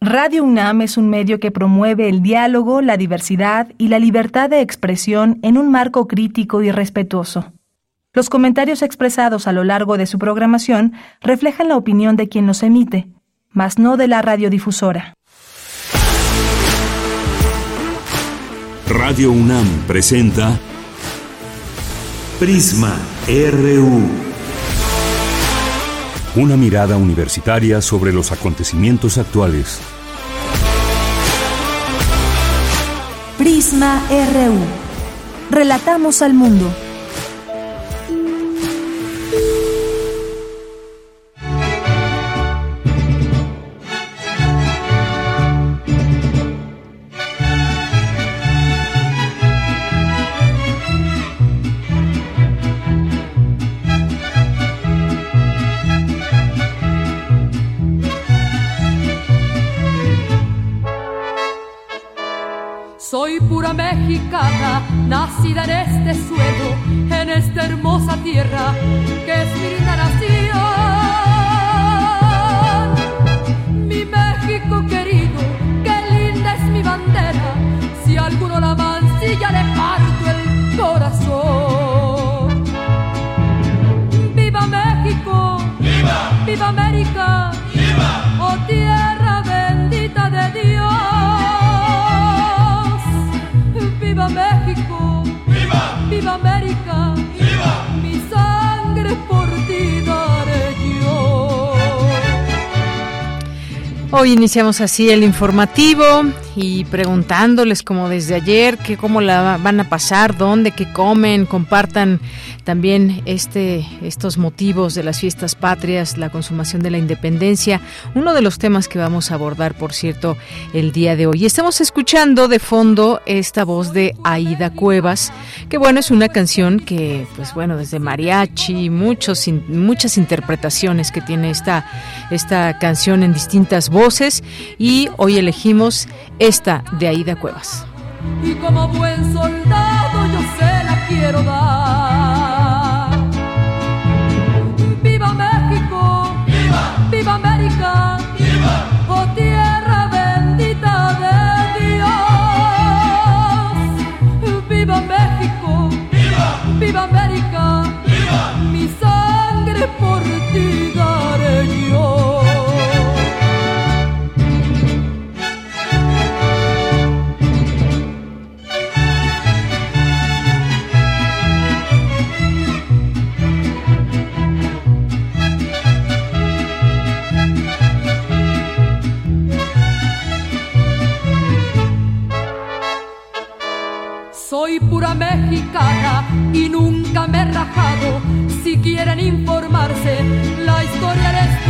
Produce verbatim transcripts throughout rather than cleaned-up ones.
Radio UNAM es un medio que promueve el diálogo, la diversidad y la libertad de expresión en un marco crítico y respetuoso. Los comentarios expresados a lo largo de su programación reflejan la opinión de quien los emite, mas no de la radiodifusora. Radio UNAM presenta Prisma R U. Una mirada universitaria sobre los acontecimientos actuales. Prisma R U. Relatamos al mundo. Soy pura mexicana, nacida en este suelo, en esta hermosa tierra que es mi linda nación. Mi México querido, qué linda es mi bandera, si alguno la mancilla le parto el corazón. ¡Viva México! ¡Viva! ¡Viva América! ¡Viva! ¡Oh tierra bendita de Dios! ¡Viva México! ¡Viva! ¡Viva América! ¡Viva! Mi sangre por ti daré yo. Hoy iniciamos así el informativo y preguntándoles como desde ayer que cómo la van a pasar, dónde, qué comen, compartan también este estos motivos de las fiestas patrias, la consumación de la independencia, uno de los temas que vamos a abordar, por cierto, el día de hoy. Y estamos escuchando de fondo esta voz de Aída Cuevas, que bueno, es una canción que, pues bueno, desde mariachi, muchos muchas interpretaciones que tiene esta esta canción en distintas voces, y hoy elegimos esta de Aída Cuevas. Y como buen soldado yo se la quiero dar. ¡Viva México! ¡Viva! ¡Viva América! ¡Viva! ¡Oh tierra bendita de Dios! ¡Viva México! ¡Viva! ¡Viva América! ¡Viva! Mi sangre por ti daré yo. Soy pura mexicana y nunca me he rajado. Si quieren informarse, la historia les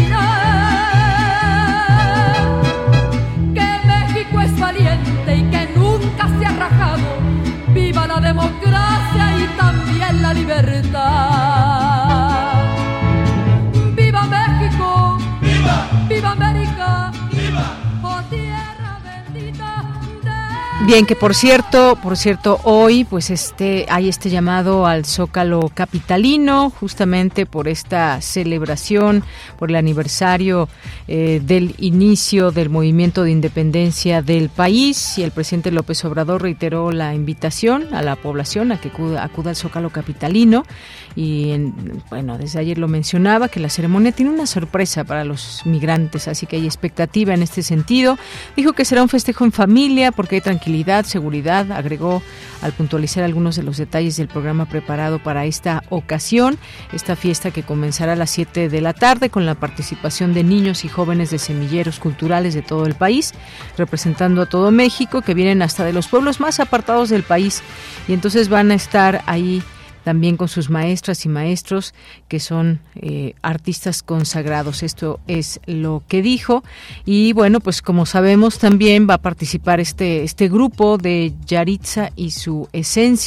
dirá que México es valiente y que nunca se ha rajado. ¡Viva la democracia y también la libertad! ¡Viva México! ¡Viva! ¡Viva América! ¡Viva! ¡Oh tierra bendita! Bien, que por cierto, por cierto, hoy pues este hay este llamado al Zócalo capitalino, justamente por esta celebración, por el aniversario eh, del inicio del movimiento de independencia del país, y el presidente López Obrador reiteró la invitación a la población a que acuda, acuda al Zócalo capitalino. Y en, bueno, desde ayer lo mencionaba, que la ceremonia tiene una sorpresa para los migrantes, así que hay expectativa en este sentido. Dijo que será un festejo en familia porque hay tranquilidad, seguridad, agregó al puntualizar algunos de los detalles del programa preparado para esta ocasión, esta fiesta que comenzará a las siete de la tarde con la participación de niños y jóvenes de semilleros culturales de todo el país, representando a todo México, que vienen hasta de los pueblos más apartados del país, y entonces van a estar ahí también con sus maestras y maestros que son eh, artistas consagrados. Esto es lo que dijo. Y bueno, pues como sabemos también va a participar este este grupo de Yaritza y su esencia,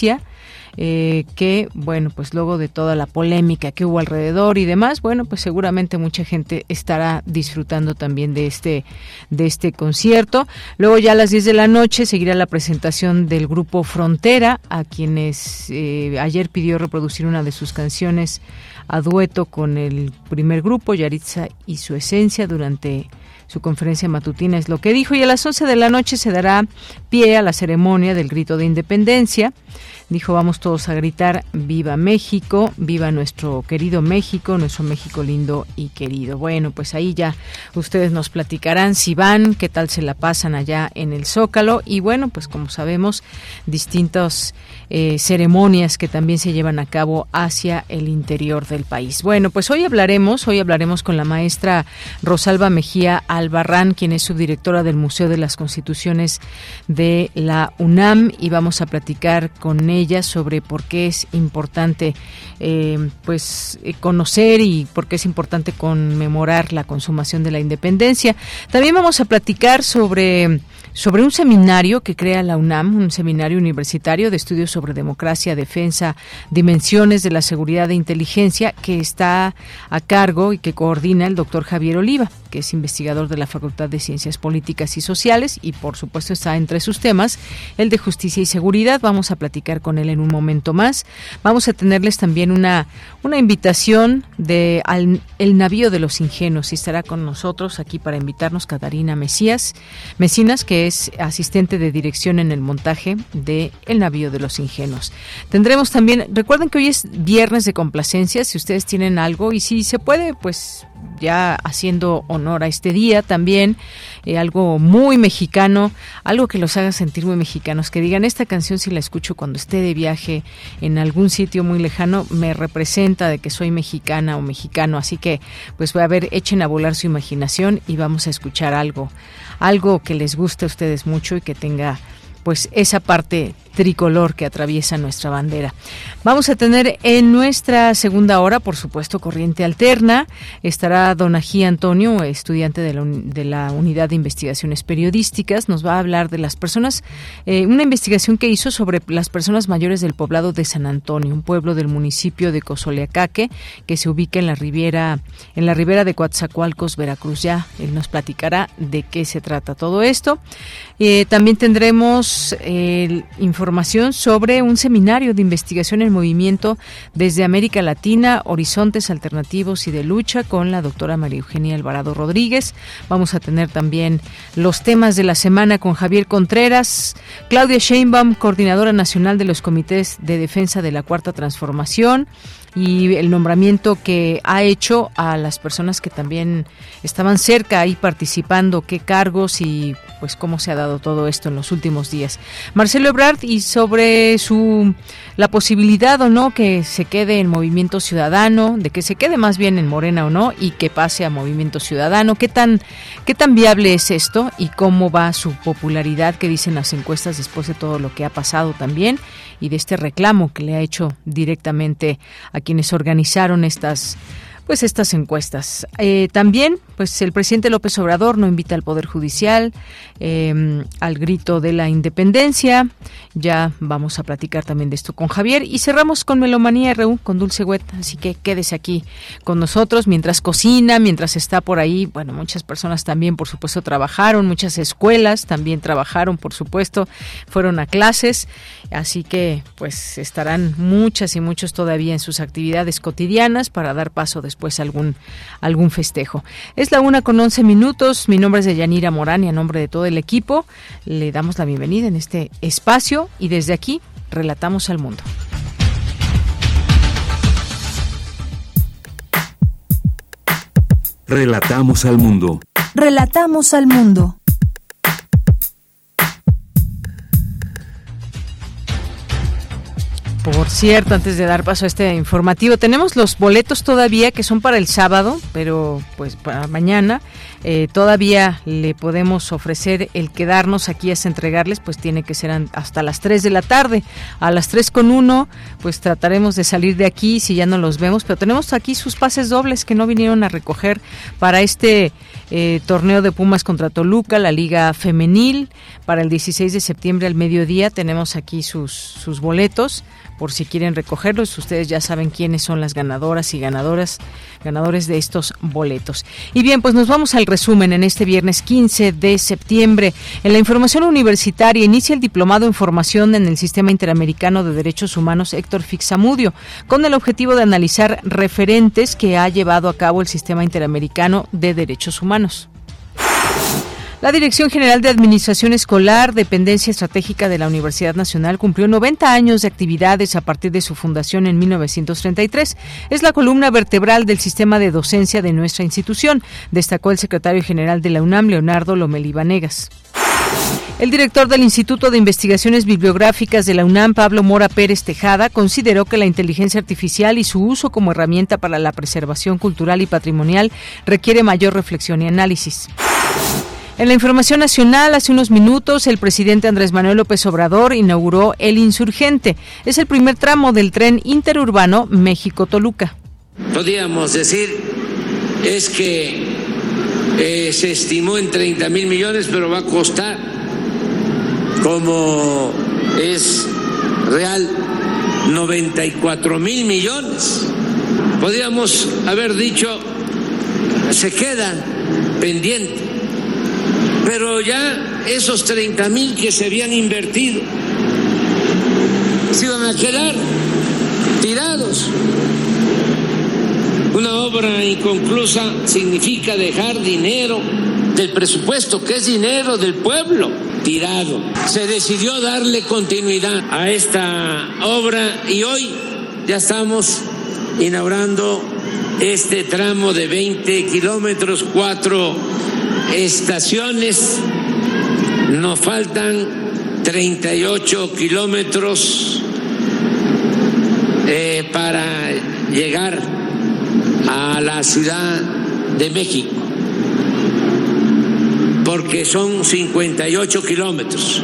eh, que, bueno, pues luego de toda la polémica que hubo alrededor y demás, bueno, pues seguramente mucha gente estará disfrutando también de este, de este concierto. Luego ya a las diez de la noche seguirá la presentación del grupo Frontera, a quienes eh, ayer pidió reproducir una de sus canciones a dueto con el primer grupo, Yaritza y su esencia, durante su conferencia matutina, es lo que dijo. Y a las once de la noche se dará pie a la ceremonia del grito de independencia. Dijo, vamos todos a gritar, viva México, viva nuestro querido México, nuestro México lindo y querido. Bueno, pues ahí ya ustedes nos platicarán si van, qué tal se la pasan allá en el Zócalo. Y bueno, pues como sabemos, distintas eh, ceremonias que también se llevan a cabo hacia el interior del país. Bueno, pues hoy hablaremos, hoy hablaremos con la maestra Rosalba Mejía Albarrán, quien es subdirectora del Museo de las Constituciones de la UNAM, y vamos a platicar con ella sobre por qué es importante eh, pues conocer y por qué es importante conmemorar la consumación de la independencia. También vamos a platicar sobre sobre un seminario que crea la UNAM, un seminario universitario de estudios sobre democracia, defensa, dimensiones de la seguridad e inteligencia, que está a cargo y que coordina el doctor Javier Oliva, que es investigador de la Facultad de Ciencias Políticas y Sociales, y por supuesto está entre sus temas el de justicia y seguridad. Vamos a platicar con él en un momento más. Vamos a tenerles también una, una invitación de al, el navío de los ingenuos, y estará con nosotros aquí para invitarnos Catarina Mesías, Mesinas, que es asistente de dirección en el montaje de El Navío de los Ingenuos. Tendremos también, recuerden que hoy es viernes de complacencias, si ustedes tienen algo, y si se puede, pues ya haciendo honor a este día también, eh, algo muy mexicano, algo que los haga sentir muy mexicanos, que digan, esta canción si la escucho cuando esté de viaje en algún sitio muy lejano, me representa de que soy mexicana o mexicano. Así que pues voy a ver, echen a volar su imaginación y vamos a escuchar algo, algo que les guste a ustedes mucho y que tenga pues esa parte tricolor que atraviesa nuestra bandera. Vamos a tener en nuestra segunda hora, por supuesto, Corriente Alterna. Estará don Ají Antonio, estudiante de la, de la Unidad de Investigaciones Periodísticas. Nos va a hablar de las personas, eh, una investigación que hizo sobre las personas mayores del poblado de San Antonio, un pueblo del municipio de Cozoleacaque, que se ubica en la ribera, en la ribera de Coatzacoalcos, Veracruz. Ya él nos platicará de qué se trata todo esto. Eh, también tendremos eh, información Información sobre un seminario de investigación en movimiento desde América Latina, horizontes alternativos y de lucha, con la doctora María Eugenia Alvarado Rodríguez. Vamos a tener también los temas de la semana con Javier Contreras, Claudia Sheinbaum, coordinadora nacional de los comités de defensa de la Cuarta Transformación, y el nombramiento que ha hecho a las personas que también estaban cerca ahí participando, qué cargos y pues cómo se ha dado todo esto en los últimos días. Marcelo Ebrard, y sobre su la posibilidad o no que se quede en Movimiento Ciudadano, de que se quede más bien en Morena o no, y que pase a Movimiento Ciudadano. ¿Qué tan, qué tan viable es esto y cómo va su popularidad, que dicen las encuestas después de todo lo que ha pasado también, y de este reclamo que le ha hecho directamente a quienes organizaron estas pues estas encuestas? Eh, también, pues el presidente López Obrador no invita al Poder Judicial eh, al grito de la independencia. Ya vamos a platicar también de esto con Javier. Y cerramos con Melomanía R U, con Dulce Wet. Así que quédese aquí con nosotros mientras cocina, mientras está por ahí. Bueno, muchas personas también, por supuesto, trabajaron. Muchas escuelas también trabajaron, por supuesto. Fueron a clases. Así que, pues, estarán muchas y muchos todavía en sus actividades cotidianas para dar paso después pues algún algún festejo. Es la una con once minutos. Mi nombre es Deyanira Morán y a nombre de todo el equipo le damos la bienvenida en este espacio, y desde aquí relatamos al mundo. Relatamos al mundo. Relatamos al mundo. Por cierto, antes de dar paso a este informativo, tenemos los boletos todavía que son para el sábado, pero pues para mañana eh, todavía le podemos ofrecer el quedarnos aquí hasta entregarles, pues tiene que ser hasta las tres de la tarde. A las tres con uno, pues trataremos de salir de aquí si ya no los vemos, pero tenemos aquí sus pases dobles que no vinieron a recoger para este eh, torneo de Pumas contra Toluca, la Liga Femenil, para el dieciséis de septiembre al mediodía. Tenemos aquí sus, sus boletos por si quieren recogerlos. Ustedes ya saben quiénes son las ganadoras y ganadoras, ganadores de estos boletos. Y bien, pues nos vamos al resumen en este viernes quince de septiembre. En la información universitaria inicia el diplomado en formación en el Sistema Interamericano de Derechos Humanos Héctor Fixamudio, con el objetivo de analizar referentes que ha llevado a cabo el Sistema Interamericano de Derechos Humanos. La Dirección General de Administración Escolar, dependencia estratégica de la Universidad Nacional, cumplió noventa años de actividades a partir de su fundación en mil novecientos treinta y tres. Es la columna vertebral del sistema de docencia de nuestra institución, destacó el secretario general de la UNAM, Leonardo Lomelí Vanegas. El director del Instituto de Investigaciones Bibliográficas de la UNAM, Pablo Mora Pérez Tejada, consideró que la inteligencia artificial y su uso como herramienta para la preservación cultural y patrimonial requiere mayor reflexión y análisis. En la información nacional, hace unos minutos, el presidente Andrés Manuel López Obrador inauguró El Insurgente. Es el primer tramo del tren interurbano México-Toluca. Podríamos decir es que eh, se estimó en treinta mil millones, pero va a costar, como es real, noventa y cuatro mil millones. Podríamos haber dicho, se queda pendiente. Pero ya esos treinta mil que se habían invertido se iban a quedar tirados. Una obra inconclusa significa dejar dinero del presupuesto, que es dinero del pueblo, tirado. Se decidió darle continuidad a esta obra y hoy ya estamos inaugurando este tramo de veinte kilómetros, cuatro estaciones. Nos faltan treinta y ocho kilómetros eh, para llegar a la Ciudad de México, porque son cincuenta y ocho kilómetros.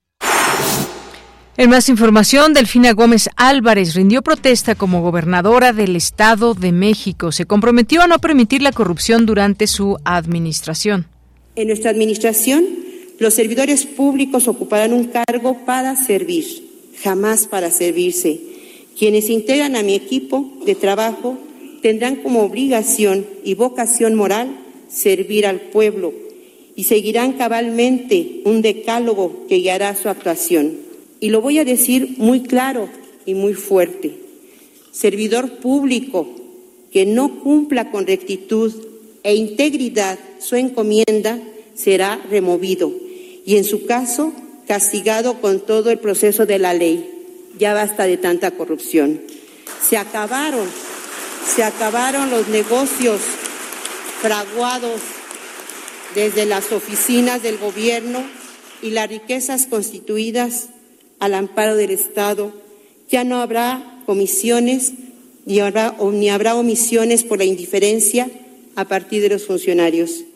En más información, Delfina Gómez Álvarez rindió protesta como gobernadora del Estado de México. Se comprometió a no permitir la corrupción durante su administración. En nuestra administración, los servidores públicos ocuparán un cargo para servir, jamás para servirse. Quienes integran a mi equipo de trabajo tendrán como obligación y vocación moral servir al pueblo y seguirán cabalmente un decálogo que guiará su actuación. Y lo voy a decir muy claro y muy fuerte. Servidor público que no cumpla con rectitud e integridad su encomienda será removido y en su caso castigado con todo el proceso de la ley. Ya basta de tanta corrupción. Se acabaron, se acabaron los negocios fraguados desde las oficinas del gobierno y las riquezas constituidas al amparo del Estado. Ya no habrá comisiones ni habrá, ni habrá omisiones por la indiferencia a partir de los funcionarios.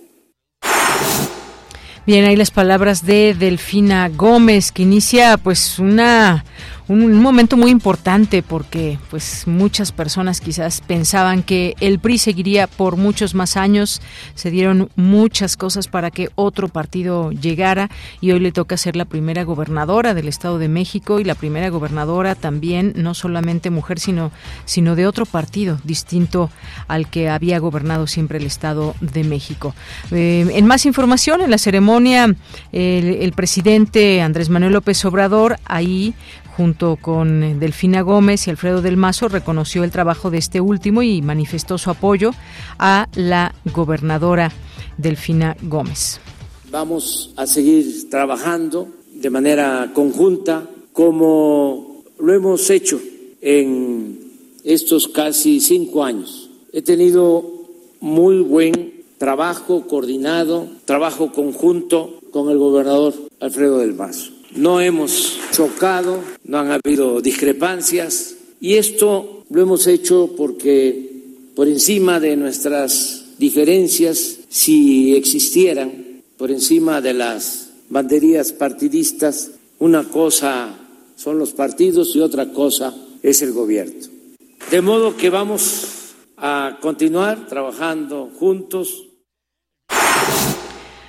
Bien, ahí las palabras de Delfina Gómez, que inicia pues una un, un momento muy importante porque pues muchas personas quizás pensaban que el P R I seguiría por muchos más años. Se dieron muchas cosas para que otro partido llegara y hoy le toca ser la primera gobernadora del Estado de México y la primera gobernadora también, no solamente mujer, sino sino de otro partido distinto al que había gobernado siempre el Estado de México. Eh, en más información, en la ceremonia, el, el presidente Andrés Manuel López Obrador, ahí junto con Delfina Gómez y Alfredo del Mazo, reconoció el trabajo de este último y manifestó su apoyo a la gobernadora Delfina Gómez. Vamos a seguir trabajando de manera conjunta como lo hemos hecho en estos casi cinco años. He tenido muy buen trabajo coordinado, trabajo conjunto con el gobernador Alfredo del Mazo. No hemos chocado, no han habido discrepancias y esto lo hemos hecho porque por encima de nuestras diferencias, si existieran, por encima de las banderías partidistas, una cosa son los partidos y otra cosa es el gobierno. De modo que vamos a continuar trabajando juntos.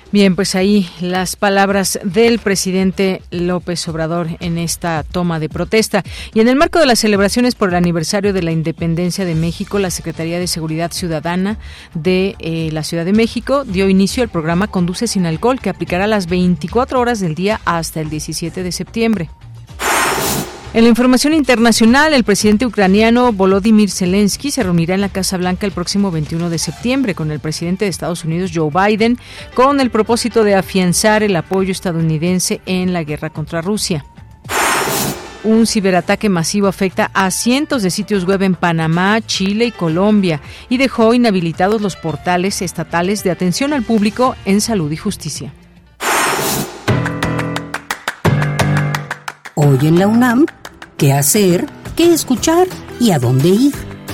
Bien, pues ahí las palabras del presidente López Obrador en esta toma de protesta. Y en el marco de las celebraciones por el aniversario de la independencia de México, la Secretaría de Seguridad Ciudadana de eh, la Ciudad de México dio inicio al programa Conduce sin Alcohol, que aplicará las veinticuatro horas del día hasta el diecisiete de septiembre. En la información internacional, el presidente ucraniano Volodymyr Zelensky se reunirá en la Casa Blanca el próximo veintiuno de septiembre con el presidente de Estados Unidos, Joe Biden, con el propósito de afianzar el apoyo estadounidense en la guerra contra Rusia. Un ciberataque masivo afecta a cientos de sitios web en Panamá, Chile y Colombia y dejó inhabilitados los portales estatales de atención al público en salud y justicia. Hoy en la UNAM, ¿qué hacer? ¿Qué escuchar? ¿Y a dónde ir?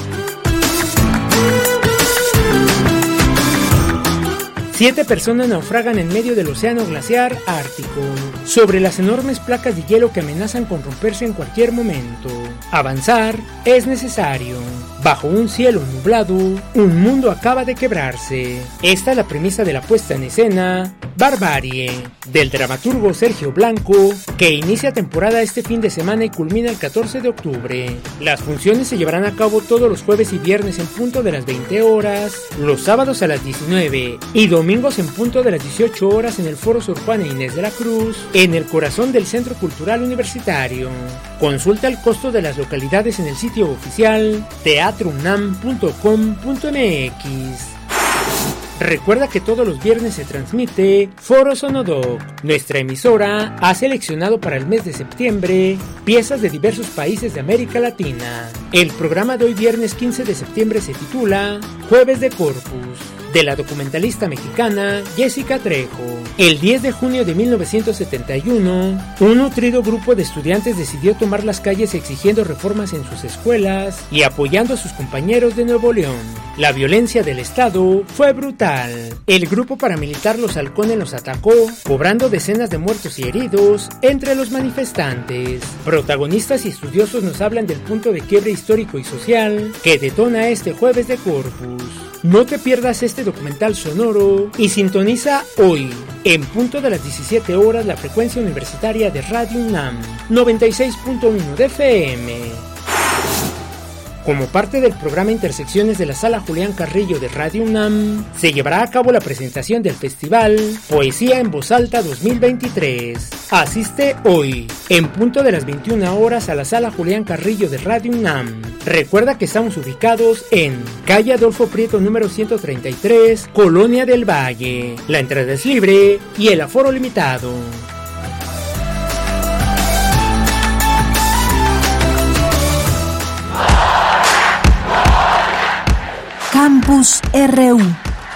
Siete personas naufragan en medio del océano glaciar ártico, sobre las enormes placas de hielo que amenazan con romperse en cualquier momento. Avanzar es necesario. Bajo un cielo nublado, un mundo acaba de quebrarse. Esta es la premisa de la puesta en escena Barbarie, del dramaturgo Sergio Blanco, que inicia temporada este fin de semana y culmina el catorce de octubre. Las funciones se llevarán a cabo todos los jueves y viernes en punto de las veinte horas, los sábados a las diecinueve y domingos en punto de las dieciocho horas en el Foro Sor Juana Inés de la Cruz, en el corazón del Centro Cultural Universitario. Consulta el costo de las localidades en el sitio oficial teatro unam punto com punto m x. Recuerda que todos los viernes se transmite Foro Sonodoc. Nuestra emisora ha seleccionado para el mes de septiembre piezas de diversos países de América Latina. El programa de hoy viernes quince de septiembre se titula Jueves de Corpus, de la documentalista mexicana Jessica Trejo. El diez de junio de mil novecientos setenta y uno, un nutrido grupo de estudiantes decidió tomar las calles exigiendo reformas en sus escuelas y apoyando a sus compañeros de Nuevo León. La violencia del Estado fue brutal. El grupo paramilitar Los Halcones los atacó, cobrando decenas de muertos y heridos entre los manifestantes. Protagonistas y estudiosos nos hablan del punto de quiebre histórico y social que detona este Jueves de Corpus. No te pierdas este documental sonoro y sintoniza hoy, en punto de las diecisiete horas, la frecuencia universitaria de Radio UNAM, noventa y seis punto uno de F M. Como parte del programa Intersecciones de la Sala Julián Carrillo de Radio UNAM, se llevará a cabo la presentación del Festival Poesía en Voz Alta dos mil veintitrés. Asiste hoy, en punto de las veintiuna horas, a la Sala Julián Carrillo de Radio UNAM. Recuerda que estamos ubicados en calle Adolfo Prieto número ciento treinta y tres, Colonia del Valle. La entrada es libre y el aforo limitado. Campus R U.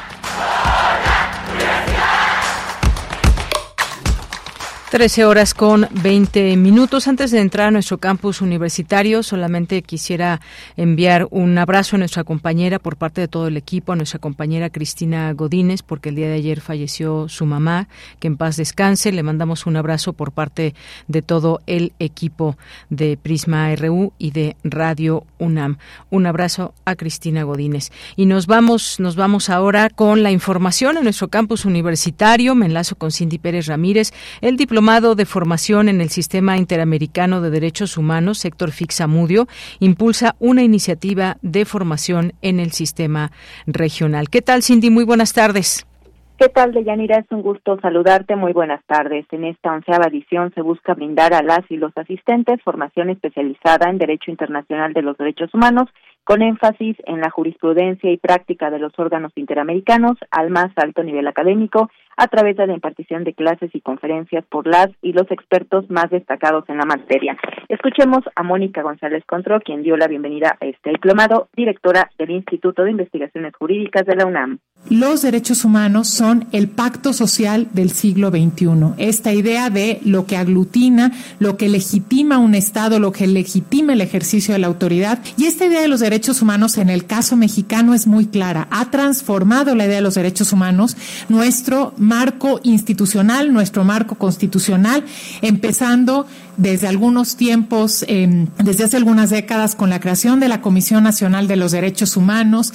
trece horas con veinte minutos. Antes de entrar a nuestro campus universitario, solamente quisiera enviar un abrazo a nuestra compañera por parte de todo el equipo, a nuestra compañera Cristina Godínez, porque el día de ayer falleció su mamá, que en paz descanse. Le mandamos un abrazo por parte de todo el equipo de Prisma R U y de Radio UNAM. Un abrazo a Cristina Godínez. Y nos vamos, nos vamos ahora con la información en nuestro campus universitario. Me enlazo con Cindy Pérez Ramírez, el diplomado de formación en el Sistema Interamericano de Derechos Humanos, Héctor Fix-Amudio, impulsa una iniciativa de formación en el sistema regional. ¿Qué tal, Cindy? Muy buenas tardes. ¿Qué tal, Deyanira? Es un gusto saludarte. Muy buenas tardes. En esta onceava edición se busca brindar a las y los asistentes formación especializada en Derecho Internacional de los Derechos Humanos, con énfasis en la jurisprudencia y práctica de los órganos interamericanos al más alto nivel académico, a través de la impartición de clases y conferencias por las y los expertos más destacados en la materia. Escuchemos a Mónica González Contró, quien dio la bienvenida a este diplomado, directora del Instituto de Investigaciones Jurídicas de la UNAM. Los derechos humanos son el pacto social del siglo veintiuno. Esta idea de lo que aglutina, lo que legitima un Estado, lo que legitima el ejercicio de la autoridad. Y esta idea de los derechos humanos en el caso mexicano es muy clara. Ha transformado la idea de los derechos humanos, nuestro marco institucional, nuestro marco constitucional, empezando desde algunos tiempos, eh, desde hace algunas décadas, con la creación de la Comisión Nacional de los Derechos Humanos,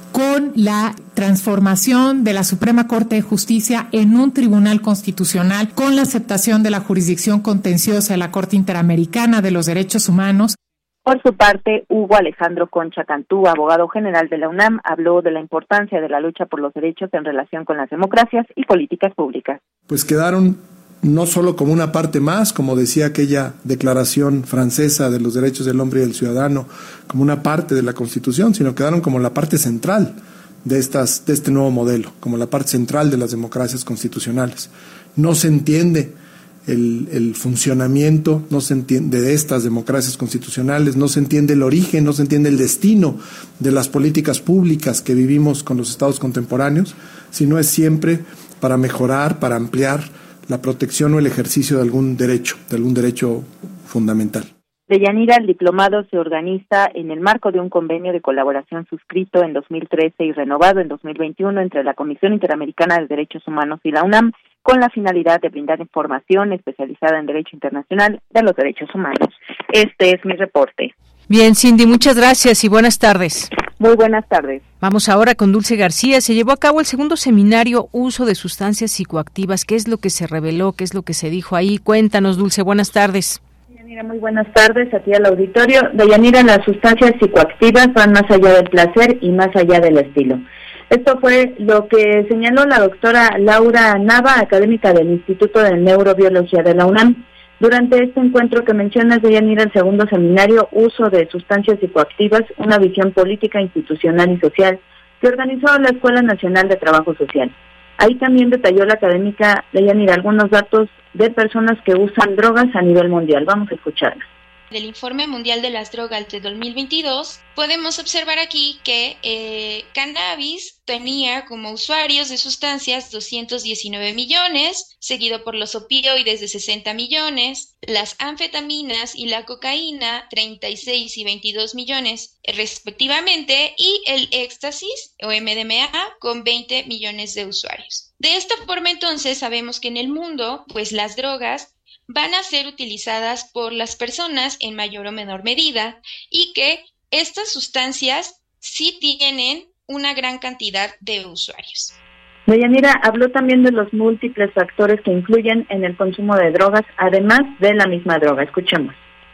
con la transformación de la Suprema Corte de Justicia en un tribunal constitucional, con la aceptación de la jurisdicción contenciosa de la Corte Interamericana de los Derechos Humanos. Por su parte, Hugo Alejandro Concha Cantú, abogado general de la UNAM, habló de la importancia de la lucha por los derechos en relación con las democracias y políticas públicas. Pues quedaron no solo como una parte más, como decía aquella declaración francesa de los derechos del hombre y del ciudadano, como una parte de la Constitución, sino quedaron como la parte central de estas, de este nuevo modelo, como la parte central de las democracias constitucionales. No se entiende el, el funcionamiento, no se entiende de estas democracias constitucionales, no se entiende el origen, no se entiende el destino de las políticas públicas que vivimos con los estados contemporáneos, sino es siempre para mejorar, para ampliar la protección o el ejercicio de algún derecho, de algún derecho fundamental. Deyanira, el diplomado se organiza en el marco de un convenio de colaboración suscrito en dos mil trece y renovado en dos mil veintiuno entre la Comisión Interamericana de Derechos Humanos y la UNAM, con la finalidad de brindar información especializada en Derecho Internacional de los Derechos Humanos. Este es mi reporte. Bien, Cindy, muchas gracias y buenas tardes. Muy buenas tardes. Vamos ahora con Dulce García. Se llevó a cabo el segundo seminario Uso de Sustancias Psicoactivas. ¿Qué es lo que se reveló? ¿Qué es lo que se dijo ahí? Cuéntanos, Dulce, buenas tardes. Deyanira, muy buenas tardes a ti al auditorio. Deyanira, las sustancias psicoactivas van más allá del placer y más allá del estilo. Esto fue lo que señaló la doctora Laura Nava, académica del Instituto de Neurobiología de la UNAM. Durante este encuentro que mencionas, Deyanira, el segundo seminario Uso de Sustancias Psicoactivas, una visión política, institucional y social, que organizó la Escuela Nacional de Trabajo Social. Ahí también detalló la académica Deyanira algunos datos de personas que usan drogas a nivel mundial. Vamos a escucharla. Del Informe Mundial de las Drogas de dos mil veintidós, podemos observar aquí que eh, cannabis tenía como usuarios de sustancias doscientos diecinueve millones, seguido por los opioides de sesenta millones, las anfetaminas y la cocaína treinta y seis y veintidós millones respectivamente, y el éxtasis o M D M A con veinte millones de usuarios. De esta forma, entonces, sabemos que en el mundo, pues las drogas van a ser utilizadas por las personas en mayor o menor medida y que estas sustancias sí tienen una gran cantidad de usuarios. Deyanira habló también de los múltiples factores que influyen en el consumo de drogas, además de la misma droga. Escuchemos.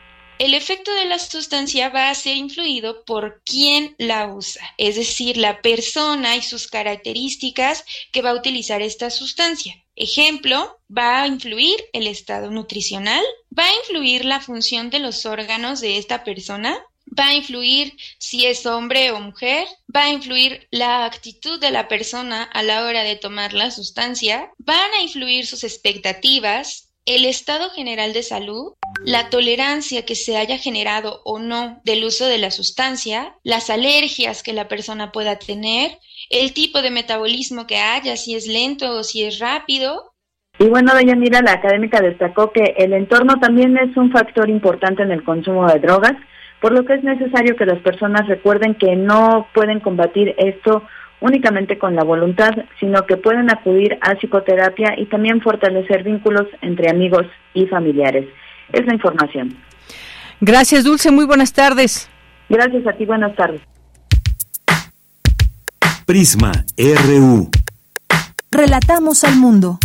El efecto de la sustancia va a ser influido por quién la usa, es decir, la persona y sus características que va a utilizar esta sustancia. Ejemplo, va a influir el estado nutricional, va a influir la función de los órganos de esta persona, va a influir si es hombre o mujer, va a influir la actitud de la persona a la hora de tomar la sustancia, van a influir sus expectativas, el estado general de salud, la tolerancia que se haya generado o no del uso de la sustancia, las alergias que la persona pueda tener, el tipo de metabolismo que haya, si es lento o si es rápido. Y bueno, Deyanira, la académica destacó que el entorno también es un factor importante en el consumo de drogas, por lo que es necesario que las personas recuerden que no pueden combatir esto únicamente con la voluntad, sino que pueden acudir a psicoterapia y también fortalecer vínculos entre amigos y familiares. Es la información. Gracias, Dulce. Muy buenas tardes. Gracias a ti. Buenas tardes. Prisma R U. Relatamos al mundo.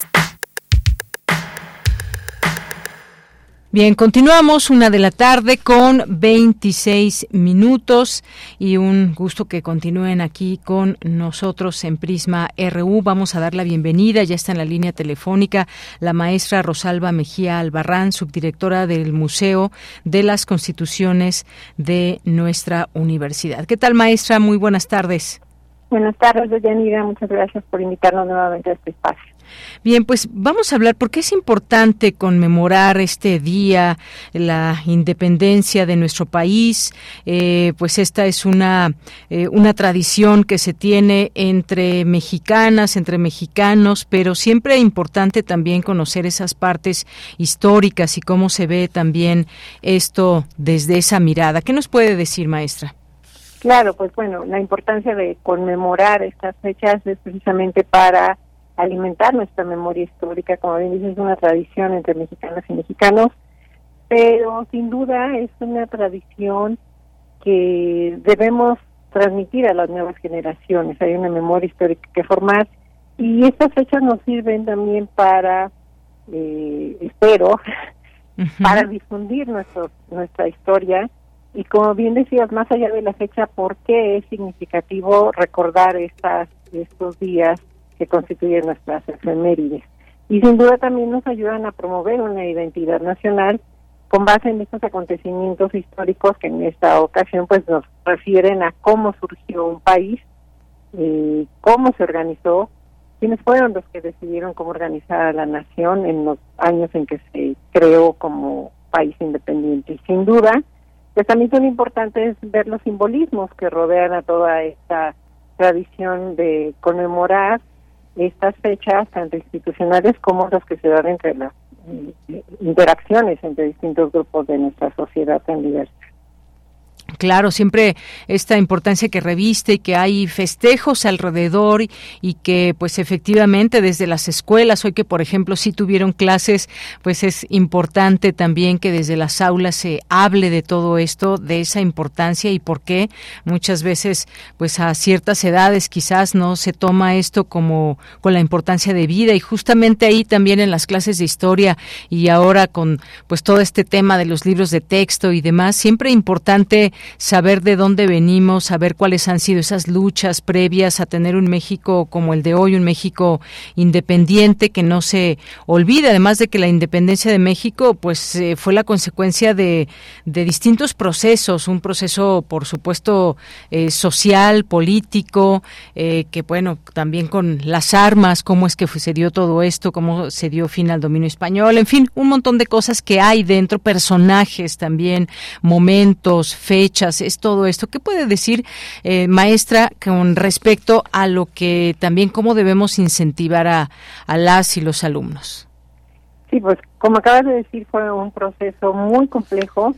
Bien, continuamos, una de la tarde con veintiséis minutos y un gusto que continúen aquí con nosotros en Prisma R U. Vamos a dar la bienvenida, ya está en la línea telefónica la maestra Rosalba Mejía Albarrán, subdirectora del Museo de las Constituciones de nuestra universidad. ¿Qué tal, maestra? Muy buenas tardes. Buenas tardes, Deyanira. Muchas gracias por invitarnos nuevamente a este espacio. Bien, pues vamos a hablar por qué es importante conmemorar este día, la independencia de nuestro país. Eh, pues esta es una eh, una tradición que se tiene entre mexicanas, entre mexicanos, pero siempre es importante también conocer esas partes históricas y cómo se ve también esto desde esa mirada. ¿Qué nos puede decir, maestra? Claro, pues bueno, la importancia de conmemorar estas fechas es precisamente para alimentar nuestra memoria histórica. Como bien dices, es una tradición entre mexicanas y mexicanos, pero sin duda es una tradición que debemos transmitir a las nuevas generaciones. Hay una memoria histórica que formar y estas fechas nos sirven también para, eh, espero, uh-huh. para difundir nuestro, nuestra historia. Y como bien decías, más allá de la fecha, ¿por qué es significativo recordar estas, estos días que constituyen nuestras efemérides? Y sin duda también nos ayudan a promover una identidad nacional con base en estos acontecimientos históricos que en esta ocasión pues nos refieren a cómo surgió un país, eh, cómo se organizó, quiénes fueron los que decidieron cómo organizar a la nación en los años en que se creó como país independiente. Y sin duda, pues también son importantes ver los simbolismos que rodean a toda esta tradición de conmemorar estas fechas tanto institucionales como las que se dan entre las eh, interacciones entre distintos grupos de nuestra sociedad tan diversa. Claro, siempre esta importancia que reviste y que hay festejos alrededor y, y que pues efectivamente desde las escuelas, hoy que por ejemplo sí tuvieron clases, pues es importante también que desde las aulas se hable de todo esto, de esa importancia y por qué muchas veces pues a ciertas edades quizás no se toma esto como con la importancia de vida y justamente ahí también en las clases de historia y ahora con pues todo este tema de los libros de texto y demás, siempre importante saber de dónde venimos, saber cuáles han sido esas luchas previas a tener un México como el de hoy, un México independiente que no se olvide, además de que la independencia de México pues eh, fue la consecuencia de, de distintos procesos, un proceso por supuesto eh, social, político, eh, que bueno, también con las armas, cómo es que se dio todo esto, cómo se dio fin al dominio español, en fin, un montón de cosas que hay dentro, personajes también, momentos, fechas, es todo esto. ¿Qué puede decir, eh, maestra, con respecto a lo que también cómo debemos incentivar a, a las y los alumnos? Sí, pues como acabas de decir, fue un proceso muy complejo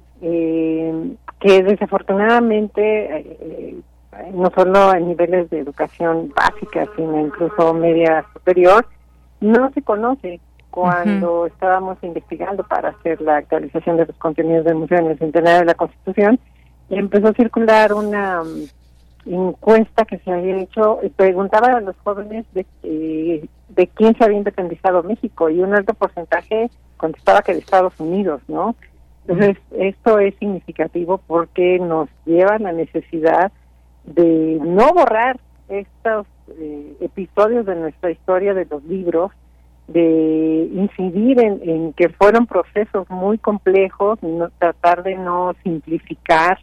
eh, que desafortunadamente eh, no solo en niveles de educación básica, sino incluso media superior, no se conoce. Cuando uh-huh. estábamos investigando para hacer la actualización de los contenidos del Museo en el Centenario de la Constitución, empezó a circular una um, encuesta que se había hecho, y preguntaba a los jóvenes de, eh, de quién se había independizado México, y un alto porcentaje contestaba que de Estados Unidos, ¿no? Entonces, uh-huh. esto es significativo porque nos lleva a la necesidad de no borrar estos eh, episodios de nuestra historia de los libros, de incidir en, en que fueron procesos muy complejos, no, tratar de no simplificar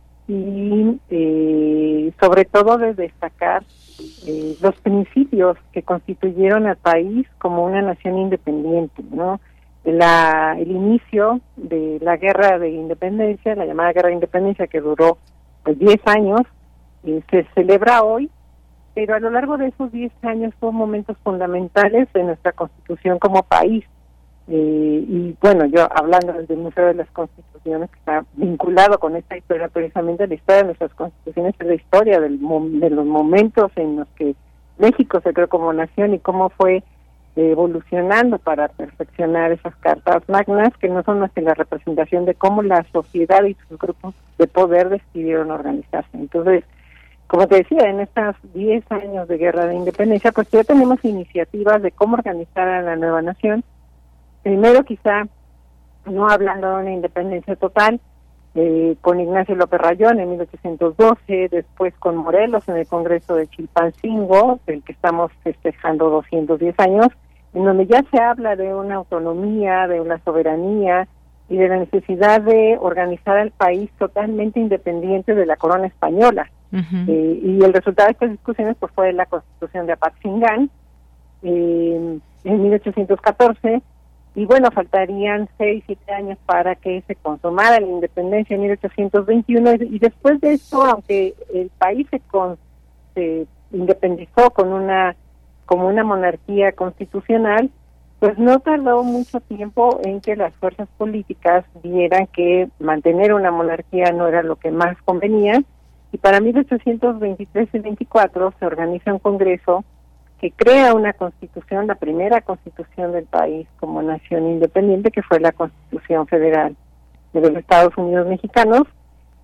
y eh, sobre todo de destacar eh, los principios que constituyeron al país como una nación independiente, ¿no? La, el inicio de la guerra de independencia, la llamada guerra de independencia que duró pues diez años, eh, se celebra hoy, pero a lo largo de esos diez años fueron momentos fundamentales de nuestra Constitución como país. Eh, y bueno, yo hablando desde el Museo de las Constituciones, que está vinculado con esta historia, precisamente la historia de nuestras constituciones es la historia del, de los momentos en los que México se creó como nación y cómo fue eh, evolucionando para perfeccionar esas cartas magnas, que no son más que la representación de cómo la sociedad y sus grupos de poder decidieron organizarse. Entonces, como te decía, en estos diez años de guerra de independencia, pues ya tenemos iniciativas de cómo organizar a la nueva nación. Primero, quizá, no hablando de una independencia total, eh, con Ignacio López Rayón en mil ochocientos doce, después con Morelos en el Congreso de Chilpancingo, del que estamos festejando doscientos diez años, en donde ya se habla de una autonomía, de una soberanía, y de la necesidad de organizar al país totalmente independiente de la corona española. Uh-huh. Eh, y el resultado de estas discusiones pues fue la Constitución de Apatzingán eh, en mil ochocientos catorce, y bueno, faltarían seis, siete años para que se consumara la independencia en mil ochocientos veintiuno, y, y después de esto, aunque el país se, con, se independizó con una como una monarquía constitucional, pues no tardó mucho tiempo en que las fuerzas políticas vieran que mantener una monarquía no era lo que más convenía, y para mil ochocientos veintitrés y veinticuatro se organiza un congreso que crea una constitución, la primera constitución del país como nación independiente, que fue la Constitución Federal de los Estados Unidos Mexicanos,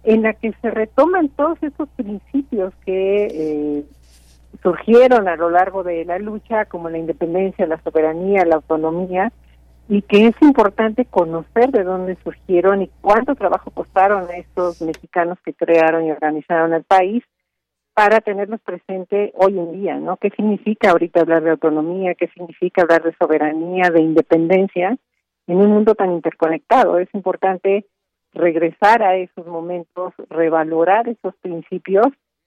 en la que se retoman todos estos principios que eh, surgieron a lo largo de la lucha, como la independencia, la soberanía, la autonomía, y que es importante conocer de dónde surgieron y cuánto trabajo costaron a estos mexicanos que crearon y organizaron el país, para tenerlos presente hoy en día, ¿no? ¿Qué significa ahorita hablar de autonomía? ¿Qué significa hablar de soberanía, de independencia en un mundo tan interconectado? Es importante regresar a esos momentos, revalorar esos principios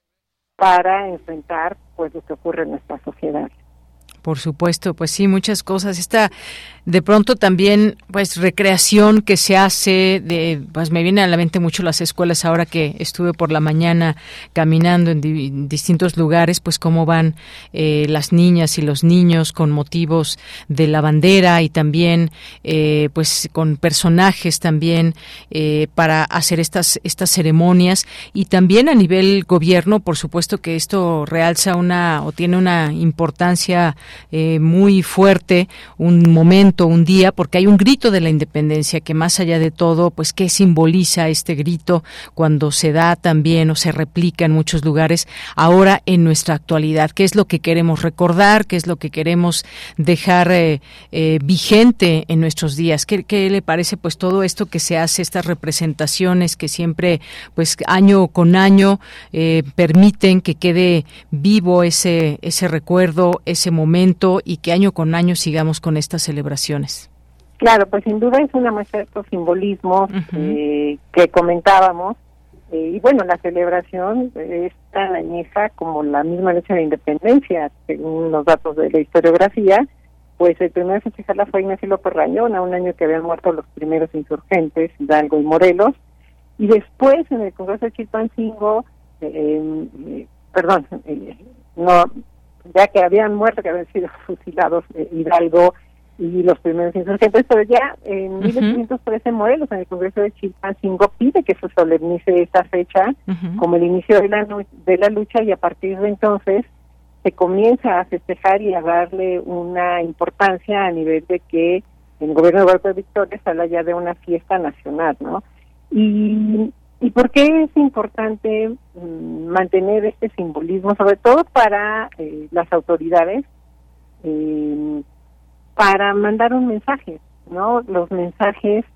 para enfrentar pues lo que ocurre en nuestra sociedad. Por supuesto, pues sí, muchas cosas. Esta, de pronto también, pues, recreación que se hace, de, pues me vienen a la mente mucho las escuelas ahora que estuve por la mañana caminando en, di- en distintos lugares, pues cómo van eh, las niñas y los niños con motivos de la bandera y también, eh, pues, con personajes también eh, para hacer estas estas ceremonias, y también a nivel gobierno, por supuesto que esto realza una o tiene una importancia Eh, muy fuerte, un momento, un día, porque hay un grito de la independencia que más allá de todo, pues qué simboliza este grito cuando se da también o se replica en muchos lugares ahora en nuestra actualidad, qué es lo que queremos recordar, qué es lo que queremos dejar eh, eh, vigente en nuestros días. ¿Qué, qué le parece pues todo esto que se hace, estas representaciones que siempre pues año con año eh, permiten que quede vivo ese ese recuerdo, ese momento, y que año con año sigamos con estas celebraciones? Claro, pues sin duda es una muestra de estos simbolismos uh-huh. eh, que comentábamos, eh, y bueno, la celebración es tan añeja como la misma lucha de independencia, según los datos de la historiografía. Pues el primero en festejarla fue Ignacio López Rayón, a un año que habían muerto los primeros insurgentes, Hidalgo y Morelos, y después en el Congreso de Chilpancingo, eh, eh, perdón, eh, no... ya que habían muerto, que habían sido fusilados eh, Hidalgo y los primeros insurgentes, pero ya en uh-huh. mil ochocientos trece Morelos, en el Congreso de Chilpancingo, pide que se solemnice esta fecha uh-huh. como el inicio de la, de la lucha, y a partir de entonces se comienza a festejar y a darle una importancia a nivel de que el gobierno de Guadalupe Victoria se habla ya de una fiesta nacional, ¿no? Y... ¿Y por qué es importante mmm, mantener este simbolismo, sobre todo para eh, las autoridades, eh, para mandar un mensaje, ¿no? Los mensajes,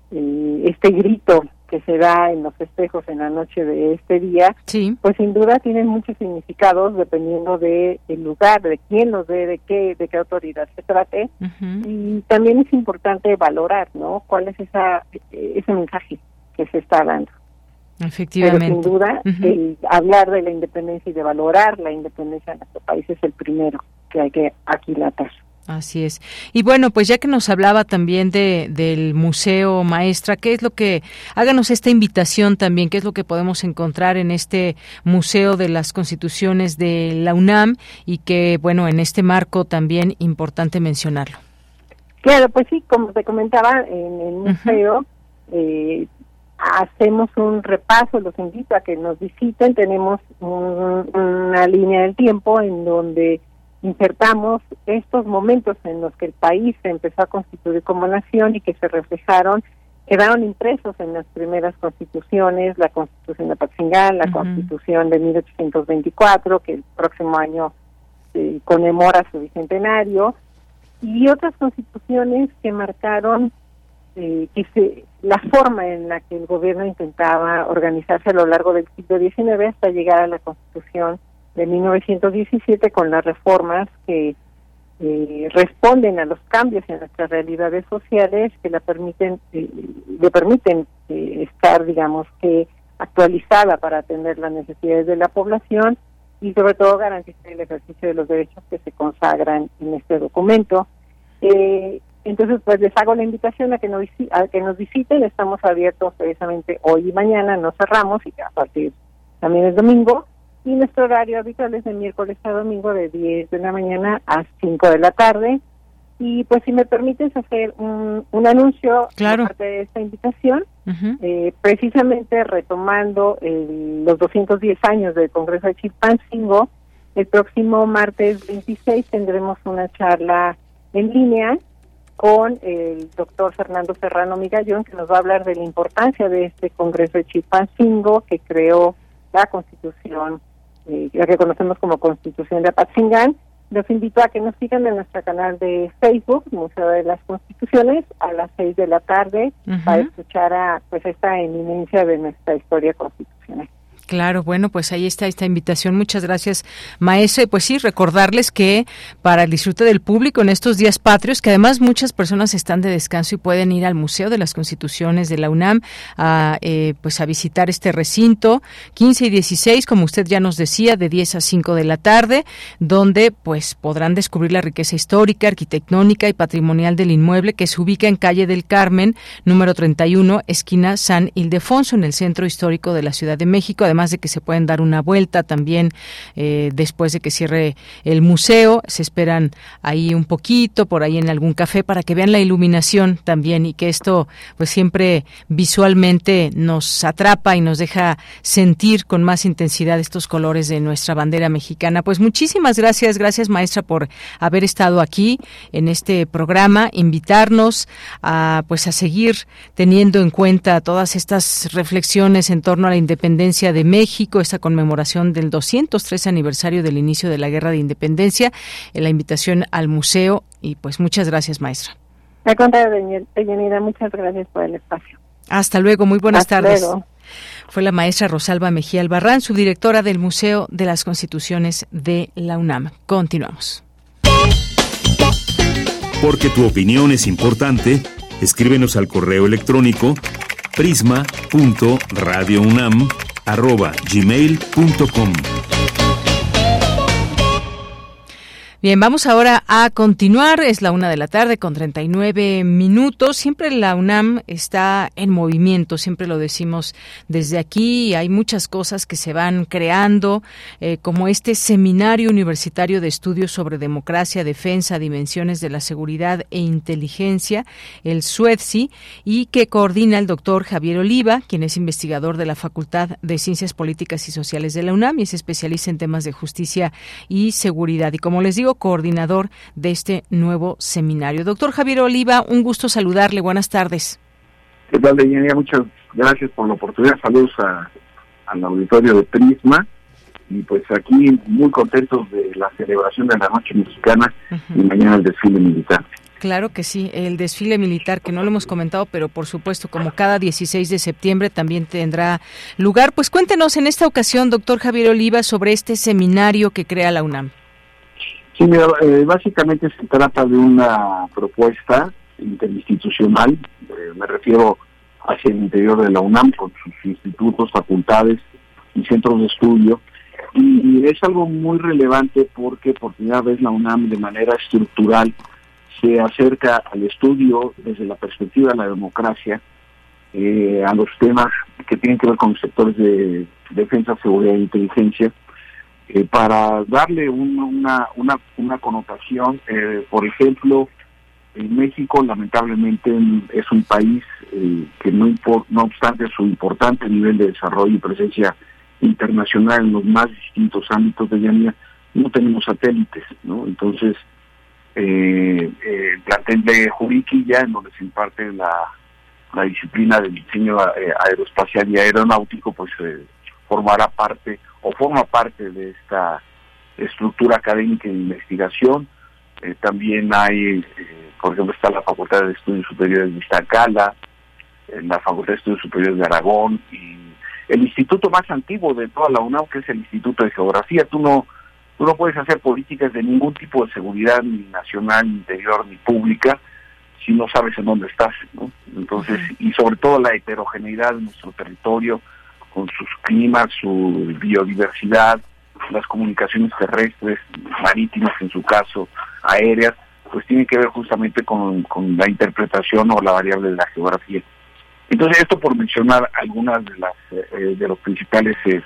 eh, este grito que se da en los festejos en la noche de este día, sí. pues sin duda tienen muchos significados dependiendo de el lugar, de quién los dé, de qué, de qué autoridad se trate, uh-huh. y también es importante valorar, ¿no? Cuál es esa ese mensaje que se está dando. Efectivamente. Pero sin duda, uh-huh. el hablar de la independencia y de valorar la independencia de nuestro país es el primero que hay que aquilatar. Así es. Y bueno, pues ya que nos hablaba también de del museo, maestra, ¿qué es lo que, háganos esta invitación también, qué es lo que podemos encontrar en este Museo de las Constituciones de la UNAM, y que, bueno, en este marco también importante mencionarlo? Claro, pues sí, como te comentaba, en el museo uh-huh. eh, hacemos un repaso, los invito a que nos visiten, tenemos un, una línea del tiempo en donde insertamos estos momentos en los que el país se empezó a constituir como nación y que se reflejaron, quedaron impresos en las primeras constituciones, la Constitución de Apatzingán, la uh-huh. Constitución de mil ochocientos veinticuatro, que el próximo año eh, conmemora su bicentenario, y otras constituciones que marcaron eh, que se, la forma en la que el gobierno intentaba organizarse a lo largo del siglo diecinueve hasta llegar a la Constitución de mil novecientos diecisiete, con las reformas que eh, responden a los cambios en nuestras realidades sociales, que la permiten eh, le permiten eh, estar, digamos, que actualizada para atender las necesidades de la población y sobre todo garantizar el ejercicio de los derechos que se consagran en este documento. Eh, entonces, pues les hago la invitación a que nos a que nos visiten. Estamos abiertos precisamente hoy y mañana, no cerramos, y a partir también el domingo. Y nuestro horario habitual es de miércoles a domingo de diez de la mañana a cinco de la tarde. Y pues si me permites hacer un, un anuncio, claro, aparte de esta invitación, uh-huh. eh, precisamente retomando el, los doscientos diez años del Congreso de Chilpancingo, el próximo martes veintiséis tendremos una charla en línea con el doctor Fernando Serrano Migallón, que nos va a hablar de la importancia de este Congreso de Chilpancingo, que creó la Constitución, eh, la que conocemos como Constitución de Apatzingán. Los invito a que nos sigan en nuestro canal de Facebook, Museo de las Constituciones, a las seis de la tarde, uh-huh. para escuchar a pues esta eminencia de nuestra historia constitucional. Claro, bueno, pues ahí está esta invitación. Muchas gracias, maestra. Y pues sí, recordarles que para el disfrute del público en estos días patrios, que además muchas personas están de descanso y pueden ir al Museo de las Constituciones de la UNAM a eh, pues a visitar este recinto quince y dieciséis, como usted ya nos decía, de diez a cinco de la tarde, donde pues podrán descubrir la riqueza histórica, arquitectónica y patrimonial del inmueble, que se ubica en calle del Carmen, número treinta y uno, esquina San Ildefonso, en el centro histórico de la Ciudad de México. Además de que se pueden dar una vuelta también eh, después de que cierre el museo, se esperan ahí un poquito, por ahí en algún café, para que vean la iluminación también, y que esto pues siempre visualmente nos atrapa y nos deja sentir con más intensidad estos colores de nuestra bandera mexicana. Pues muchísimas gracias, gracias maestra por haber estado aquí en este programa, invitarnos a pues a seguir teniendo en cuenta todas estas reflexiones en torno a la independencia de México, esta conmemoración del doscientos tres aniversario del inicio de la Guerra de Independencia, en la invitación al museo, y pues muchas gracias, maestra. Al contrario, Deyanira, muchas gracias por el espacio. Hasta luego, muy buenas Hasta tardes. Luego. Fue la maestra Rosalba Mejía Albarrán, subdirectora del Museo de las Constituciones de la UNAM. Continuamos. Porque tu opinión es importante, escríbenos al correo electrónico prisma punto radio unam arroba gmail punto com. Bien, vamos ahora a continuar. Es la una de la tarde con treinta y nueve minutos. Siempre la UNAM está en movimiento, siempre lo decimos desde aquí. Hay muchas cosas que se van creando, eh, como este Seminario Universitario de Estudios sobre Democracia, Defensa, Dimensiones de la Seguridad e Inteligencia, el SUEDSI, y que coordina el doctor Javier Oliva, quien es investigador de la Facultad de Ciencias Políticas y Sociales de la UNAM y es especialista en temas de justicia y seguridad. Y como les digo, coordinador de este nuevo seminario. Doctor Javier Oliva, un gusto saludarle. Buenas tardes. ¿Qué tal, Deyanira? Muchas gracias por la oportunidad. Saludos a, al auditorio de Prisma. Y pues aquí muy contentos de la celebración de la Noche Mexicana uh-huh. y mañana el desfile militar. Claro que sí, el desfile militar, que no lo hemos comentado, pero por supuesto, como cada dieciséis de septiembre también tendrá lugar. Pues cuéntenos en esta ocasión, doctor Javier Oliva, sobre este seminario que crea la UNAM. Sí, mira, eh, básicamente se trata de una propuesta interinstitucional, eh, me refiero hacia el interior de la UNAM, con sus institutos, facultades y centros de estudio, y, y es algo muy relevante porque por primera vez la UNAM de manera estructural se acerca al estudio desde la perspectiva de la democracia, eh, a los temas que tienen que ver con los sectores de defensa, seguridad e inteligencia, Eh, para darle un, una, una una connotación. Eh, por ejemplo, en México lamentablemente es un país eh, que no, impor, no obstante su importante nivel de desarrollo y presencia internacional en los más distintos ámbitos de Yanía, no tenemos satélites, ¿no? Entonces, eh, eh, el plantel de Juriquilla, en donde se imparte la, la disciplina del diseño eh, aeroespacial y aeronáutico, pues eh, formará parte o forma parte de esta estructura académica de investigación. Eh, también hay, eh, por ejemplo, está la Facultad de Estudios Superiores de Iztacala, eh, la Facultad de Estudios Superiores de Aragón, y el instituto más antiguo de toda la UNAM, que es el Instituto de Geografía. Tú no, tú no puedes hacer políticas de ningún tipo de seguridad, ni nacional, ni interior, ni pública, si no sabes en dónde estás, ¿no? Entonces, y sobre todo la heterogeneidad de nuestro territorio, con sus climas, su biodiversidad, las comunicaciones terrestres, marítimas en su caso, aéreas, pues tiene que ver justamente con, con la interpretación o la variable de la geografía. Entonces, esto por mencionar algunas de las eh, de los principales eh,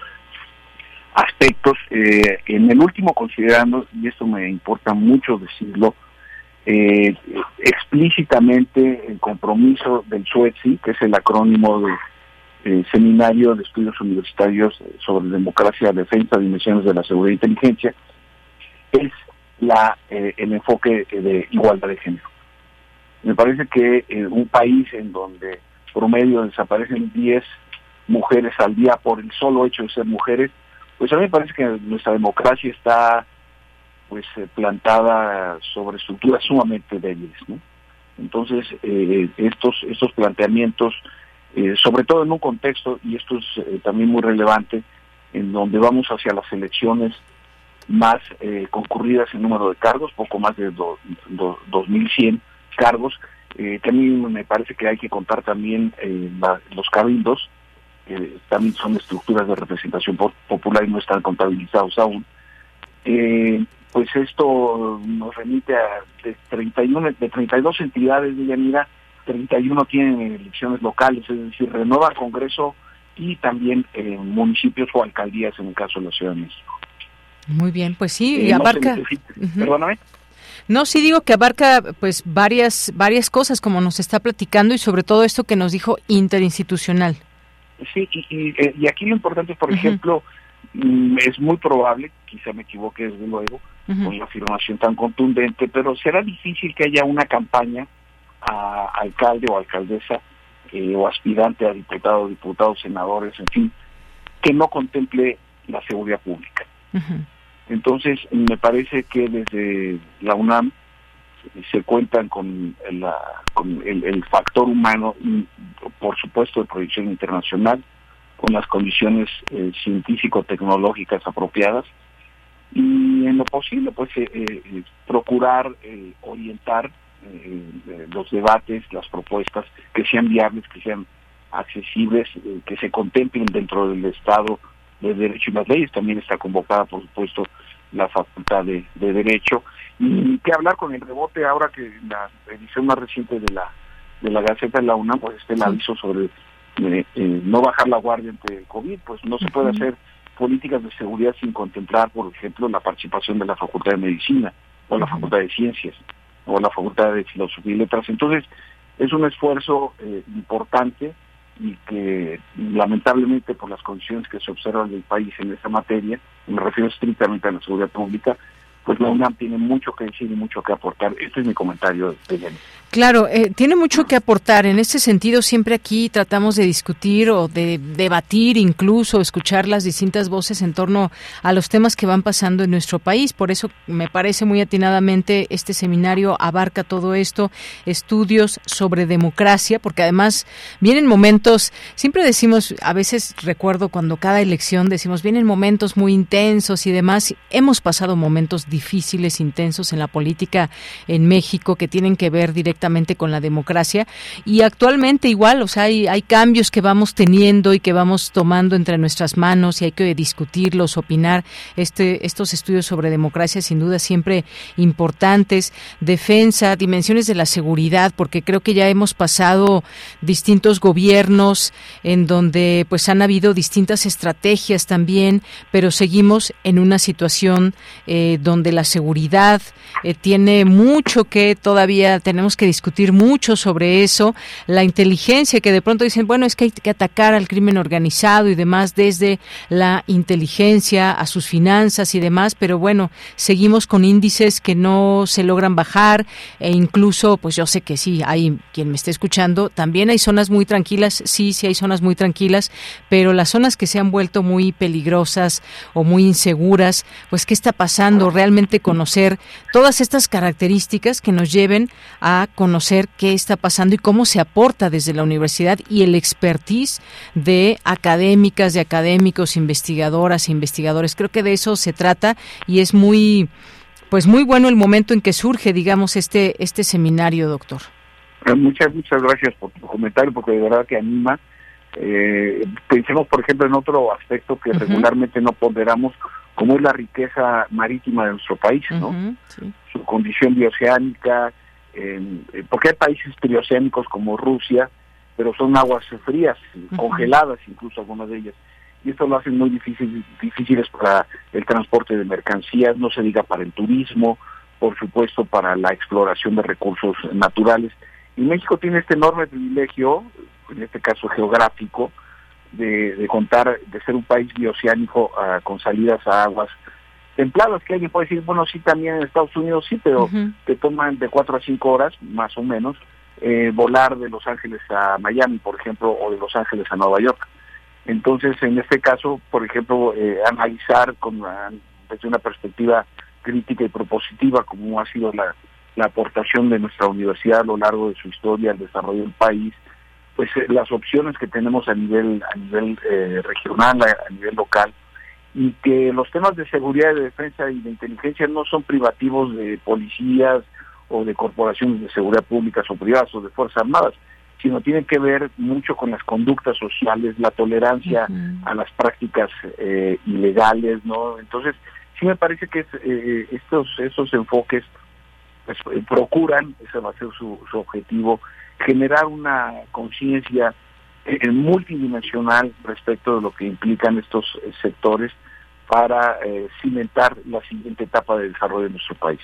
aspectos. Eh, en el último, considerando, y esto me importa mucho decirlo, eh, explícitamente el compromiso del SUEDSI, que es el acrónimo de Eh, Seminario de Estudios Universitarios sobre Democracia, Defensa, Dimensiones de la Seguridad e Inteligencia, es la eh, el enfoque de igualdad de género. Me parece que en un país en donde promedio desaparecen diez mujeres al día por el solo hecho de ser mujeres, pues a mí me parece que nuestra democracia está pues eh, plantada sobre estructuras sumamente débiles, ¿no? Entonces, eh, estos estos planteamientos, eh, sobre todo en un contexto, y esto es eh, también muy relevante, en donde vamos hacia las elecciones más eh, concurridas en número de cargos, poco más de do, do, dos mil cien cargos, eh, que a mí me parece que hay que contar también eh, la, los cabildos, que también son estructuras de representación popular y no están contabilizados aún. Eh, pues esto nos remite a de treinta y uno, de treinta y dos entidades de Yanira, treinta y uno tienen elecciones locales, es decir, renueva Congreso y también eh, municipios o alcaldías en el caso de la Ciudad de México. Muy bien, pues sí, Eh, y no abarca... se necesita- Ujú. Perdóname. No, sí digo que abarca pues varias varias cosas como nos está platicando y sobre todo esto que nos dijo interinstitucional. Sí, y, y, eh, y aquí lo importante, por ejemplo, mm, es muy probable, quizá me equivoque desde luego, Ujú. con la afirmación tan contundente, pero será difícil que haya una campaña a alcalde o alcaldesa eh, o aspirante a diputado, diputados, senadores, en fin, que no contemple la seguridad pública. Ujú. Entonces, me parece que desde la UNAM se cuentan con, la, con el, el factor humano, y, por supuesto, de proyección internacional, con las condiciones eh, científico-tecnológicas apropiadas, y en lo posible, pues, eh, eh, procurar eh, orientar eh, eh, los debates, las propuestas, que sean viables, que sean accesibles, eh, que se contemplen dentro del Estado de Derecho y las leyes. También está convocada, por supuesto, la Facultad de, de Derecho, y que hablar con el rebote ahora que en la edición más reciente de la de la Gaceta de la UNAM pues está el aviso sobre eh, eh, no bajar la guardia ante el COVID. Pues no se puede hacer políticas de seguridad sin contemplar, por ejemplo, la participación de la Facultad de Medicina o la Facultad de Ciencias o la Facultad de Filosofía y Letras. Entonces es un esfuerzo eh, importante, y que lamentablemente por las condiciones que se observan del país en esa materia, me refiero estrictamente a la seguridad pública, pues la UNAM tiene mucho que decir y mucho que aportar. Este es mi comentario de Jenny. Claro, eh, tiene mucho que aportar. En este sentido, siempre aquí tratamos de discutir o de debatir, incluso escuchar las distintas voces en torno a los temas que van pasando en nuestro país. Por eso me parece muy atinadamente este seminario abarca todo esto, estudios sobre democracia, porque además vienen momentos, siempre decimos, a veces recuerdo cuando cada elección decimos, vienen momentos muy intensos y demás. Hemos pasado momentos difíciles, intensos en la política en México que tienen que ver directamente con la democracia, y actualmente igual, o sea, hay, hay cambios que vamos teniendo y que vamos tomando entre nuestras manos y hay que discutirlos, opinar. Este, estos estudios sobre democracia sin duda siempre importantes, defensa, dimensiones de la seguridad, porque creo que ya hemos pasado distintos gobiernos en donde pues han habido distintas estrategias también, pero seguimos en una situación eh, donde la seguridad eh, tiene mucho que todavía tenemos que discutir mucho sobre eso, la inteligencia, que de pronto dicen, bueno, es que hay que atacar al crimen organizado y demás desde la inteligencia a sus finanzas y demás, pero bueno, seguimos con índices que no se logran bajar, e incluso, pues yo sé que sí, hay quien me esté escuchando, también hay zonas muy tranquilas, sí, sí hay zonas muy tranquilas, pero las zonas que se han vuelto muy peligrosas o muy inseguras, pues ¿qué está pasando? Realmente conocer todas estas características que nos lleven a conocer qué está pasando y cómo se aporta desde la universidad y el expertise de académicas, de académicos, investigadoras e investigadores. Creo que de eso se trata y es muy, pues muy bueno el momento en que surge, digamos, este este seminario, doctor. Muchas, muchas gracias por tu comentario, porque de verdad que anima. Eh, pensemos, por ejemplo, en otro aspecto que uh-huh. regularmente no ponderamos, como es la riqueza marítima de nuestro país, ¿no? Uh-huh, sí. Su condición bioceánica, eh, porque hay países trioceánicos como Rusia, pero son aguas frías, uh-huh. congeladas incluso algunas de ellas, y esto lo hace muy difícil, difíciles para el transporte de mercancías, no se diga para el turismo, por supuesto para la exploración de recursos naturales. Y México tiene este enorme privilegio, en este caso geográfico, de, de contar, de ser un país bioceánico uh, con salidas a aguas templadas, que alguien puede decir, bueno, sí, también en Estados Unidos sí, pero uh-huh. te toman de cuatro a cinco horas, más o menos, eh, volar de Los Ángeles a Miami, por ejemplo, o de Los Ángeles a Nueva York. Entonces, en este caso, por ejemplo, eh, analizar con una, desde una perspectiva crítica y propositiva, como ha sido la, la aportación de nuestra universidad a lo largo de su historia al desarrollo del país, pues eh, las opciones que tenemos a nivel a nivel eh, regional, a, a nivel local, y que los temas de seguridad, de defensa y de inteligencia no son privativos de policías o de corporaciones de seguridad públicas o privadas o de Fuerzas Armadas, sino tienen que ver mucho con las conductas sociales, la tolerancia uh-huh. a las prácticas eh, ilegales, ¿no? Entonces, sí me parece que es, eh, estos esos enfoques pues, eh, procuran, ese va a ser su, su objetivo, generar una conciencia eh, multidimensional respecto de lo que implican estos eh, sectores para eh, cimentar la siguiente etapa de desarrollo de nuestro país.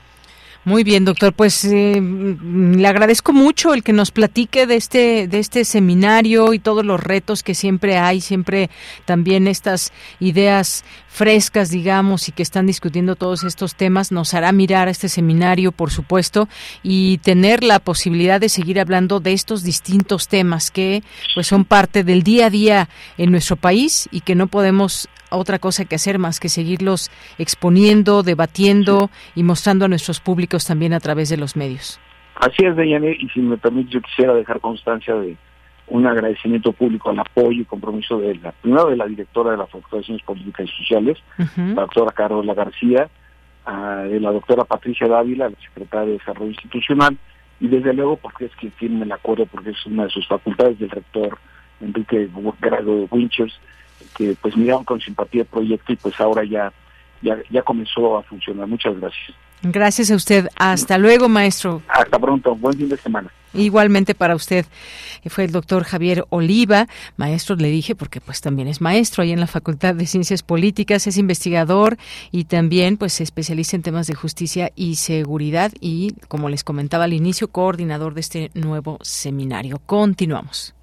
Muy bien, doctor, pues eh, le agradezco mucho el que nos platique de este de este seminario y todos los retos que siempre hay, siempre también estas ideas frescas, digamos, y que están discutiendo todos estos temas, nos hará mirar a este seminario, por supuesto, y tener la posibilidad de seguir hablando de estos distintos temas que pues son parte del día a día en nuestro país y que no podemos otra cosa que hacer más que seguirlos exponiendo, debatiendo y mostrando a nuestros públicos también a través de los medios. Así es, Deyanira, y si me permite, yo quisiera dejar constancia de un agradecimiento público al apoyo y compromiso de la, primero de la directora de la Facultad de Ciencias Políticas y Sociales, uh-huh. la doctora Carola García, uh, de la doctora Patricia Dávila, la secretaria de Desarrollo Institucional, y desde luego porque es quien firme el acuerdo, porque es una de sus facultades, del rector Enrique Grado Winchers, que pues miraron con simpatía el proyecto y pues ahora ya, ya, ya comenzó a funcionar. Muchas gracias. Gracias a usted. Hasta luego, maestro. Hasta pronto. Buen fin de semana. Igualmente para usted. Fue el doctor Javier Oliva, maestro, le dije, porque pues también es maestro ahí en la Facultad de Ciencias Políticas, es investigador y también pues se especializa en temas de justicia y seguridad y, como les comentaba al inicio, coordinador de este nuevo seminario. Continuamos.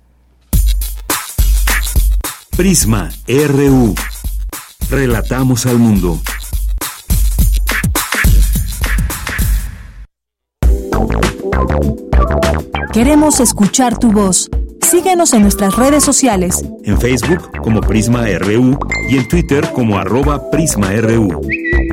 Prisma R U. Relatamos al mundo. Queremos escuchar tu voz. Síguenos en nuestras redes sociales. En Facebook como Prisma R U y en Twitter como arroba Prisma R U.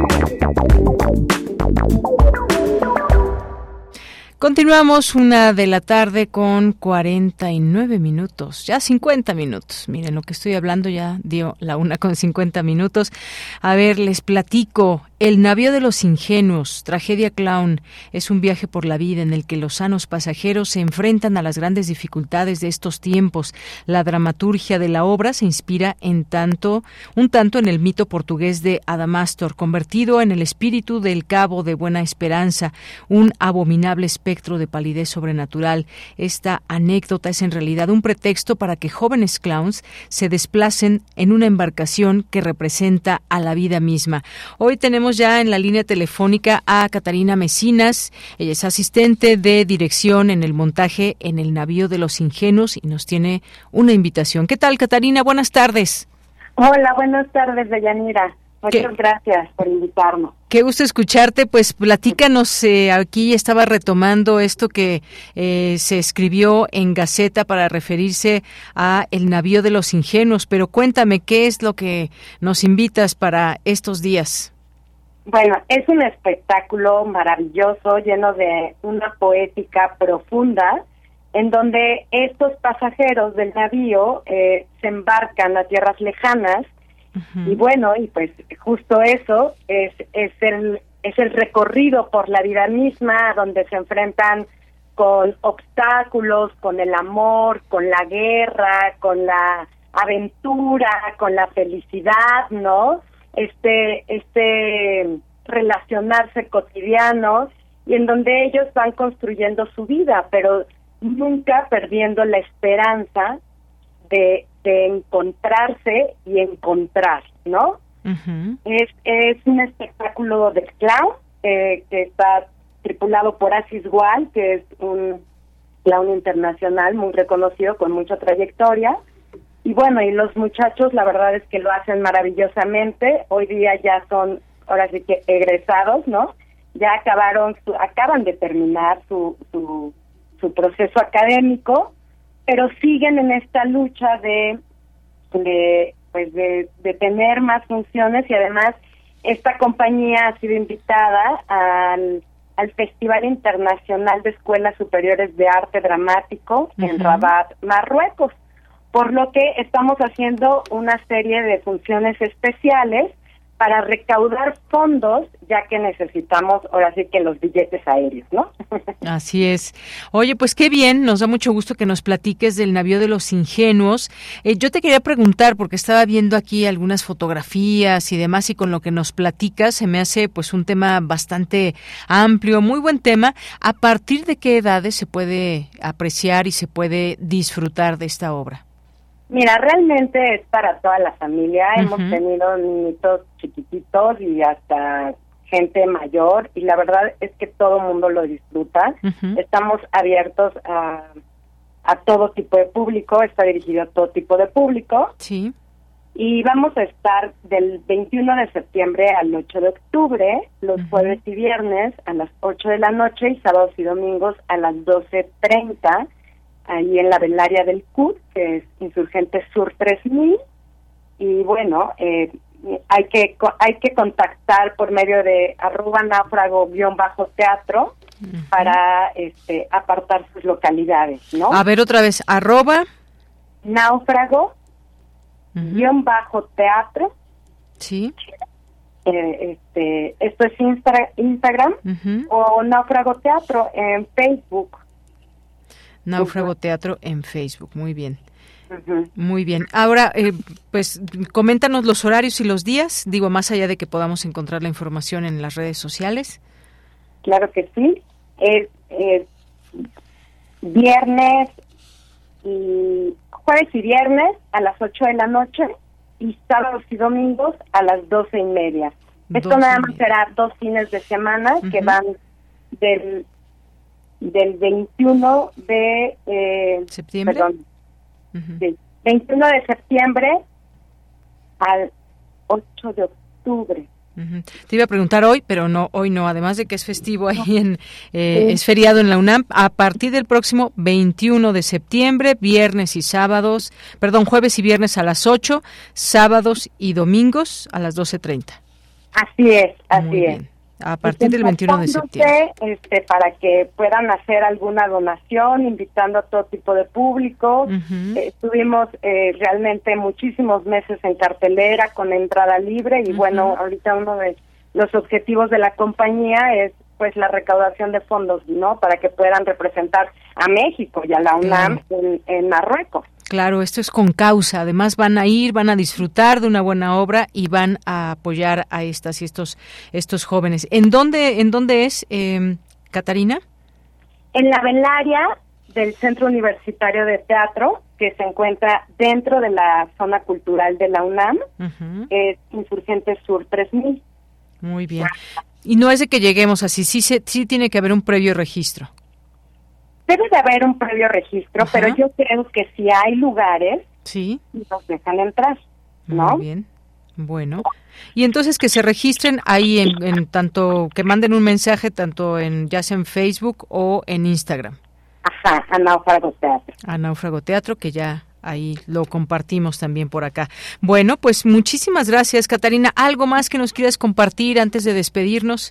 Continuamos, una de la tarde con cuarenta y nueve minutos, ya cincuenta minutos. Miren, lo que estoy hablando ya dio la una con cincuenta minutos. A ver, les platico. El navío de los ingenuos, tragedia clown, es un viaje por la vida en el que los sanos pasajeros se enfrentan a las grandes dificultades de estos tiempos. La dramaturgia de la obra se inspira en tanto, un tanto en el mito portugués de Adamastor, convertido en el espíritu del Cabo de Buena Esperanza, un abominable espectro de palidez sobrenatural. Esta anécdota es en realidad un pretexto para que jóvenes clowns se desplacen en una embarcación que representa a la vida misma. Hoy tenemos ya en la línea telefónica a Catarina Mecinas. Ella es asistente de dirección en el montaje en el navío de los ingenuos y nos tiene una invitación. ¿Qué tal, Catarina? Buenas tardes. Hola, buenas tardes, Deyanira. Muchas ¿Qué? gracias por invitarnos. Qué gusto escucharte. Pues platícanos, eh, aquí estaba retomando esto que eh, se escribió en Gaceta para referirse a el navío de los ingenuos, pero cuéntame, ¿qué es lo que nos invitas para estos días? Bueno, es un espectáculo maravilloso, lleno de una poética profunda, en donde estos pasajeros del navío eh, se embarcan a tierras lejanas, uh-huh. y bueno, y pues justo eso es es el es el recorrido por la vida misma, donde se enfrentan con obstáculos, con el amor, con la guerra, con la aventura, con la felicidad, ¿no? este este relacionarse cotidiano, y en donde ellos van construyendo su vida, pero nunca perdiendo la esperanza de, de encontrarse y encontrar, ¿no? Uh-huh. Es es un espectáculo de clown eh, que está tripulado por Assis Wall, que es un clown internacional muy reconocido con mucha trayectoria. Y bueno, y los muchachos la verdad es que lo hacen maravillosamente. Hoy día ya son, ahora sí que egresados, ¿no? Ya acabaron, su, acaban de terminar su, su su proceso académico, pero siguen en esta lucha de, de pues de, de tener más funciones, y además esta compañía ha sido invitada al, al Festival Internacional de Escuelas Superiores de Arte Dramático uh-huh. en Rabat, Marruecos, por lo que estamos haciendo una serie de funciones especiales para recaudar fondos, ya que necesitamos ahora sí que los billetes aéreos, ¿no? Así es. Oye, pues qué bien, nos da mucho gusto que nos platiques del navío de los ingenuos. Eh, yo te quería preguntar, porque estaba viendo aquí algunas fotografías y demás, y con lo que nos platicas se me hace pues un tema bastante amplio, muy buen tema. ¿A partir de qué edades se puede apreciar y se puede disfrutar de esta obra? Mira, realmente es para toda la familia. Uh-huh. Hemos tenido niñitos chiquititos y hasta gente mayor, y la verdad es que todo el mundo lo disfruta. Uh-huh. Estamos abiertos a, a todo tipo de público, está dirigido a todo tipo de público. Sí. Y vamos a estar del veintiuno de septiembre al ocho de octubre, los uh-huh. jueves y viernes a las ocho de la noche y sábados y domingos a las doce treinta, ahí en la velaria del C U D, que es Insurgente Sur tres mil, y bueno, eh, hay que hay que contactar por medio de arroba náufrago guión bajo teatro uh-huh. para este apartar sus localidades, ¿no? A ver otra vez, arroba náufrago uh-huh. guión bajo teatro. Sí. Eh, este, esto es Insta, Instagram uh-huh. o náufrago teatro en Facebook. Náufrago Teatro en Facebook, muy bien. Uh-huh. Muy bien. Ahora, eh, pues, coméntanos los horarios y los días, digo, más allá de que podamos encontrar la información en las redes sociales. Claro que sí. Es eh, viernes y jueves y viernes a las ocho de la noche y sábados y domingos a las doce y media. Esto nada más será dos fines de semana uh-huh. que van del del veintiuno de eh, septiembre, perdón, uh-huh. sí, veintiuno de septiembre al ocho de octubre. Uh-huh. Te iba a preguntar hoy, pero no, hoy no, además de que es festivo ahí en, eh, sí. es feriado en la UNAM, a partir del próximo veintiuno de septiembre, viernes y sábados, perdón, jueves y viernes a las ocho, sábados y domingos a las doce treinta. Así es, así Muy es. Bien. A partir del veintiuno de septiembre. Este, para que puedan hacer alguna donación, invitando a todo tipo de público. Uh-huh. Eh, estuvimos eh, realmente muchísimos meses en cartelera con entrada libre y uh-huh. bueno, ahorita uno de los objetivos de la compañía es pues la recaudación de fondos, ¿no? Para que puedan representar a México y a la UNAM claro. en, en Marruecos. Claro, esto es con causa. Además van a ir, van a disfrutar de una buena obra y van a apoyar a estas y estos estos jóvenes. ¿En dónde en dónde es, eh, Catarina? En la velaria del Centro Universitario de Teatro, que se encuentra dentro de la zona cultural de la UNAM, uh-huh. es Insurgente Sur tres mil. Muy bien. Y no es de que lleguemos así, sí, se, sí tiene que haber un previo registro. Debe de haber un previo registro, Ajá. pero yo creo que si hay lugares, sí, nos dejan entrar, ¿no? Muy bien, bueno. Y entonces que se registren ahí en, en tanto, que manden un mensaje tanto en ya sea en Facebook o en Instagram. Ajá, a Náufrago Teatro. A Náufrago Teatro, que ya ahí lo compartimos también por acá. Bueno, pues muchísimas gracias, Catarina. ¿Algo más que nos quieras compartir antes de despedirnos?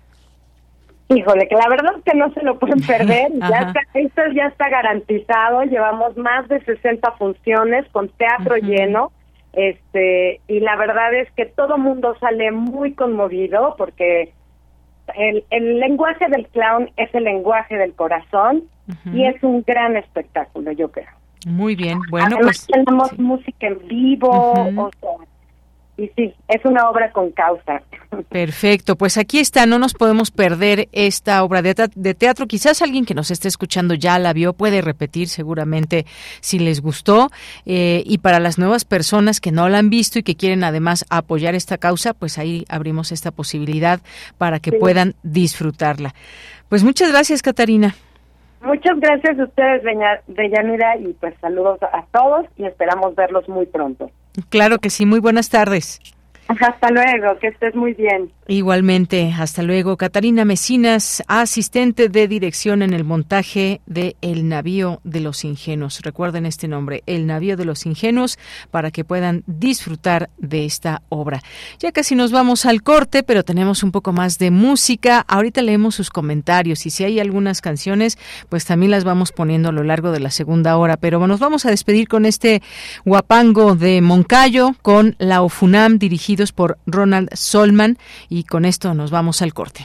Híjole, que la verdad es que no se lo pueden perder. ya está, esto ya está garantizado. Llevamos más de sesenta funciones con teatro uh-huh. lleno. Este, y la verdad es que todo mundo sale muy conmovido porque el, el lenguaje del clown es el lenguaje del corazón uh-huh. y es un gran espectáculo, yo creo. Muy bien, bueno, Además, pues tenemos sí. música en vivo, uh-huh. o sea, y sí, es una obra con causa. Perfecto, pues aquí está, no nos podemos perder esta obra de, te- de teatro. Quizás alguien que nos esté escuchando ya la vio, puede repetir seguramente si les gustó. Eh, y para las nuevas personas que no la han visto y que quieren además apoyar esta causa, pues ahí abrimos esta posibilidad para que sí. puedan disfrutarla. Pues muchas gracias, Catarina. Muchas gracias a ustedes, Deyanira, y pues saludos a todos y esperamos verlos muy pronto. Claro que sí, muy buenas tardes. Hasta luego, que estés muy bien. Igualmente, hasta luego. Catarina Mecinas, asistente de dirección en el montaje de El Navío de los Ingenuos. Recuerden este nombre, El Navío de los Ingenuos, para que puedan disfrutar de esta obra. Ya casi nos vamos al corte, pero tenemos un poco más de música. Ahorita leemos sus comentarios y si hay algunas canciones, pues también las vamos poniendo a lo largo de la segunda hora. Pero nos vamos a despedir con este huapango de Moncayo, con la OFUNAM, dirigidos por Ronald Solman, y con esto nos vamos al corte.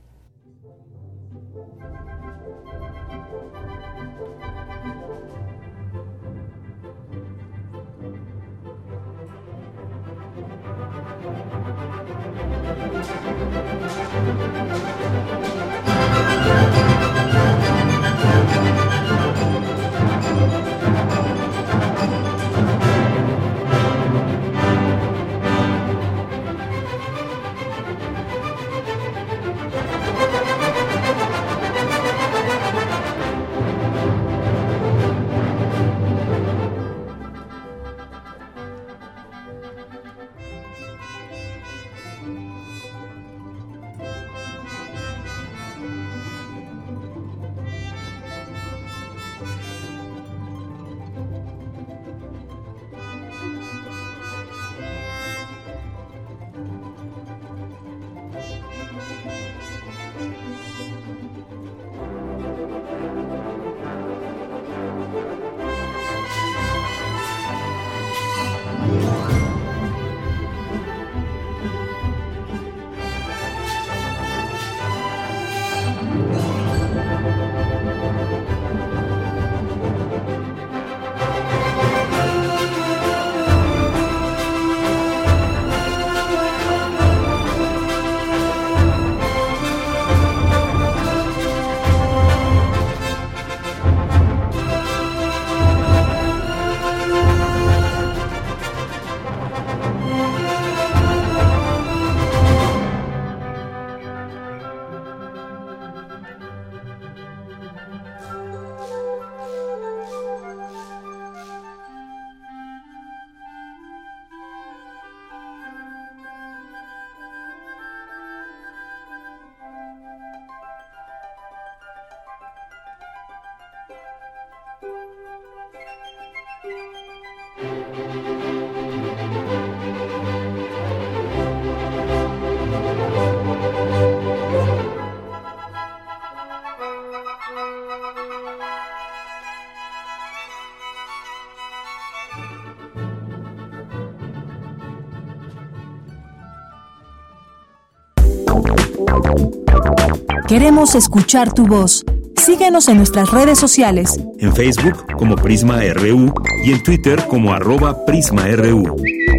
Queremos escuchar tu voz. Síguenos en nuestras redes sociales. En Facebook como Prisma R U y en Twitter como arroba Prisma R U.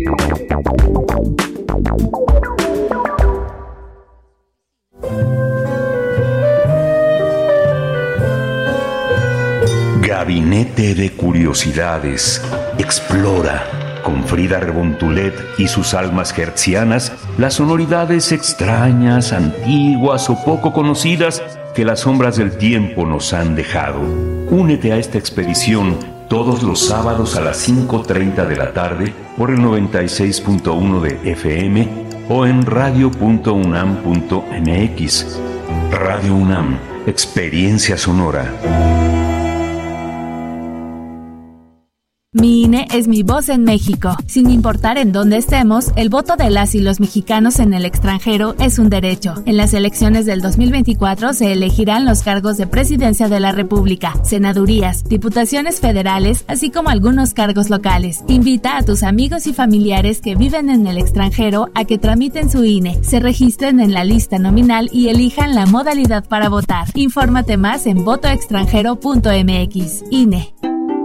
Gabinete de Curiosidades. Explora con Frida Rebontulet y sus almas hertzianas las sonoridades extrañas, antiguas o poco conocidas que las sombras del tiempo nos han dejado. Únete a esta expedición todos los sábados a las cinco treinta de la tarde por el noventa y seis punto uno de F M o en radio punto unam punto m x. Radio UNAM, experiencia sonora. Mi I N E es mi voz en México. Sin importar en dónde estemos, el voto de las y los mexicanos en el extranjero es un derecho. En las elecciones del dos mil veinticuatro se elegirán los cargos de Presidencia de la República, senadurías, diputaciones federales, así como algunos cargos locales. Invita a tus amigos y familiares que viven en el extranjero a que tramiten su I N E, se registren en la lista nominal y elijan la modalidad para votar. Infórmate más en voto extranjero punto m x. I N E.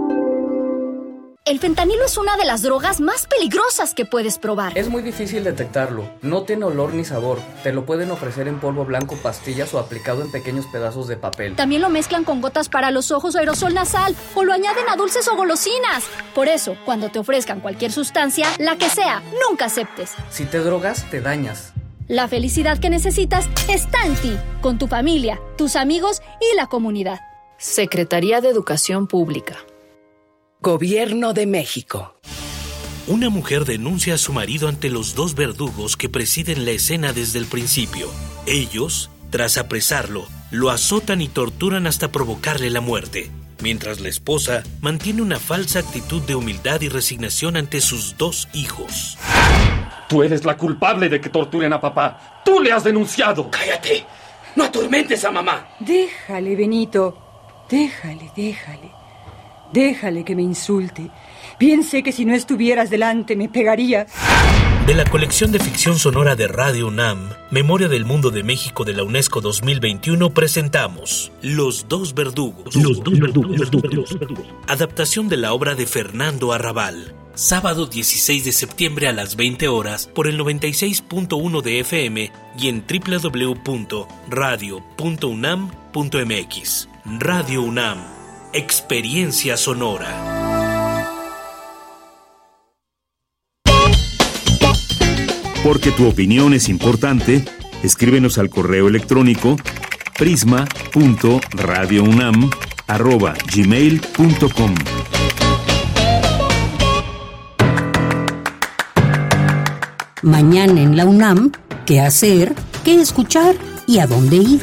El fentanilo es una de las drogas más peligrosas que puedes probar. Es muy difícil detectarlo. No tiene olor ni sabor. Te lo pueden ofrecer en polvo blanco, pastillas o aplicado en pequeños pedazos de papel. También lo mezclan con gotas para los ojos o aerosol nasal o lo añaden a dulces o golosinas. Por eso, cuando te ofrezcan cualquier sustancia, la que sea, nunca aceptes. Si te drogas, te dañas. La felicidad que necesitas está en ti, con tu familia, tus amigos y la comunidad. Secretaría de Educación Pública. Gobierno de México. Una mujer denuncia a su marido ante los dos verdugos que presiden la escena desde el principio. Ellos, tras apresarlo, lo azotan y torturan hasta provocarle la muerte, mientras la esposa mantiene una falsa actitud de humildad y resignación ante sus dos hijos. Tú eres la culpable de que torturen a papá. ¡Tú le has denunciado! ¡Cállate! ¡No atormentes a mamá! Déjale, Benito. Déjale, déjale. Déjale que me insulte. Bien sé que si no estuvieras delante me pegaría. De la colección de ficción sonora de Radio UNAM, Memoria del Mundo de México de la UNESCO dos mil veintiuno, presentamos Los dos verdugos. Los dos verdugos. Los dos verdugos. Adaptación de la obra de Fernando Arrabal. Sábado dieciséis de septiembre a las veinte horas por el noventa y seis punto uno de F M y en doble u doble u doble u punto radio punto unam punto m x. Radio UNAM. Experiencia sonora. Porque tu opinión es importante, escríbenos al correo electrónico prisma punto radio unam arroba gmail punto com. Mañana en la UNAM, ¿qué hacer? ¿Qué escuchar? ¿Y a dónde ir?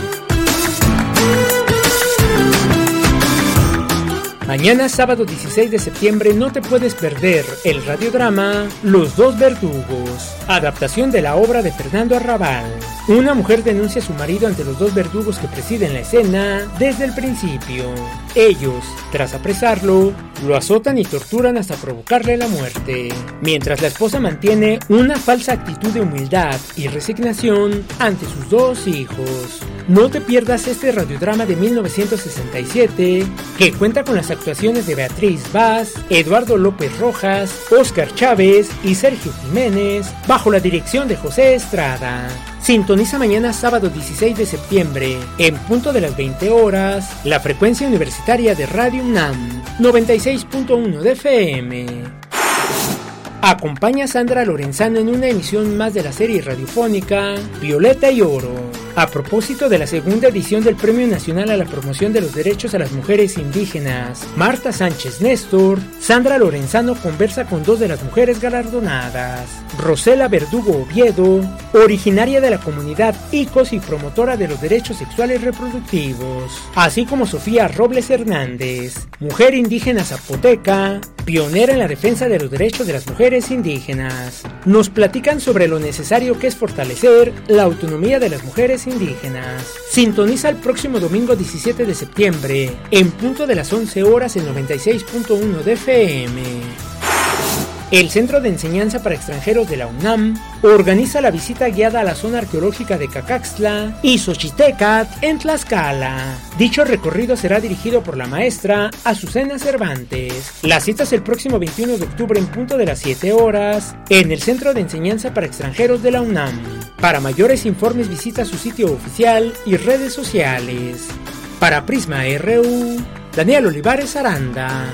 Mañana, sábado dieciséis de septiembre, no te puedes perder el radiodrama Los dos verdugos, adaptación de la obra de Fernando Arrabal. Una mujer denuncia a su marido ante los dos verdugos que presiden la escena desde el principio. Ellos, tras apresarlo, lo azotan y torturan hasta provocarle la muerte, mientras la esposa mantiene una falsa actitud de humildad y resignación ante sus dos hijos. No te pierdas este radiodrama de mil novecientos sesenta y siete, que cuenta con las actuaciones de Beatriz Vaz, Eduardo López Rojas, Óscar Chávez y Sergio Jiménez, bajo la dirección de José Estrada. Sintoniza mañana sábado dieciséis de septiembre, en punto de las veinte horas, la frecuencia universitaria de Radio UNAM, noventa y seis punto uno de F M. Acompaña a Sandra Lorenzano en una emisión más de la serie radiofónica Violeta y Oro. A propósito de la segunda edición del Premio Nacional a la Promoción de los Derechos a las Mujeres Indígenas, Marta Sánchez Néstor, Sandra Lorenzano conversa con dos de las mujeres galardonadas. Rosela Verdugo Oviedo, originaria de la comunidad Icos y promotora de los derechos sexuales reproductivos, así como Sofía Robles Hernández, mujer indígena zapoteca, pionera en la defensa de los derechos de las mujeres indígenas. Nos platican sobre lo necesario que es fortalecer la autonomía de las mujeres indígenas. Sintoniza el próximo domingo diecisiete de septiembre, en punto de las once horas en noventa y seis punto uno de F M. El Centro de Enseñanza para Extranjeros de la UNAM organiza la visita guiada a la zona arqueológica de Cacaxtla y Xochitecat en Tlaxcala. Dicho recorrido será dirigido por la maestra Azucena Cervantes. La cita es el próximo veintiuno de octubre en punto de las siete horas en el Centro de Enseñanza para Extranjeros de la UNAM. Para mayores informes visita su sitio oficial y redes sociales. Para Prisma R U, Daniel Olivares Aranda.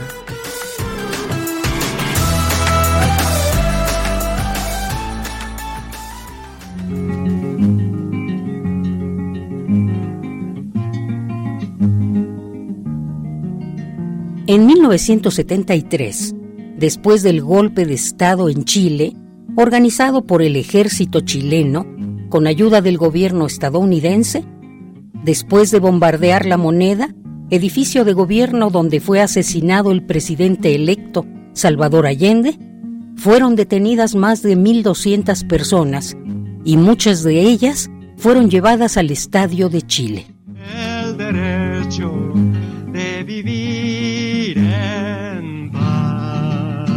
En mil novecientos setenta y tres, después del golpe de Estado en Chile, organizado por el ejército chileno, con ayuda del gobierno estadounidense, después de bombardear La Moneda, edificio de gobierno donde fue asesinado el presidente electo Salvador Allende, fueron detenidas más de mil doscientas personas y muchas de ellas fueron llevadas al Estadio de Chile. El derecho de vivir en paz.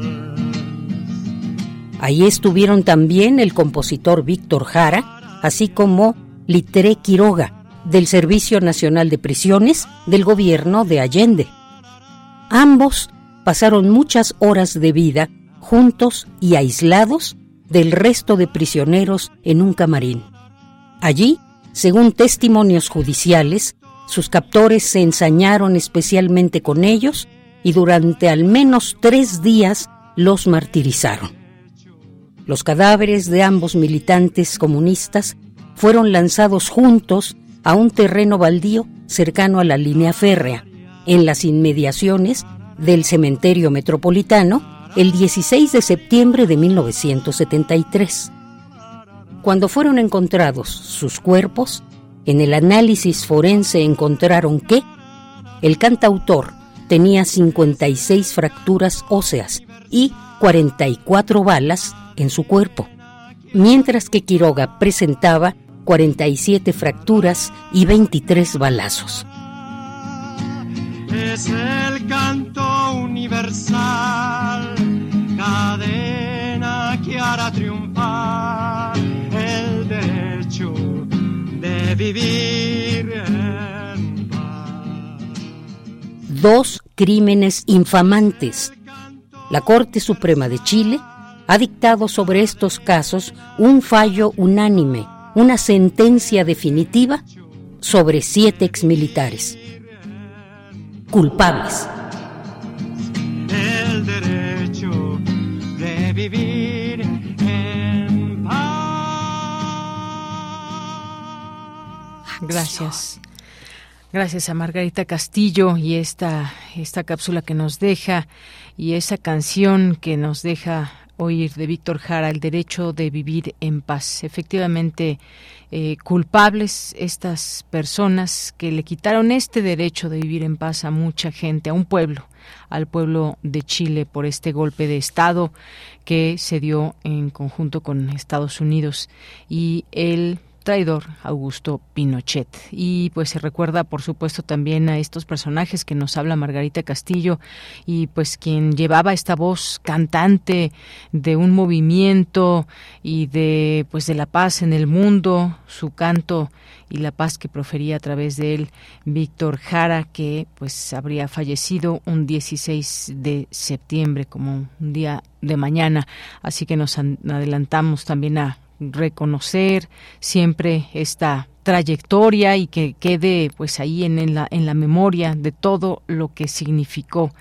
Ahí estuvieron también el compositor Víctor Jara, así como Litré Quiroga, del Servicio Nacional de Prisiones del gobierno de Allende. Ambos pasaron muchas horas de vida juntos y aislados del resto de prisioneros en un camarín. Allí, según testimonios judiciales, sus captores se ensañaron especialmente con ellos y durante al menos tres días los martirizaron. Los cadáveres de ambos militantes comunistas fueron lanzados juntos a un terreno baldío cercano a la línea férrea, en las inmediaciones del cementerio metropolitano, el dieciséis de septiembre de mil novecientos setenta y tres. Cuando fueron encontrados sus cuerpos, en el análisis forense encontraron que el cantautor tenía cincuenta y seis fracturas óseas y cuarenta y cuatro balas en su cuerpo, mientras que Quiroga presentaba cuarenta y siete fracturas y veintitrés balazos. Es el canto universal, cadena que hará triunfar el derecho de vivir en paz. Dos crímenes infamantes. La Corte Suprema de Chile ha dictado sobre estos casos un fallo unánime, una sentencia definitiva sobre siete exmilitares culpables. El derecho de vivir en paz. Gracias. Gracias a Margarita Castillo y esta, esta cápsula que nos deja y esa canción que nos deja oír de Víctor Jara, El derecho de vivir en paz. Efectivamente, eh, culpables estas personas que le quitaron este derecho de vivir en paz a mucha gente, a un pueblo, al pueblo de Chile por este golpe de Estado que se dio en conjunto con Estados Unidos y el traidor Augusto Pinochet. Y pues se recuerda, por supuesto, también a estos personajes que nos habla Margarita Castillo y pues quien llevaba esta voz cantante de un movimiento y de pues de la paz en el mundo, su canto y la paz que profería a través de él Víctor Jara, que pues habría fallecido un dieciséis de septiembre, como un día de mañana. Así que nos adelantamos también a reconocer siempre esta trayectoria y que quede pues ahí en, en la en la memoria de todo lo que significó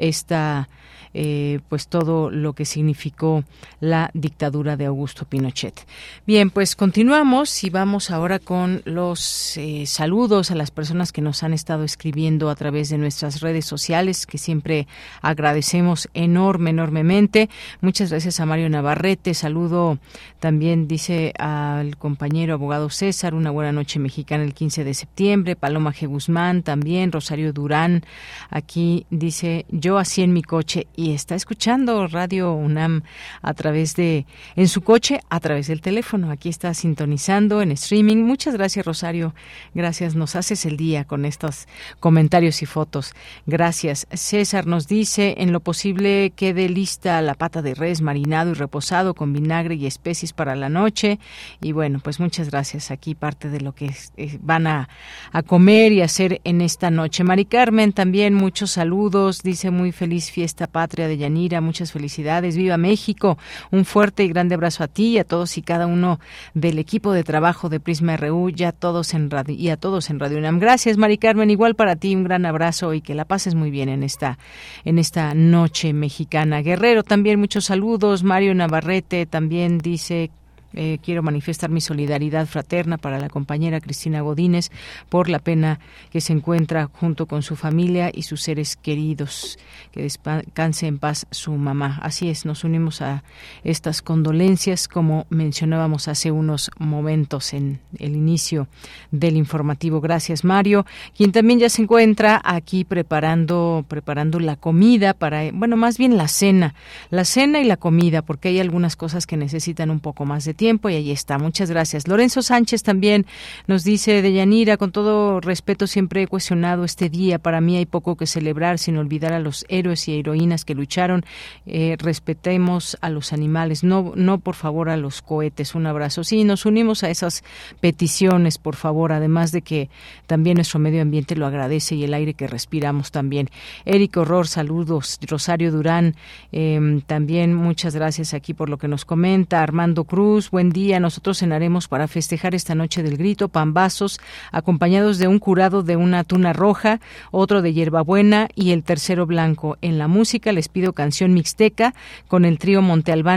esta eh, pues todo lo que significó la dictadura de Augusto Pinochet. Bien, pues continuamos y vamos ahora con los eh, saludos a las personas que nos han estado escribiendo a través de nuestras redes sociales, que siempre agradecemos enorme, enormemente. Muchas gracias a Mario Navarrete. Saludo también, dice, al compañero abogado César, una buena noche mexicana el quince de septiembre. Paloma G. Guzmán también, Rosario Durán, aquí dice, yo así en mi coche, y está escuchando Radio UNAM a través de, en su coche, a través del teléfono. Aquí está sintonizando en streaming. Muchas gracias, Rosario. Gracias, nos haces el día con estos comentarios y fotos. Gracias. César nos dice, en lo posible quede lista la pata de res marinado y reposado con vinagre y especies para la noche. Y bueno, pues muchas gracias. Aquí parte de lo que eh, van a, a comer y hacer en esta noche. Mari Carmen también, muchos saludos. Dice, muy feliz fiesta patria de Yanira, muchas felicidades, viva México, un fuerte y grande abrazo a ti y a todos y cada uno del equipo de trabajo de Prisma R U y a todos en radio, y a todos en Radio UNAM. Gracias, Mari Carmen, igual para ti, un gran abrazo y que la pases muy bien en esta en esta noche mexicana. Guerrero también, muchos saludos. Mario Navarrete también dice, Eh, quiero manifestar mi solidaridad fraterna para la compañera Cristina Godínez por la pena que se encuentra junto con su familia y sus seres queridos. Que descanse en paz su mamá. Así es, nos unimos a estas condolencias, como mencionábamos hace unos momentos en el inicio del informativo. Gracias, Mario, quien también ya se encuentra aquí preparando preparando la comida para, bueno, más bien la cena, la cena y la comida, porque hay algunas cosas que necesitan un poco más de tiempo y ahí está. Muchas gracias. Lorenzo Sánchez también nos dice, Deyanira, con todo respeto siempre he cuestionado este día. Para mí hay poco que celebrar sin olvidar a los héroes y heroínas que lucharon. Eh, respetemos a los animales, no, no por favor a los cohetes. Un abrazo. Sí, nos unimos a esas peticiones, por favor, además de que también nuestro medio ambiente lo agradece y el aire que respiramos también. Eric Horror, saludos. Rosario Durán, eh, también muchas gracias aquí por lo que nos comenta. Armando Cruz, buen día. Nosotros cenaremos para festejar esta noche del grito, pambazos, acompañados de un curado de una tuna roja, otro de hierbabuena y el tercero blanco. En la música les pido canción mixteca con el trío Monte Albán,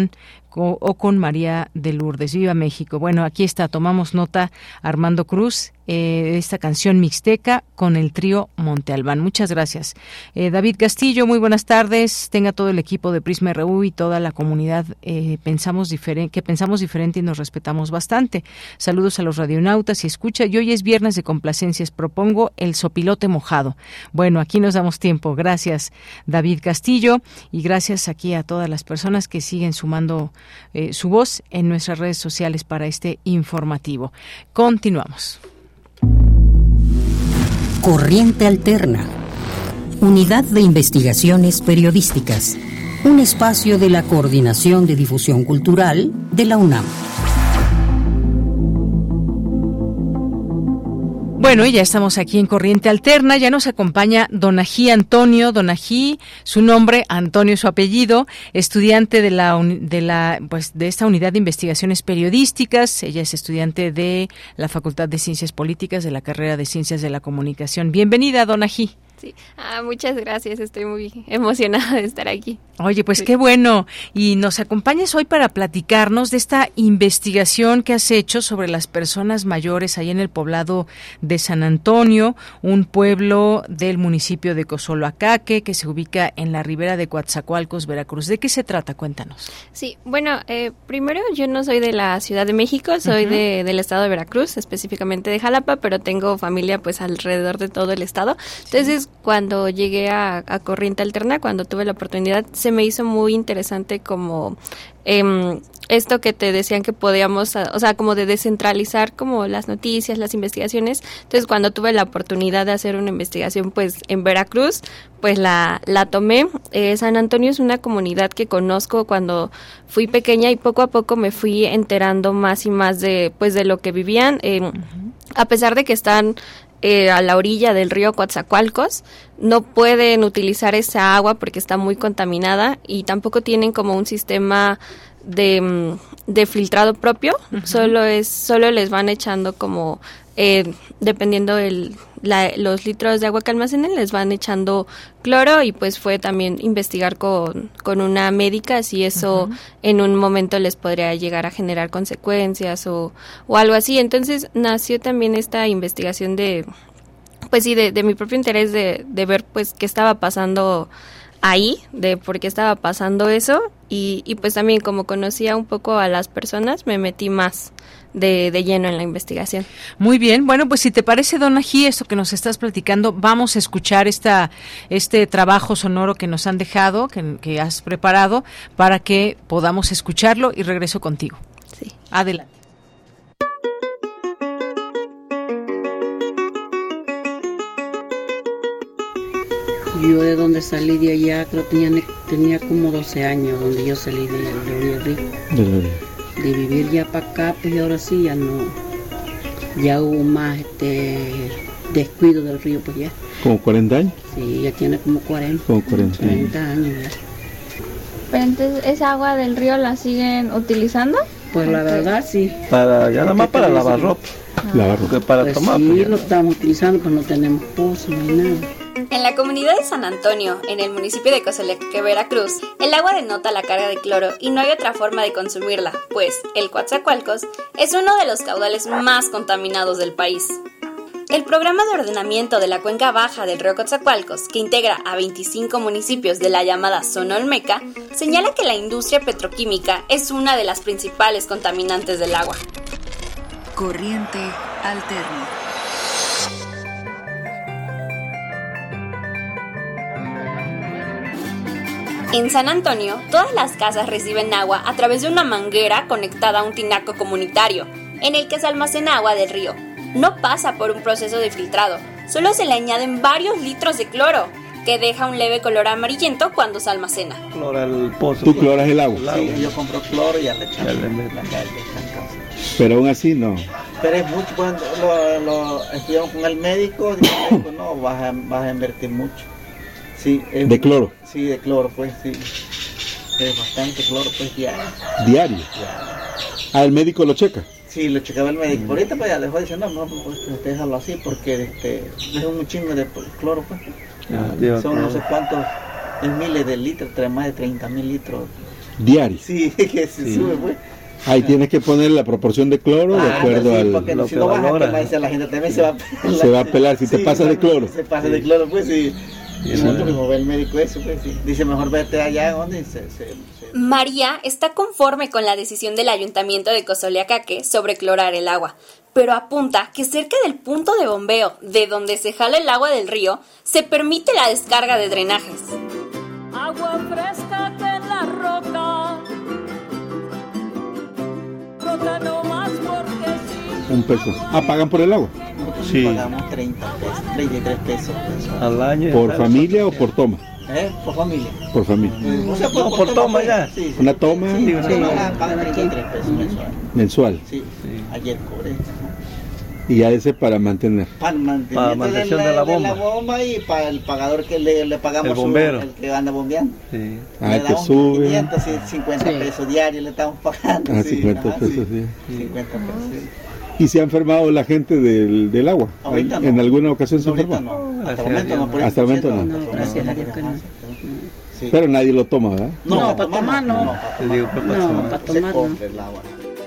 co- o con María de Lourdes. Viva México. Bueno, aquí está, tomamos nota, Armando Cruz, eh, esta canción mixteca con el trío Monte Albán. Muchas gracias. Eh, David Castillo, muy buenas tardes. Tenga todo el equipo de Prisma R U y toda la comunidad eh, pensamos diferente, que pensamos diferente y nos respetamos bastante. Saludos a los radionautas y escucha. Y hoy es viernes de complacencias. Propongo el sopilote mojado. Bueno, aquí nos damos tiempo. Gracias, David Castillo, y gracias aquí a todas las personas que siguen sumando eh, su voz en nuestras redes sociales para este informativo. Continuamos. Corriente Alterna, Unidad de Investigaciones Periodísticas, un espacio de la Coordinación de Difusión Cultural de la UNAM. Bueno, y ya estamos aquí en Corriente Alterna, ya nos acompaña Donají Antonio, Donají, su nombre, Antonio su apellido, estudiante de la de la pues de esta unidad de investigaciones periodísticas. Ella es estudiante de la Facultad de Ciencias Políticas de la carrera de Ciencias de la Comunicación. Bienvenida, Donají. Sí. Ah, muchas gracias, estoy muy emocionada de estar aquí. Oye, pues sí, qué bueno. Y nos acompañas hoy para platicarnos de esta investigación que has hecho sobre las personas mayores ahí en el poblado de San Antonio, un pueblo del municipio de Cozoloacaque que se ubica en la ribera de Coatzacoalcos, Veracruz. ¿De qué se trata? Cuéntanos. Sí, bueno, eh, primero yo no soy de la Ciudad de México, soy uh-huh. de, del estado de Veracruz, específicamente de Jalapa, pero tengo familia pues alrededor de todo el estado. Entonces, sí, cuando llegué a, a Corriente Alterna, cuando tuve la oportunidad, se me hizo muy interesante como eh, esto que te decían que podíamos, o sea, como de descentralizar como las noticias, las investigaciones. Entonces, cuando tuve la oportunidad de hacer una investigación pues en Veracruz, pues la, la tomé. Eh, San Antonio es una comunidad que conozco cuando fui pequeña y poco a poco me fui enterando más y más de pues de lo que vivían. Eh, uh-huh. A pesar de que están Eh, a la orilla del río Coatzacoalcos, no pueden utilizar esa agua porque está muy contaminada y tampoco tienen como un sistema de, de filtrado propio. Uh-huh. Solo es solo les van echando como eh, dependiendo el la, los litros de agua que almacenen, les van echando cloro, y pues fue también investigar con, con una médica si eso uh-huh. en un momento les podría llegar a generar consecuencias o, o algo así. Entonces nació también esta investigación de, pues sí, de, de mi propio interés de, de ver pues qué estaba pasando ahí, de por qué estaba pasando eso, y, y pues también como conocía un poco a las personas, me metí más de, de lleno en la investigación. Muy bien, bueno, pues si te parece, Donají, esto que nos estás platicando, vamos a escuchar esta este trabajo sonoro que nos han dejado, que, que has preparado, para que podamos escucharlo, y regreso contigo. Sí. Adelante. Yo de donde salí de allá, creo que tenía, tenía como doce años, donde yo salí de, de Orilla del Río. De, de vivir ya para acá, pues ahora sí ya no, ya hubo más este descuido del río, pues ya. ¿Como cuarenta años? Sí, ya tiene como cuarenta. Como cuarenta, cuarenta años ya. Pero entonces, ¿esa agua del río la siguen utilizando? Pues la verdad sí. Para, ya nada más para lavar ropa. Ah. Lavar ropa. Para pues tomar. Sí, pues lo estamos utilizando, pero no tenemos pozo ni nada. En la comunidad de San Antonio, en el municipio de Cozoloacaque, Veracruz, el agua denota la carga de cloro y no hay otra forma de consumirla, pues el Coatzacoalcos es uno de los caudales más contaminados del país. El programa de ordenamiento de la cuenca baja del río Coatzacoalcos, que integra a veinticinco municipios de la llamada zona olmeca, señala que la industria petroquímica es una de las principales contaminantes del agua. Corriente Alterna. En San Antonio, todas las casas reciben agua a través de una manguera conectada a un tinaco comunitario, en el que se almacena agua del río. No pasa por un proceso de filtrado, solo se le añaden varios litros de cloro, que deja un leve color amarillento cuando se almacena. Clora el pozo. ¿Tú cloras el agua? Sí, yo compro cloro y ya le echamos la calle. Pero aún así no. Pero es mucho, cuando lo, lo estudiamos con el médico, dijo el médico, no, vas a, vas a invertir mucho. Sí, es, ¿de cloro? Sí, de cloro, pues sí. Es bastante cloro, pues diario. ¿Diario? Diario. Ah, ¿el médico lo checa? Sí, lo checaba el médico. Mm. Ahorita pues ya dejó de decir, no, no, pues déjalo así porque este, es un chingo de cloro, pues. Ah, Son no sé cuántos miles de litros, más de treinta mil litros Diario. Sí, que se Sí. sube, pues. Ahí tienes que poner la proporción de cloro de Ah, acuerdo sí, al... porque no, si no baja, que la, la gente también se va a pelar. Se va a pelar si te Sí, pasas de cloro. Se pasa de cloro, pues sí. Y Sí. nosotros como ve el médico eso, pues sí. Dice, mejor vete allá donde se, se, se... María está conforme con la decisión del Ayuntamiento de Cozoleacaque sobre clorar el agua, pero apunta que cerca del punto de bombeo de donde se jala el agua del río, se permite la descarga de drenajes. Agua fresca que en la roca brota no más porque sí. Un peso. Ah, ¿pagan por el agua? Sí. Pagamos treinta pesos, treinta y tres pesos. ¿Al año? ¿Por familia o por toma? ¿Eh? Por familia. Por familia. O sea, por, por toma ya. Sí, sí. Una toma Sí, una toma. Ah, pagan treinta y tres pesos mensual. mensual. Sí, ayer cobré. Y ya ese para mantener. Para mantenimiento Para mantención de, la, de la de la bomba. bomba y para el pagador que le, le pagamos. El bombero. Su, el que anda bombeando. Sí. Ah, Le que damos sube. quinientos cincuenta Sí. pesos diarios le estamos pagando. Ah, sí, cincuenta ajá, pesos, sí. sí. cincuenta pesos. Sí. ¿Y se ha enfermado la gente del, del agua? Ahorita no. ¿En alguna ocasión se Ahorita enfermó? no. Hasta el momento no. por Hasta el eso momento no. no. Gracias a Dios que no. Sí. Pero nadie lo toma, ¿verdad? No, No, para tomar no. No, para Te digo, tomar para no. tomar. para Se tomar no. compra el agua.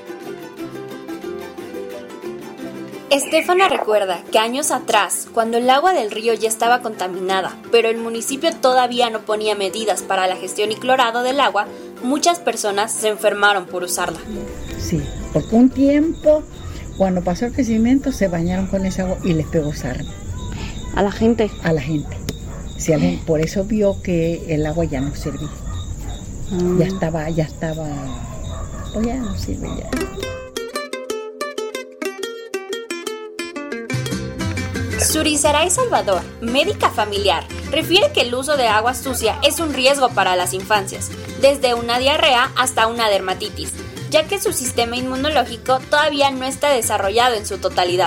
Estefana recuerda que años atrás, cuando el agua del río ya estaba contaminada, pero el municipio todavía no ponía medidas para la gestión y clorado del agua, muchas personas se enfermaron por usarla. Sí, porque un tiempo, cuando pasó el crecimiento, se bañaron con esa agua y les pegó sarna. ¿A la gente? A la gente. Sí, a la gente. Por eso vio que el agua ya no servía. Mm. Ya estaba, ya estaba, pues ya no sirve ya. Surisaray Salvador, médica familiar, refiere que el uso de agua sucia es un riesgo para las infancias, desde una diarrea hasta una dermatitis, ya que su sistema inmunológico todavía no está desarrollado en su totalidad.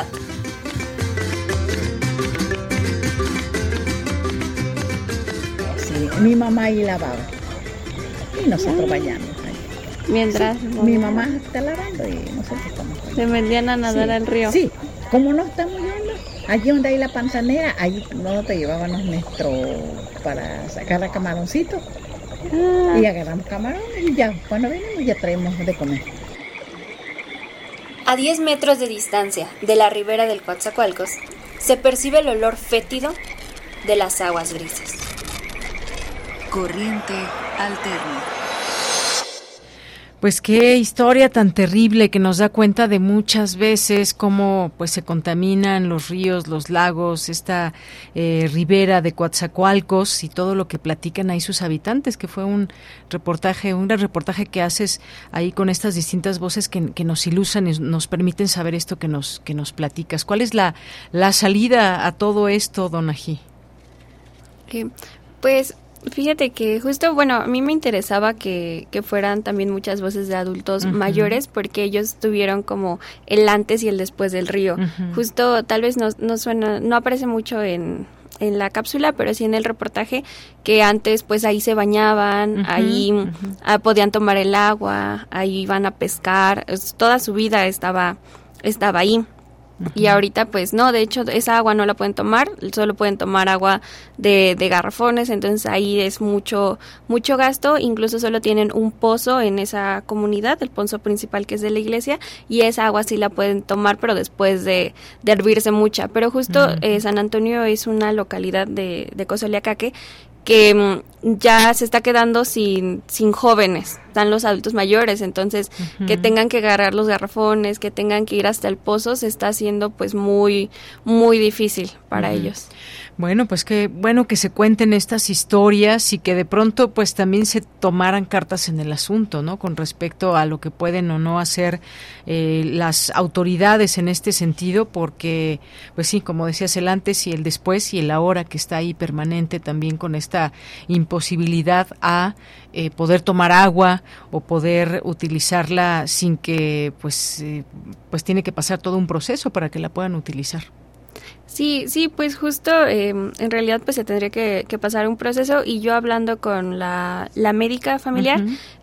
Sí, mi mamá ahí lavaba y nosotros bañamos. Mientras Sí, mi mamá está lavando y nosotros estamos bañando. se metían a nadar Sí, al río. Sí, como no estamos yendo, allí donde hay la panzanera, ahí nosotros llevábamos nuestro para sacar a camaroncitos Ah. y agarramos camarones y ya, cuando venimos ya traemos de comer. A diez metros de distancia de la ribera del Coatzacoalcos, se percibe el olor fétido de las aguas grises. Corriente alterna. Pues qué historia tan terrible que nos da cuenta de muchas veces cómo pues se contaminan los ríos, los lagos, esta eh, ribera de Coatzacoalcos y todo lo que platican ahí sus habitantes, que fue un reportaje, un gran reportaje que haces ahí con estas distintas voces que, que nos ilustran y nos permiten saber esto que nos que nos platicas. ¿Cuál es la, la salida a todo esto, don Ají? Eh, pues fíjate que justo, bueno, a mí me interesaba que, que fueran también muchas voces de adultos Ujú. mayores porque ellos tuvieron como el antes y el después del río. Ujú. Justo tal vez no, no suena, no aparece mucho en, en la cápsula, pero sí en el reportaje que antes pues ahí se bañaban, Ujú, ahí ujú. ah, podían tomar el agua, ahí iban a pescar, es- toda su vida estaba, estaba ahí. Y ahorita pues no, de hecho esa agua no la pueden tomar, solo pueden tomar agua de, de garrafones, entonces ahí es mucho mucho gasto, incluso solo tienen un pozo en esa comunidad, el pozo principal que es de la iglesia, y esa agua sí la pueden tomar, pero después de, de hervirse mucha. Pero justo Ujú. eh, San Antonio es una localidad de, de Cozoleacaque que mm, ya se está quedando sin, sin jóvenes, están los adultos mayores, entonces Ujú. que tengan que agarrar los garrafones, que tengan que ir hasta el pozo, se está haciendo pues muy, muy difícil para Ujú. ellos. Bueno, pues qué bueno que se cuenten estas historias y que de pronto pues también se tomaran cartas en el asunto, ¿no? Con respecto a lo que pueden o no hacer eh, las autoridades en este sentido, porque pues sí, como decías, el antes y el después y el ahora que está ahí permanente también con esta imposibilidad a eh, poder tomar agua o poder utilizarla sin que pues eh, pues tiene que pasar todo un proceso para que la puedan utilizar. Sí, sí, pues justo eh, en realidad pues se tendría que, que pasar un proceso y yo hablando con la, la médica familiar, Ujú.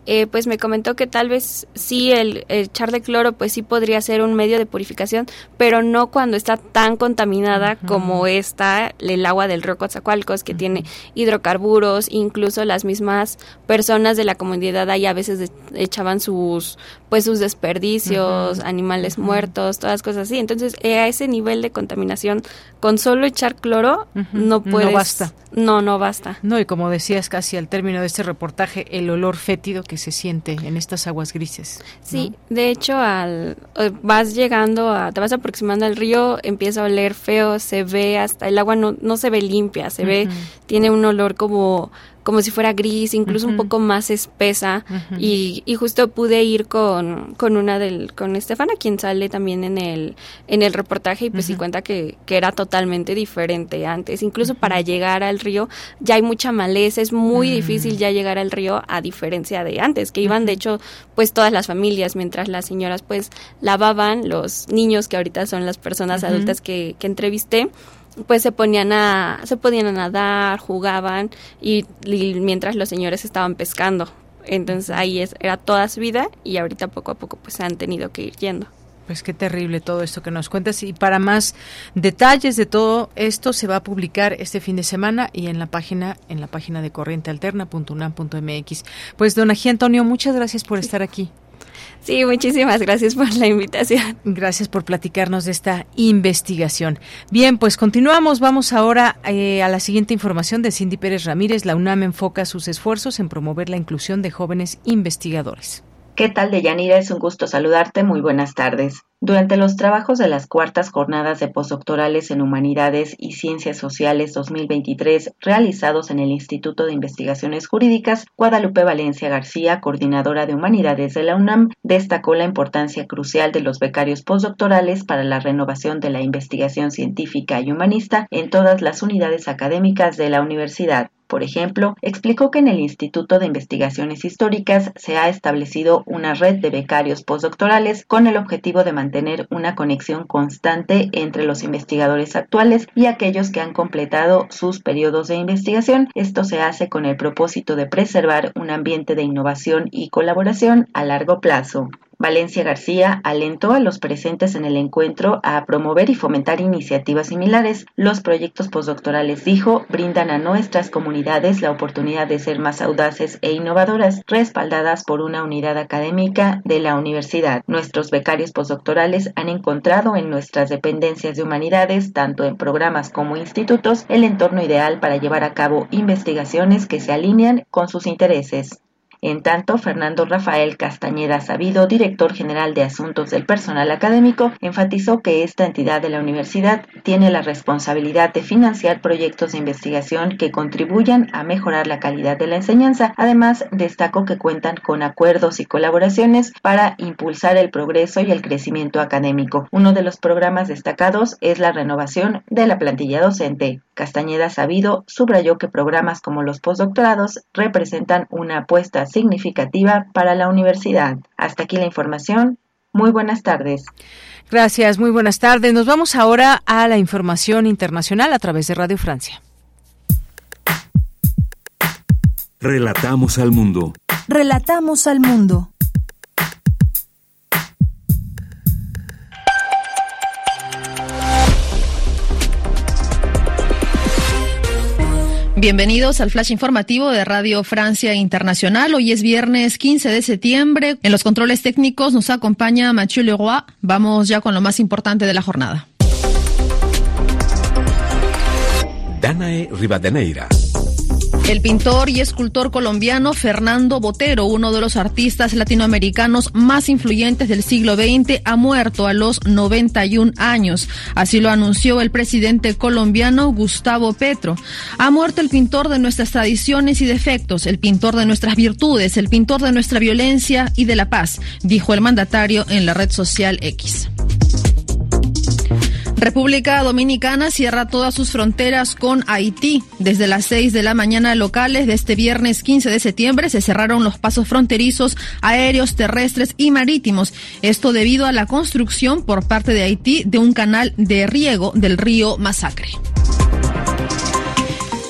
eh, pues me comentó que tal vez sí el, el echar de cloro pues sí podría ser un medio de purificación, pero no cuando está tan contaminada uh-huh. como está el agua del río Coatzacoalcos, que uh-huh. tiene hidrocarburos. Incluso las mismas personas de la comunidad ahí a veces de, echaban sus pues sus desperdicios, uh-huh. animales uh-huh. muertos, todas cosas así. Entonces, eh, a ese nivel de contaminación, con solo echar cloro, uh-huh. no puedes... No basta. No, no basta. No, y como decías casi al término de este reportaje, el olor fétido que se siente en estas aguas grises. Sí, ¿no? De hecho, al vas llegando, a, te vas aproximando al río, empieza a oler feo, se ve hasta, el agua no, no se ve limpia, se uh-huh. ve, tiene un olor como... como si fuera gris, incluso uh-huh. un poco más espesa, uh-huh. y, y justo pude ir con, con una del, con Estefana, quien sale también en el, en el reportaje, y pues uh-huh. sí cuenta que, que era totalmente diferente antes, incluso uh-huh. para llegar al río ya hay mucha maleza, es muy uh-huh. difícil ya llegar al río, a diferencia de antes, que iban uh-huh. de hecho pues todas las familias, mientras las señoras pues lavaban, los niños que ahorita son las personas uh-huh. adultas que, que entrevisté, pues se ponían a se podían a nadar, jugaban y, y mientras los señores estaban pescando. Entonces ahí es, era toda su vida, y ahorita poco a poco pues se han tenido que ir yendo. Pues qué terrible todo esto que nos cuentas, y para más detalles de todo esto se va a publicar este fin de semana y en la página en la página de corriente alterna punto unam punto mx. Pues don Ají Antonio, muchas gracias por estar aquí. Sí, muchísimas gracias por la invitación. Gracias por platicarnos de esta investigación. Bien, pues continuamos. Vamos ahora eh, a la siguiente información de Cindy Pérez Ramírez. La UNAM enfoca sus esfuerzos en promover la inclusión de jóvenes investigadores. ¿Qué tal, Deyanira? Es un gusto saludarte. Muy buenas tardes. Durante los trabajos de las cuartas jornadas de postdoctorales en Humanidades y Ciencias Sociales dos mil veintitrés realizados en el Instituto de Investigaciones Jurídicas, Guadalupe Valencia García, coordinadora de Humanidades de la UNAM, destacó la importancia crucial de los becarios postdoctorales para la renovación de la investigación científica y humanista en todas las unidades académicas de la universidad. Por ejemplo, explicó que en el Instituto de Investigaciones Históricas se ha establecido una red de becarios postdoctorales con el objetivo de mantener una conexión constante entre los investigadores actuales y aquellos que han completado sus periodos de investigación. Esto se hace con el propósito de preservar un ambiente de innovación y colaboración a largo plazo. Valencia García alentó a los presentes en el encuentro a promover y fomentar iniciativas similares. Los proyectos postdoctorales, dijo, brindan a nuestras comunidades la oportunidad de ser más audaces e innovadoras, respaldadas por una unidad académica de la universidad. Nuestros becarios postdoctorales han encontrado en nuestras dependencias de humanidades, tanto en programas como institutos, el entorno ideal para llevar a cabo investigaciones que se alinean con sus intereses. En tanto, Fernando Rafael Castañeda Sabido, director general de Asuntos del Personal Académico, enfatizó que esta entidad de la universidad tiene la responsabilidad de financiar proyectos de investigación que contribuyan a mejorar la calidad de la enseñanza. Además, destacó que cuentan con acuerdos y colaboraciones para impulsar el progreso y el crecimiento académico. Uno de los programas destacados es la renovación de la plantilla docente. Castañeda Sabido subrayó que programas como los postdoctorados representan una apuesta significativa para la universidad. Hasta aquí la información. Muy buenas tardes. Gracias, muy buenas tardes. Nos vamos ahora a la información internacional a través de Radio Francia. Relatamos al mundo. Relatamos al mundo. Bienvenidos al flash informativo de Radio Francia Internacional. Hoy es viernes quince de septiembre. En los controles técnicos nos acompaña Mathieu Leroy. Vamos ya con lo más importante de la jornada. Danae Rivadeneira. El pintor y escultor colombiano Fernando Botero, uno de los artistas latinoamericanos más influyentes del siglo veinte, ha muerto a los noventa y un años. Así lo anunció el presidente colombiano Gustavo Petro. Ha muerto el pintor de nuestras tradiciones y defectos, el pintor de nuestras virtudes, el pintor de nuestra violencia y de la paz, dijo el mandatario en la red social X. República Dominicana cierra todas sus fronteras con Haití. Desde las seis de la mañana locales de este viernes quince de septiembre se cerraron los pasos fronterizos aéreos, terrestres y marítimos. Esto debido a la construcción por parte de Haití de un canal de riego del río Masacre.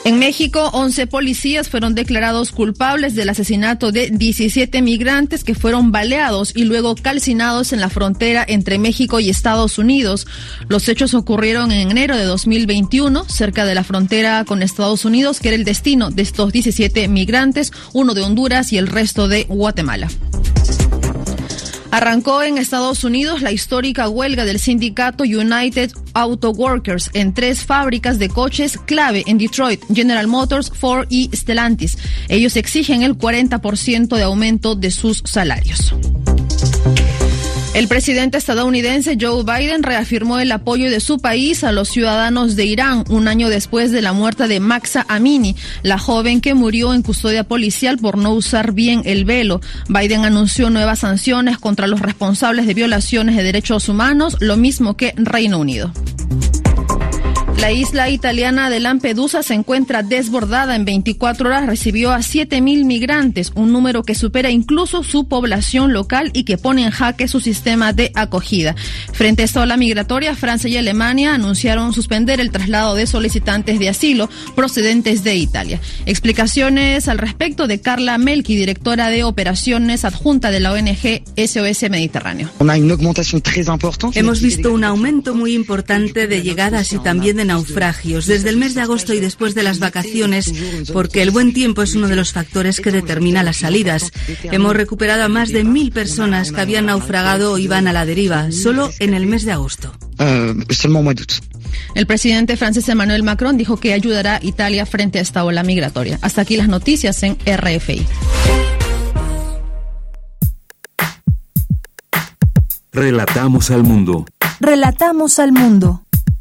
En México, once policías fueron declarados culpables del asesinato de diecisiete migrantes que fueron baleados y luego calcinados en la frontera entre México y Estados Unidos. Los hechos ocurrieron en enero de dos mil veintiuno, cerca de la frontera con Estados Unidos, que era el destino de estos diecisiete migrantes, uno de Honduras y el resto de Guatemala. Arrancó en Estados Unidos la histórica huelga del sindicato United Auto Workers en tres fábricas de coches clave en Detroit, General Motors, Ford y Stellantis. Ellos exigen el cuarenta por ciento de aumento de sus salarios. El presidente estadounidense Joe Biden reafirmó el apoyo de su país a los ciudadanos de Irán un año después de la muerte de Mahsa Amini, la joven que murió en custodia policial por no usar bien el velo. Biden anunció nuevas sanciones contra los responsables de violaciones de derechos humanos, lo mismo que Reino Unido. La isla italiana de Lampedusa se encuentra desbordada. En veinticuatro horas recibió a siete mil migrantes, un número que supera incluso su población local y que pone en jaque su sistema de acogida. Frente a esta ola migratoria, Francia y Alemania anunciaron suspender el traslado de solicitantes de asilo procedentes de Italia. Explicaciones al respecto de Carla Melki, directora de operaciones adjunta de la O N G S O S Mediterráneo. Hemos visto un aumento muy importante de llegadas y también de naufragios desde el mes de agosto y después de las vacaciones, porque el buen tiempo es uno de los factores que determina las salidas. Hemos recuperado a más de mil personas que habían naufragado o iban a la deriva, solo en el mes de agosto. El presidente francés Emmanuel Macron dijo que ayudará a Italia frente a esta ola migratoria. Hasta aquí las noticias en R F I. Relatamos al mundo. Relatamos al mundo.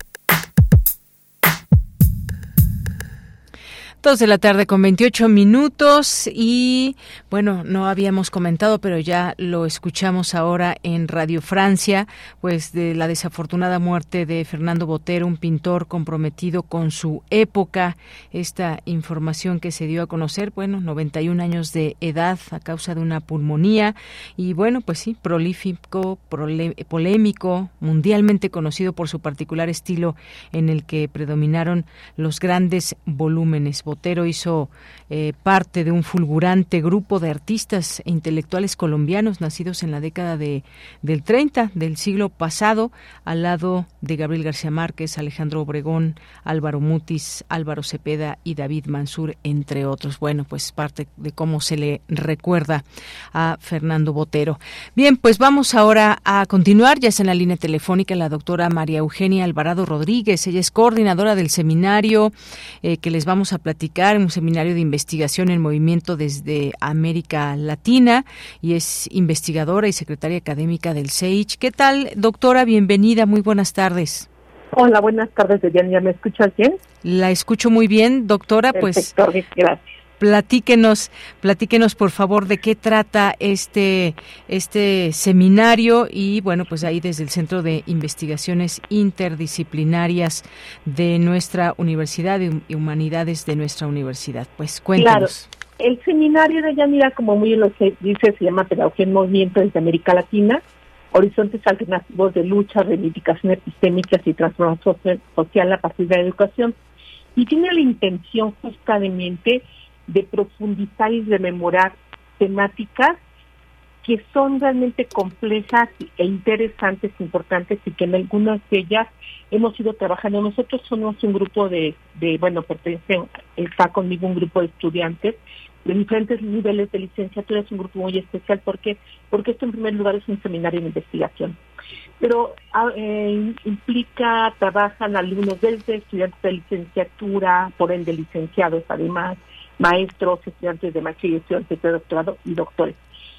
Dos de la tarde con veintiocho minutos y, bueno, no habíamos comentado, pero ya lo escuchamos ahora en Radio Francia, pues de la desafortunada muerte de Fernando Botero, un pintor comprometido con su época. Esta información que se dio a conocer, bueno, noventa y un años de edad a causa de una pulmonía y, bueno, pues sí, prolífico, prole- polémico, mundialmente conocido por su particular estilo en el que predominaron los grandes volúmenes. Botero hizo eh, parte de un fulgurante grupo de artistas e intelectuales colombianos nacidos en la década de, del treinta del siglo pasado, al lado de Gabriel García Márquez, Alejandro Obregón, Álvaro Mutis, Álvaro Cepeda y David Mansur, entre otros. Bueno, pues parte de cómo se le recuerda a Fernando Botero. Bien, pues vamos ahora a continuar. Ya está en la línea telefónica la doctora María Eugenia Alvarado Rodríguez. Ella es coordinadora del seminario eh, que les vamos a platicar, un seminario de investigación en movimiento desde América Latina, y es investigadora y secretaria académica del C E I C H. ¿Qué tal, doctora? Bienvenida, muy buenas tardes. Hola, buenas tardes, Diana. ¿Ya me escuchas bien? La escucho muy bien, doctora. Perfecto, pues gracias. Platíquenos, platíquenos por favor de qué trata este este seminario y bueno, pues ahí desde el Centro de Investigaciones Interdisciplinarias de nuestra Universidad y Humanidades de nuestra universidad. Pues cuéntanos. Claro, el seminario de Yanira, como muy bien lo dice, se llama Pedagogía en Movimiento desde América Latina, Horizontes Alternativos de Lucha, Reivindicación Epistémicas y Transformación Social a partir de la educación, y tiene la intención justamente de profundizar y rememorar temáticas que son realmente complejas e interesantes, importantes, y que en algunas de ellas hemos ido trabajando. Nosotros somos un grupo de, de bueno, pertenecen, está conmigo un grupo de estudiantes de diferentes niveles de licenciatura. Es un grupo muy especial porque porque esto en primer lugar es un seminario de investigación, pero eh, implica, trabajan alumnos desde estudiantes de licenciatura, por ende licenciados además, maestros, estudiantes de maestría, estudiantes de doctorado y doctores.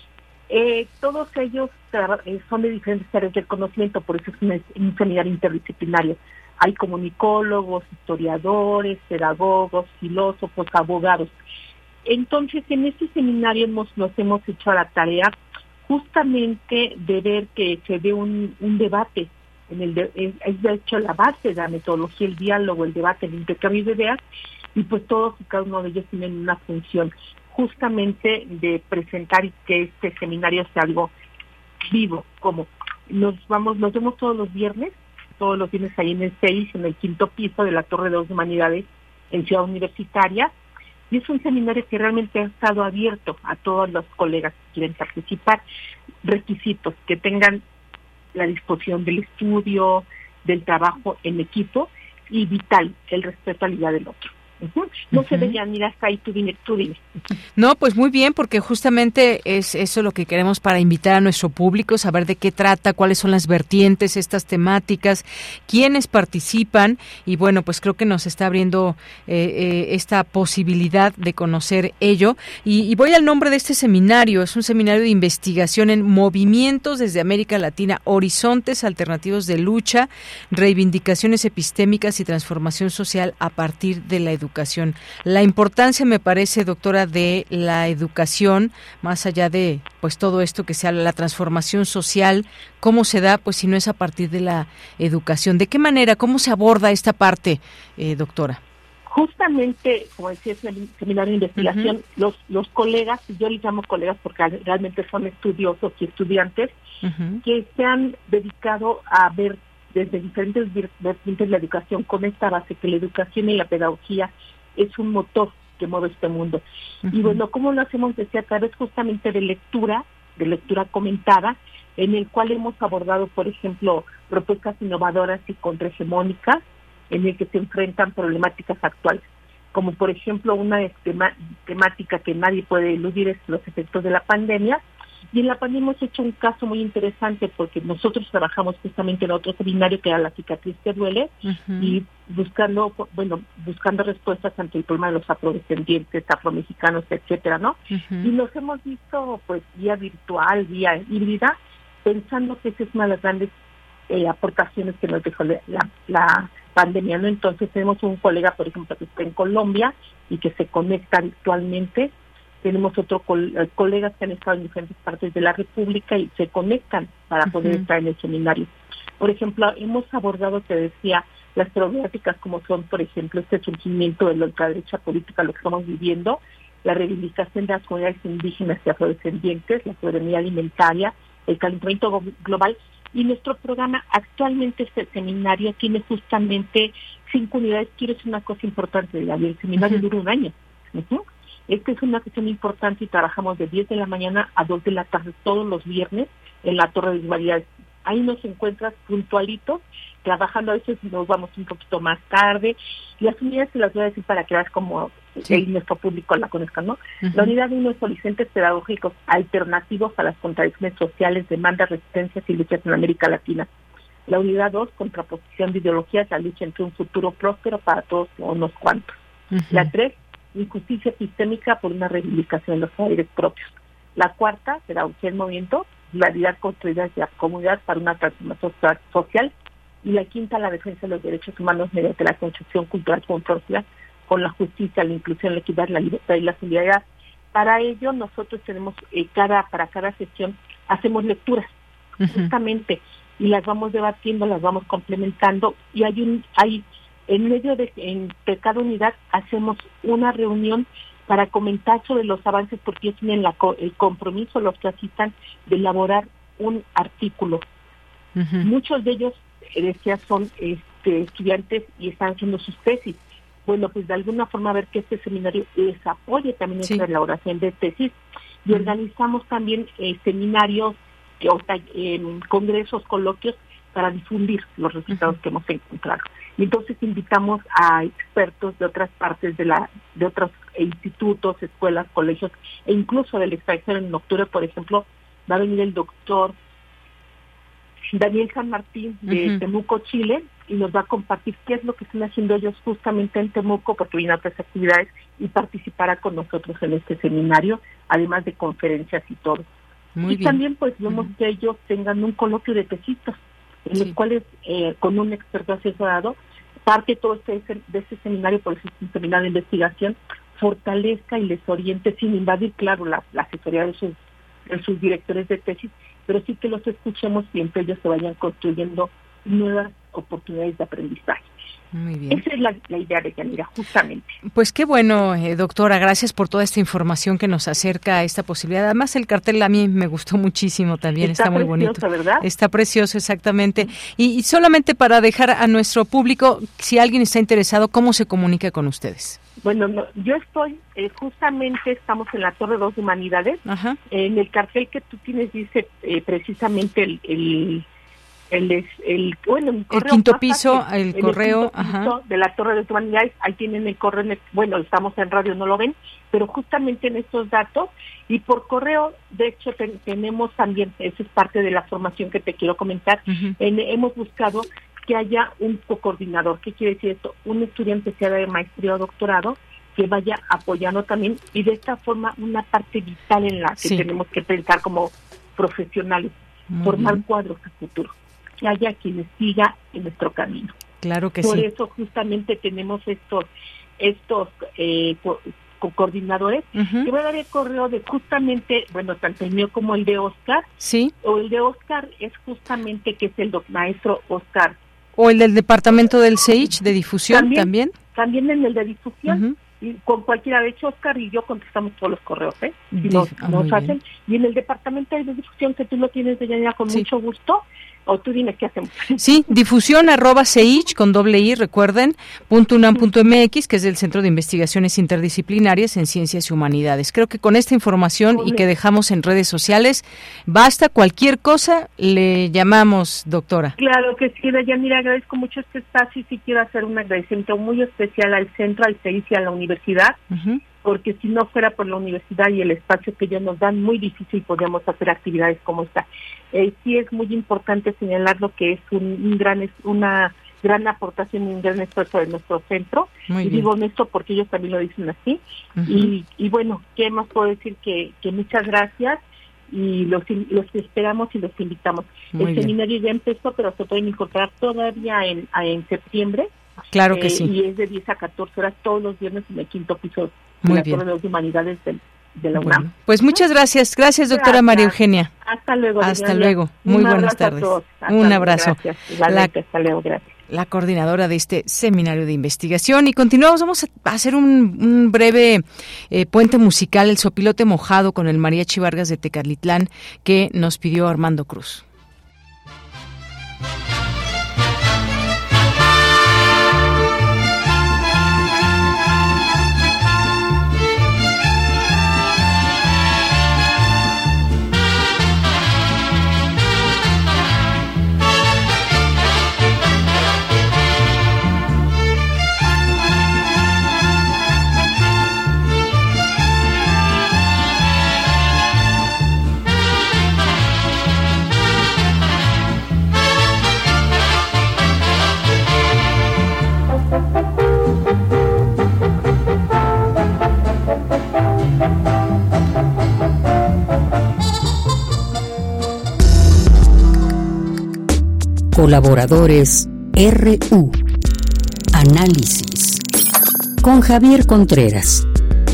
Eh, todos ellos eh, son de diferentes áreas del conocimiento, por eso es un, un seminario interdisciplinario. Hay comunicólogos, historiadores, pedagogos, filósofos, abogados. Entonces, en este seminario hemos, nos hemos hecho a la tarea justamente de ver que se dé un, un debate. En el de, es, es de hecho la base de la metodología, el diálogo, el debate, el intercambio de ideas, y pues todos y cada uno de ellos tienen una función justamente de presentar y que este seminario sea algo vivo. Como nos vamos, nos vemos todos los viernes, todos los viernes ahí en el C E I C, en el quinto piso de la Torre de las Humanidades, en Ciudad Universitaria, y es un seminario que realmente ha estado abierto a todos los colegas que quieren participar. Requisitos: que tengan la disposición del estudio, del trabajo en equipo, y vital, el respeto a la vida del otro. Uh-huh. No uh-huh. se veían, mira, hasta ahí tú dime, tú dime. No, pues muy bien, porque justamente es eso lo que queremos para invitar a nuestro público, saber de qué trata, cuáles son las vertientes, estas temáticas, quiénes participan, y bueno, pues creo que nos está abriendo eh, eh, esta posibilidad de conocer ello. Y, y voy al nombre de este seminario: es un seminario de investigación en movimientos desde América Latina, horizontes alternativos de lucha, reivindicaciones epistémicas y transformación social a partir de la educación. Educación. La importancia, me parece, doctora, de la educación, más allá de pues todo esto que sea la transformación social, ¿cómo se da? Pues si no es a partir de la educación. ¿De qué manera? ¿Cómo se aborda esta parte, eh, doctora? Justamente, como decía, es el seminario de investigación, uh-huh. los los colegas, yo les llamo colegas porque realmente son estudiosos y estudiantes, uh-huh. que se han dedicado a ver desde diferentes vertientes de la educación, con esta base que la educación y la pedagogía es un motor que mueve este mundo. Uh-huh. Y bueno, ¿cómo lo hacemos? Decía, a través justamente de lectura, de lectura comentada, en el cual hemos abordado, por ejemplo, propuestas innovadoras y contrahegemónicas, en el que se enfrentan problemáticas actuales, como por ejemplo una tema, temática que nadie puede eludir es los efectos de la pandemia. Y en la pandemia hemos hecho un caso muy interesante porque nosotros trabajamos justamente en otro seminario que era la cicatriz que duele, uh-huh. y buscando, bueno, buscando respuestas ante el problema de los afrodescendientes, afromexicanos, etcétera, ¿no? Uh-huh. Y nos hemos visto pues vía virtual, vía híbrida, pensando que esa es una de las grandes eh, aportaciones que nos dejó la, la pandemia, ¿no? Entonces tenemos un colega, por ejemplo, que está en Colombia y que se conecta virtualmente. Tenemos otros col- colegas que han estado en diferentes partes de la República y se conectan para poder uh-huh. estar en el seminario. Por ejemplo, hemos abordado, te decía, las problemáticas como son, por ejemplo, este surgimiento de la ultraderecha política, lo que estamos viviendo, la reivindicación de las comunidades indígenas y afrodescendientes, la soberanía alimentaria, el calentamiento global. Y nuestro programa, actualmente este seminario tiene justamente cinco unidades. Quiero decir una cosa importante, David, el seminario uh-huh. dura un año. Uh-huh. Esta es una cuestión importante y trabajamos de diez de la mañana a dos de la tarde todos los viernes en la Torre de Humanidades. Ahí nos encuentras puntualitos, trabajando. A veces nos vamos un poquito más tarde. Las unidades se las voy a decir para que veas como sí. el, nuestro público la conozca, ¿no? Uh-huh. La unidad uno es horizontes pedagógicos alternativos a las contradicciones sociales, demandas, resistencias y luchas en América Latina. La unidad dos, contraposición de ideologías, la lucha entre un futuro próspero para todos o unos cuantos. Uh-huh. La tres, injusticia epistémica por una reivindicación de los saberes propios. La cuarta, pedagogía en movimiento, realidad construida hacia la comunidad para una transformación social. Y la quinta, la defensa de los derechos humanos mediante la construcción cultural comprometida con la justicia, la inclusión, la equidad, la libertad y la solidaridad. Para ello, nosotros tenemos, eh, cada para cada sesión, hacemos lecturas, uh-huh. justamente, y las vamos debatiendo, las vamos complementando, y hay un hay en medio de entre cada unidad hacemos una reunión para comentar sobre los avances, porque ellos tienen la, el compromiso, los que asistan, de elaborar un artículo. Uh-huh. Muchos de ellos, eh, decía, son este, estudiantes y están haciendo sus tesis. Bueno, pues de alguna forma ver que este seminario les apoye también en sí. la elaboración de tesis. Y uh-huh. organizamos también eh, seminarios, que, o, eh, congresos, coloquios, para difundir los resultados uh-huh. que hemos encontrado. Y entonces invitamos a expertos de otras partes de la de otros institutos, escuelas, colegios, e incluso del extranjero. En octubre, por ejemplo, va a venir el doctor Daniel San Martín de uh-huh. Temuco, Chile, y nos va a compartir qué es lo que están haciendo ellos justamente en Temuco, porque vienen a otras actividades, y participará con nosotros en este seminario, además de conferencias y todo. Muy y bien. También pues vemos uh-huh. que ellos tengan un coloquio de tesistas, en sí. los cuales, eh, con un experto asesorado, parte todo este de este seminario, por eso es un seminario de investigación, fortalezca y les oriente, sin invadir, claro, la, la asesoría de sus, de sus directores de tesis, pero sí que los escuchemos y entre ellos se vayan construyendo nuevas oportunidades de aprendizaje. Muy bien. Esa es la, la idea de Yanira, justamente. Pues qué bueno, eh, doctora, gracias por toda esta información que nos acerca a esta posibilidad. Además, el cartel a mí me gustó muchísimo también, está, está muy bonito. ¿Verdad? Está precioso, exactamente. Y, y solamente para dejar a nuestro público, si alguien está interesado, ¿cómo se comunica con ustedes? Bueno, no, yo estoy, eh, justamente estamos en la Torre dos de Humanidades. Ajá. En el cartel que tú tienes dice eh, precisamente el... el El, el, el, bueno, el, el quinto piso, fácil, el correo el piso de la Torre de Humanidades, ahí tienen el correo, bueno, estamos en radio, no lo ven, pero justamente en estos datos, y por correo, de hecho, ten, tenemos también, esa es parte de la formación que te quiero comentar, uh-huh. en, hemos buscado que haya un coordinador. ¿Qué quiere decir esto? Un estudiante, sea de maestría o doctorado, que vaya apoyando también, y de esta forma una parte vital en la que sí. tenemos que pensar como profesionales, Muy formar bien. cuadros a futuro. Que haya quien siga en nuestro camino. Claro que Por sí. Por eso justamente tenemos estos estos eh, co- co- coordinadores. Uh-huh. Te voy a dar el correo de justamente, bueno, tanto el mío como el de Oscar. Sí. O el de Oscar es justamente que es el doc- maestro Oscar. O el del departamento del C I H de difusión también. También, también en el de difusión. Uh-huh. Y con cualquiera, de hecho, Oscar y yo contestamos todos los correos, ¿eh? Si nos, ah, nos hacen. Y en el departamento de difusión, que tú lo tienes de Yanira con sí. mucho gusto, o tú dime qué hacemos. Sí, difusión arroba C I H con doble I, recuerden, punto unam punto m x, que es del Centro de Investigaciones Interdisciplinarias en Ciencias y Humanidades. Creo que con esta información y que dejamos en redes sociales, basta, cualquier cosa, le llamamos, doctora. Claro que sí, Yanira, agradezco mucho este espacio y sí quiero hacer un agradecimiento muy especial al centro, al C I H y a la universidad, uh-huh. porque si no fuera por la universidad y el espacio que ellos nos dan, muy difícil podríamos hacer actividades como esta. Eh, sí es muy importante señalar lo que es un, un gran una gran aportación y un gran esfuerzo de nuestro centro. Muy y bien. Digo esto porque ellos también lo dicen así. Uh-huh. Y, y bueno, ¿qué más puedo decir? Que, que muchas gracias y los los esperamos y los invitamos. Muy el bien. Seminario ya empezó, pero se pueden incorporar todavía en, en septiembre. Claro que eh, sí. Y es de diez a catorce horas todos los viernes en el quinto piso de Muy la bien. Torre de Humanidades del de la UNAM. Bueno, pues muchas gracias. Gracias, doctora gracias. María Eugenia. Hasta luego. Hasta luego. Muy buenas tardes. Un abrazo. Gracias. Igualmente, hasta luego. Gracias. La coordinadora de este seminario de investigación. Y continuamos, vamos a hacer un, un breve eh, puente musical, el Sopilote Mojado, con el Mariachi Vargas de Tecalitlán, que nos pidió Armando Cruz. Colaboradores R U. Análisis. Con Javier Contreras.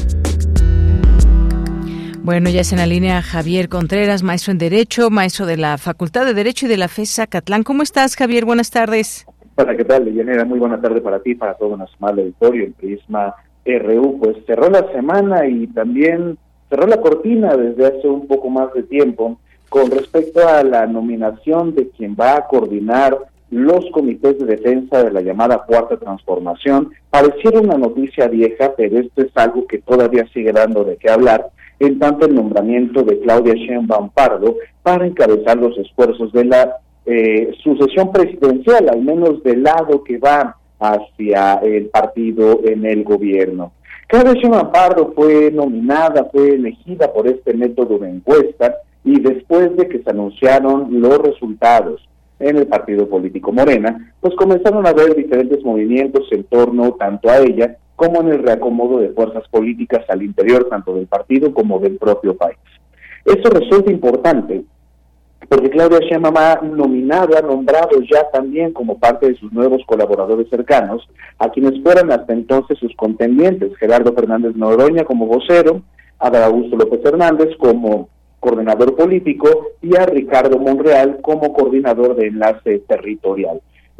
Bueno, ya es en la línea Javier Contreras, maestro en Derecho, maestro de la Facultad de Derecho y de la FES Zacatlán. ¿Cómo estás, Javier? Buenas tardes. Hola, ¿qué tal, Yanira? Muy buena tarde para ti, para todo nuestro amable auditorio, el Prisma R U. Pues cerró la semana y también cerró la cortina desde hace un poco más de tiempo con respecto a la nominación de quien va a coordinar los comités de defensa de la llamada Cuarta Transformación. Pareciera una noticia vieja, pero esto es algo que todavía sigue dando de qué hablar, en tanto el nombramiento de Claudia Sheinbaum Pardo para encabezar los esfuerzos de la eh, sucesión presidencial, al menos del lado que va hacia el partido en el gobierno. Claudia Sheinbaum Pardo fue nominada, fue elegida por este método de encuesta, y después de que se anunciaron los resultados en el partido político Morena, pues comenzaron a haber diferentes movimientos en torno tanto a ella como en el reacomodo de fuerzas políticas al interior tanto del partido como del propio país. Esto resulta importante porque Claudia Sheinbaum ha nominado, ha nombrado ya también como parte de sus nuevos colaboradores cercanos a quienes fueran hasta entonces sus contendientes, Gerardo Fernández Noroña como vocero, a Adán Augusto López Hernández como coordinador político y a Ricardo Monreal como coordinador de enlace territorial.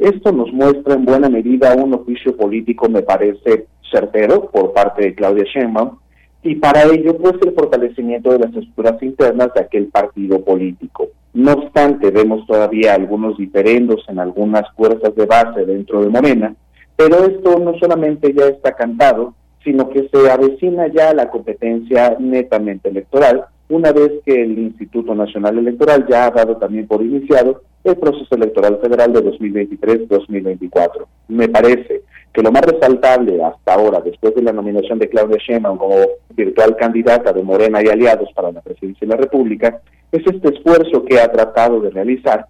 Esto nos muestra en buena medida un oficio político, me parece, certero por parte de Claudia Sheinbaum, y para ello pues el fortalecimiento de las estructuras internas de aquel partido político. No obstante, vemos todavía algunos diferendos en algunas fuerzas de base dentro de Morena, pero esto no solamente ya está cantado, sino que se avecina ya la competencia netamente electoral, una vez que el Instituto Nacional Electoral ya ha dado también por iniciado el proceso electoral federal de dos mil veintitrés dos mil veinticuatro. Me parece que lo más resaltable hasta ahora, después de la nominación de Claudia Sheinbaum como virtual candidata de Morena y aliados para la presidencia de la República, es este esfuerzo que ha tratado de realizar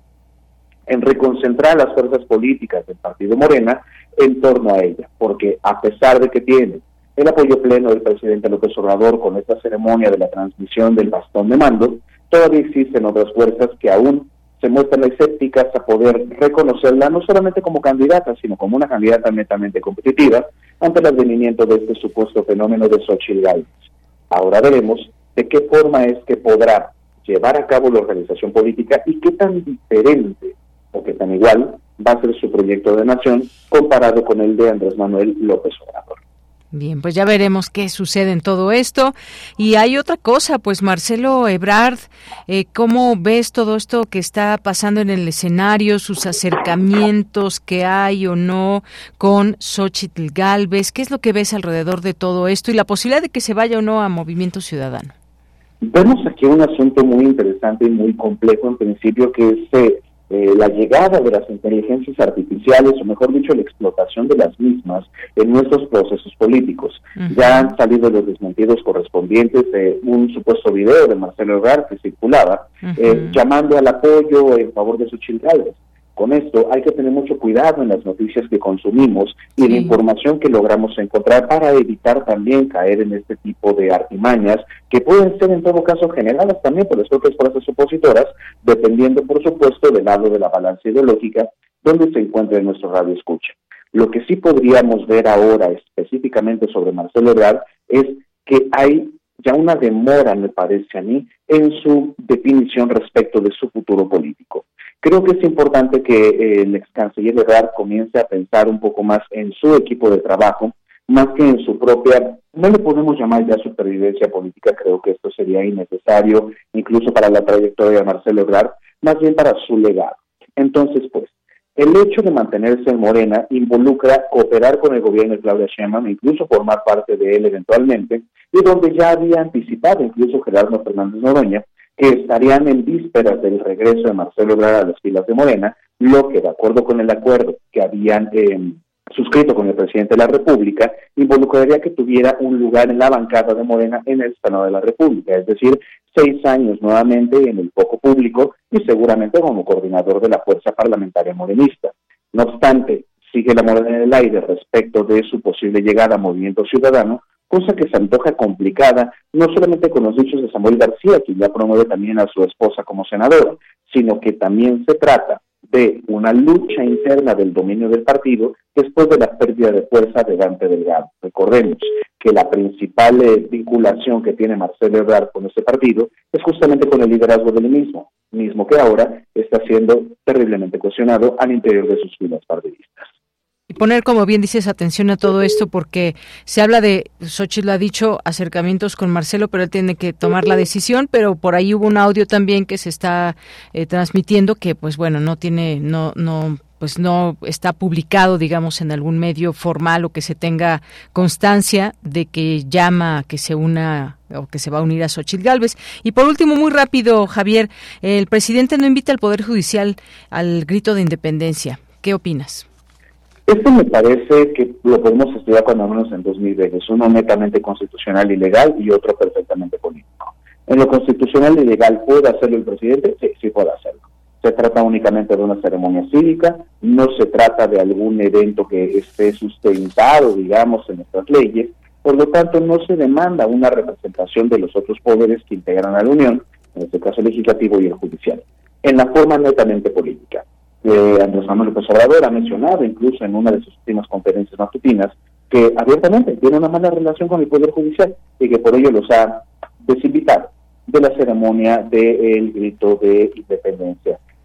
en reconcentrar las fuerzas políticas del partido Morena en torno a ella, porque a pesar de que tiene el apoyo pleno del presidente López Obrador con esta ceremonia de la transmisión del bastón de mando, todavía existen otras fuerzas que aún se muestran escépticas a poder reconocerla no solamente como candidata, sino como una candidata netamente competitiva ante el advenimiento de este supuesto fenómeno de Xóchitl Gálvez. Ahora veremos de qué forma es que podrá llevar a cabo la organización política y qué tan diferente o qué tan igual va a ser su proyecto de nación comparado con el de Andrés Manuel López Obrador. Bien, pues ya veremos qué sucede en todo esto. Y hay otra cosa, pues Marcelo Ebrard, eh, ¿cómo ves todo esto que está pasando en el escenario, sus acercamientos que hay o no con Xóchitl Gálvez? ¿Qué es lo que ves alrededor de todo esto y la posibilidad de que se vaya o no a Movimiento Ciudadano? Vemos aquí un asunto muy interesante y muy complejo en principio, que es eh, Eh, la llegada de las inteligencias artificiales, o mejor dicho, la explotación de las mismas en nuestros procesos políticos. Uh-huh. Ya han salido los desmentidos correspondientes de un supuesto video de Marcelo Ebrard que circulaba, uh-huh. eh, llamando al apoyo en favor de Xóchitl Gálvez. Con esto hay que tener mucho cuidado en las noticias que consumimos y sí. en la información que logramos encontrar para evitar también caer en este tipo de artimañas que pueden ser en todo caso generadas también por las propias fuerzas opositoras, dependiendo por supuesto del lado de la balanza ideológica donde se encuentre nuestro radio escucha. Lo que sí podríamos ver ahora específicamente sobre Marcelo Ebrard es que hay ya una demora, me parece a mí, en su definición respecto de su futuro político. Creo que es importante que eh, el ex canciller Ebrard comience a pensar un poco más en su equipo de trabajo, más que en su propia, no le podemos llamar ya supervivencia política, creo que esto sería innecesario, incluso para la trayectoria de Marcelo Ebrard, más bien para su legado. Entonces, pues, el hecho de mantenerse en Morena involucra cooperar con el gobierno de Claudia Sheinbaum, incluso formar parte de él eventualmente, y donde ya había anticipado incluso Gerardo Fernández Noroña, que estarían en vísperas del regreso de Marcelo Ebrard a las filas de Morena, lo que, de acuerdo con el acuerdo que habían eh, suscrito con el presidente de la República, involucraría que tuviera un lugar en la bancada de Morena en el Senado de la República, es decir, seis años nuevamente en el foco público y seguramente como coordinador de la fuerza parlamentaria morenista. No obstante, sigue la moneda en el aire respecto de su posible llegada a Movimiento Ciudadano, cosa que se antoja complicada, no solamente con los dichos de Samuel García, quien ya promueve también a su esposa como senadora, sino que también se trata de una lucha interna del dominio del partido después de la pérdida de fuerza de Dante Delgado. Recordemos que la principal eh, vinculación que tiene Marcelo Ebrard con este partido es justamente con el liderazgo del mismo, mismo que ahora está siendo terriblemente cuestionado al interior de sus filas partidistas. Y poner, como bien dices, atención a todo esto, porque se habla de, Xóchitl lo ha dicho, acercamientos con Marcelo, pero él tiene que tomar la decisión, pero por ahí hubo un audio también que se está eh, transmitiendo que, pues bueno, no tiene, no, no, pues no está publicado, digamos, en algún medio formal o que se tenga constancia de que llama a que se una o que se va a unir a Xóchitl Gálvez. Y por último, muy rápido, Javier, el presidente no invita al Poder Judicial al grito de independencia. ¿Qué opinas? Esto me parece que lo podemos estudiar cuando menos en dos mil veces, uno netamente constitucional y legal y otro perfectamente político. En lo constitucional y legal, ¿puede hacerlo el presidente? Sí, sí puede hacerlo. Se trata únicamente de una ceremonia cívica, no se trata de algún evento que esté sustentado, digamos, en nuestras leyes, por lo tanto no se demanda una representación de los otros poderes que integran a la Unión, en este caso el legislativo y el judicial, en la forma netamente política. Eh, Andrés Manuel López Obrador ha mencionado incluso en una de sus últimas conferencias matutinas que abiertamente tiene una mala relación con el Poder Judicial y que por ello los ha desinvitado de la ceremonia del grito de independencia.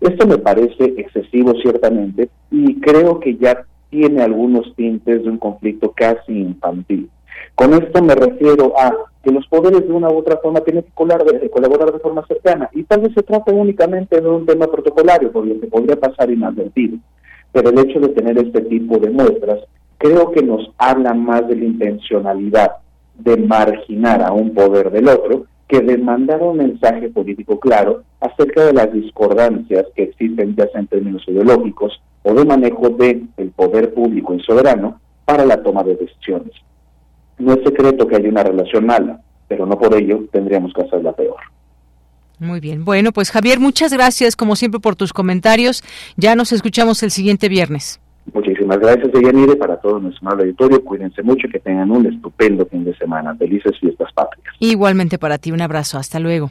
Esto me parece excesivo ciertamente y creo que ya tiene algunos tintes de un conflicto casi infantil. Con esto me refiero a que los poderes de una u otra forma tienen que colaborar, colaborar de forma cercana, y tal vez se trate únicamente de un tema protocolario, por lo que podría pasar inadvertido. Pero el hecho de tener este tipo de muestras creo que nos habla más de la intencionalidad de marginar a un poder del otro que de mandar un mensaje político claro acerca de las discordancias que existen, ya sea en términos ideológicos o de manejo del poder público y soberano para la toma de decisiones. No es secreto que hay una relación mala, pero no por ello tendríamos que hacerla peor. Muy bien. Bueno, pues Javier, muchas gracias como siempre por tus comentarios. Ya nos escuchamos el siguiente viernes. Muchísimas gracias, Deyanire, para todo nuestro amable auditorio. Cuídense mucho y que tengan un estupendo fin de semana. Felices fiestas patrias. Igualmente para ti, un abrazo. Hasta luego.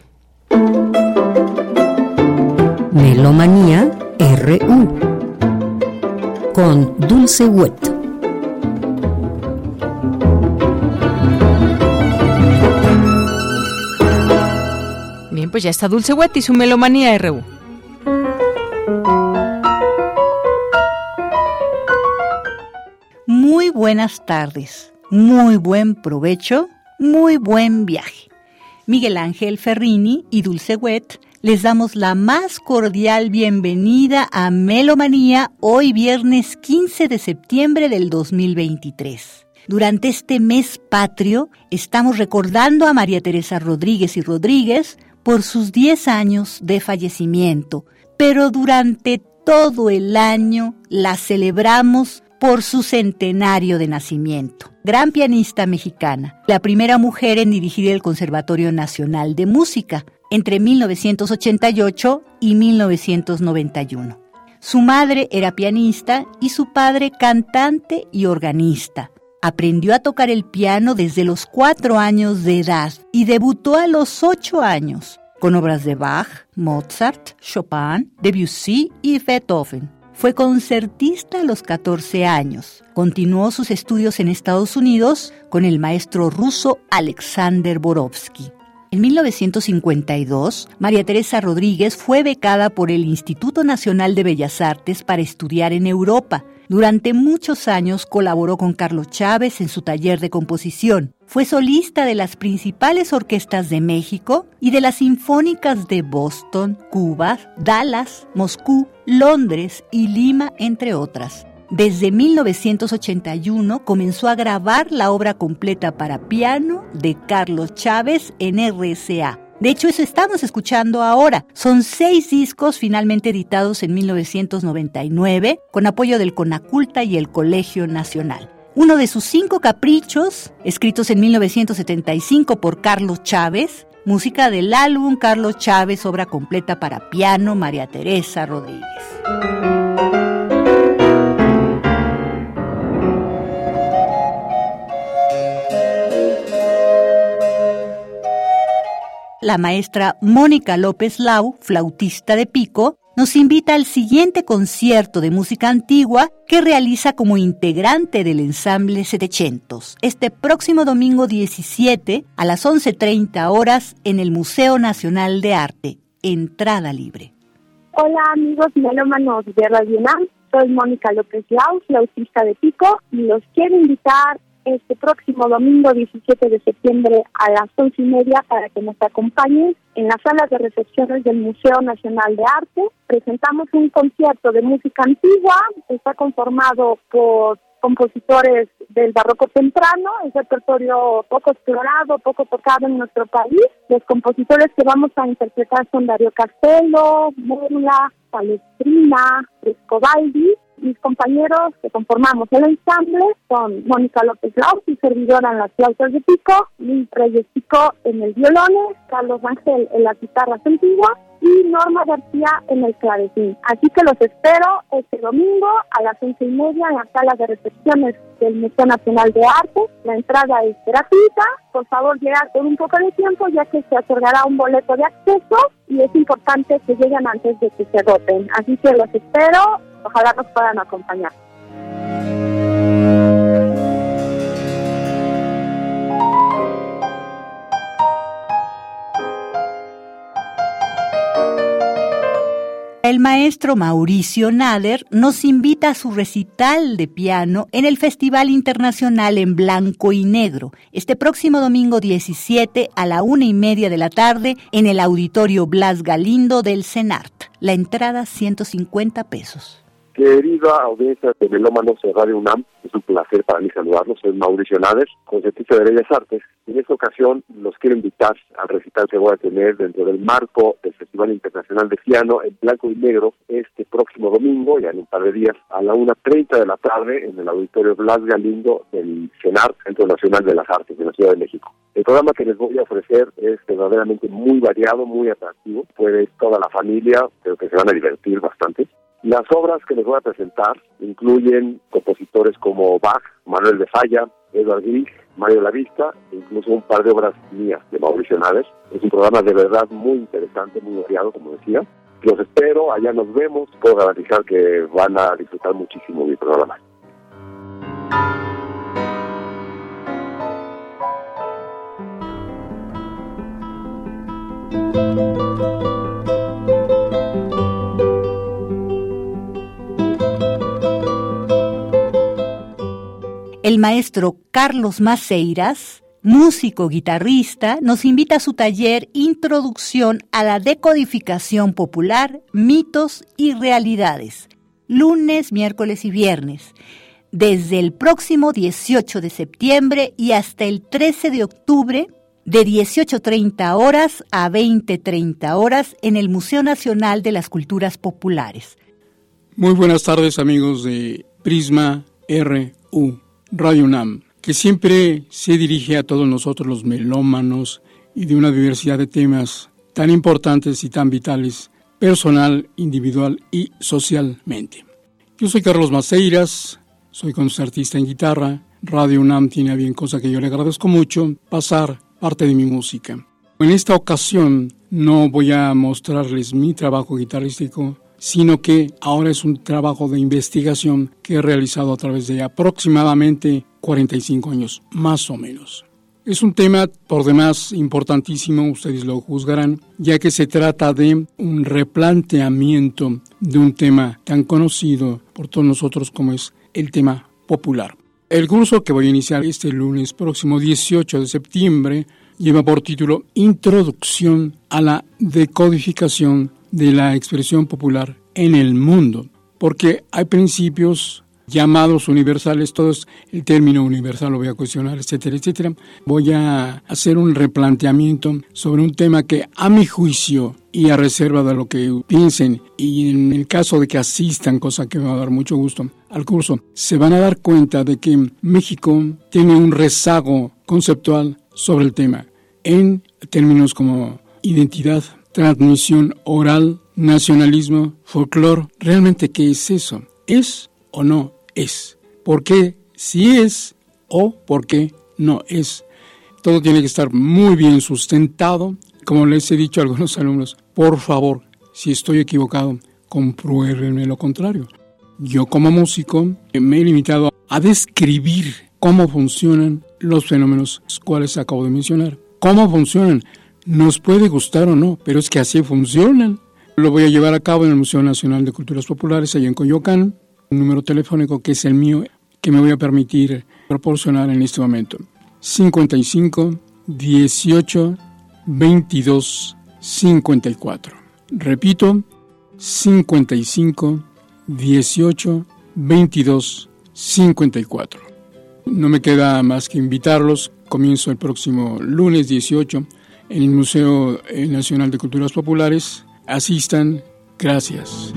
Melomanía R U con Dulce Wet. Bien, pues ya está Dulce Wet y su Melomanía R U. Muy buenas tardes, muy buen provecho, muy buen viaje. Miguel Ángel Ferrini y Dulce Wet les damos la más cordial bienvenida a Melomanía hoy viernes quince de septiembre del dos mil veintitrés. Durante este mes patrio estamos recordando a María Teresa Rodríguez y Rodríguez por sus diez años de fallecimiento, pero durante todo el año la celebramos por su centenario de nacimiento. Gran pianista mexicana, la primera mujer en dirigir el Conservatorio Nacional de Música entre mil novecientos ochenta y ocho y mil novecientos noventa y uno. Su madre era pianista y su padre cantante y organista. Aprendió a tocar el piano desde los cuatro años de edad y debutó a los ocho años con obras de Bach, Mozart, Chopin, Debussy y Beethoven. Fue concertista a los catorce años. Continuó sus estudios en Estados Unidos con el maestro ruso Alexander Borovsky. En mil novecientos cincuenta y dos, María Teresa Rodríguez fue becada por el Instituto Nacional de Bellas Artes para estudiar en Europa. Durante muchos años colaboró con Carlos Chávez en su taller de composición. Fue solista de las principales orquestas de México y de las sinfónicas de Boston, Cuba, Dallas, Moscú, Londres y Lima, entre otras. Desde mil novecientos ochenta y uno comenzó a grabar la obra completa para piano de Carlos Chávez en R C A. De hecho, eso estamos escuchando ahora. Son seis discos finalmente editados en mil novecientos noventa y nueve con apoyo del Conaculta y el Colegio Nacional. Uno de sus cinco caprichos, escritos en mil novecientos setenta y cinco por Carlos Chávez, música del álbum Carlos Chávez, obra completa para piano, María Teresa Rodríguez. La maestra Mónica López Lau, flautista de pico, nos invita al siguiente concierto de música antigua que realiza como integrante del ensamble setecientos, este próximo domingo diecisiete a las once treinta horas en el Museo Nacional de Arte. Entrada libre. Hola amigos melómanos de Radio UNAM, soy Mónica López Lau, flautista de pico, y los quiero invitar este próximo domingo diecisiete de septiembre a las once y media para que nos acompañen en las salas de recepciones del Museo Nacional de Arte. Presentamos un concierto de música antigua, está conformado por compositores del barroco temprano, es repertorio poco explorado, poco tocado en nuestro país. Los compositores que vamos a interpretar son Dario Castello, Mérula, Palestrina, Frescobaldi. Mis compañeros que conformamos el ensamble son Mónica López Lau, su servidora en las flautas de pico, Luis Reyes Pico en el violones, Carlos Ángel en las guitarras antiguas y Norma García en el clavecín. Así que los espero este domingo a las once y media en la sala de recepciones del Museo Nacional de Arte. La entrada es gratuita. Por favor, llegar con un poco de tiempo ya que se otorgará un boleto de acceso y es importante que lleguen antes de que se agoten. Así que los espero. Ojalá nos puedan acompañar. El maestro Mauricio Nader nos invita a su recital de piano en el Festival Internacional en Blanco y Negro, este próximo domingo diecisiete a la una y media de la tarde en el Auditorio Blas Galindo del CENART. La entrada ciento cincuenta pesos. Querida audiencia de Melómanos de Radio UNAM, es un placer para mí saludarlos. Soy Mauricio Nader, concertista de Bellas Artes. En esta ocasión los quiero invitar al recital que voy a tener dentro del marco del Festival Internacional de Piano en Blanco y Negro este próximo domingo, ya en un par de días, a la una treinta de la tarde en el Auditorio Blas Galindo del CENART, Centro Nacional de las Artes de la Ciudad de México. El programa que les voy a ofrecer es verdaderamente muy variado, muy atractivo. Puede toda la familia, creo que se van a divertir bastante. Las obras que les voy a presentar incluyen compositores como Bach, Manuel de Falla, Edvard Grieg, Mario Lavista, e incluso un par de obras mías de Mauricio Nader. Es un programa de verdad muy interesante, muy variado, como decía. Los espero, allá nos vemos. Puedo garantizar que van a disfrutar muchísimo mi programa. El maestro Carlos Maceiras, músico guitarrista, nos invita a su taller Introducción a la Decodificación Popular, Mitos y Realidades, lunes, miércoles y viernes, desde el próximo dieciocho de septiembre y hasta el trece de octubre, de dieciocho treinta horas a veinte treinta horas en el Museo Nacional de las Culturas Populares. Muy buenas tardes, amigos de Prisma R U. Radio UNAM, que siempre se dirige a todos nosotros los melómanos y de una diversidad de temas tan importantes y tan vitales, personal, individual y socialmente. Yo soy Carlos Maceiras, soy concertista en guitarra. Radio UNAM tiene a bien, cosa que yo le agradezco mucho, pasar parte de mi música. En esta ocasión no voy a mostrarles mi trabajo guitarrístico, sino que ahora es un trabajo de investigación que he realizado a través de aproximadamente cuarenta y cinco años, más o menos. Es un tema por demás importantísimo, ustedes lo juzgarán, ya que se trata de un replanteamiento de un tema tan conocido por todos nosotros como es el tema popular. El curso que voy a iniciar este lunes próximo dieciocho de septiembre lleva por título Introducción a la Decodificación de la Expresión Popular en el Mundo, porque hay principios llamados universales, todos el término universal lo voy a cuestionar, etcétera, etcétera. Voy a hacer un replanteamiento sobre un tema que a mi juicio y a reserva de lo que piensen y en el caso de que asistan, cosa que me va a dar mucho gusto al curso, se van a dar cuenta de que México tiene un rezago conceptual sobre el tema en términos como identidad, transmisión oral, nacionalismo, folclore. ¿Realmente qué es eso? ¿Es o no es? ¿Por qué sí es o por qué no es? Todo tiene que estar muy bien sustentado. Como les he dicho a algunos alumnos, por favor, si estoy equivocado, compruébenme lo contrario. Yo como músico me he limitado a describir cómo funcionan los fenómenos cuales acabo de mencionar. ¿Cómo funcionan? Nos puede gustar o no, pero es que así funcionan. Lo voy a llevar a cabo en el Museo Nacional de Culturas Populares, allá en Coyoacán. Un número telefónico que es el mío, que me voy a permitir proporcionar en este momento. cincuenta y cinco, dieciocho, veintidós, cincuenta y cuatro. Repito, cincuenta y cinco, dieciocho, veintidós, cincuenta y cuatro. No me queda más que invitarlos. Comienzo el próximo lunes dieciocho en el Museo Nacional de Culturas Populares. Asistan. Gracias.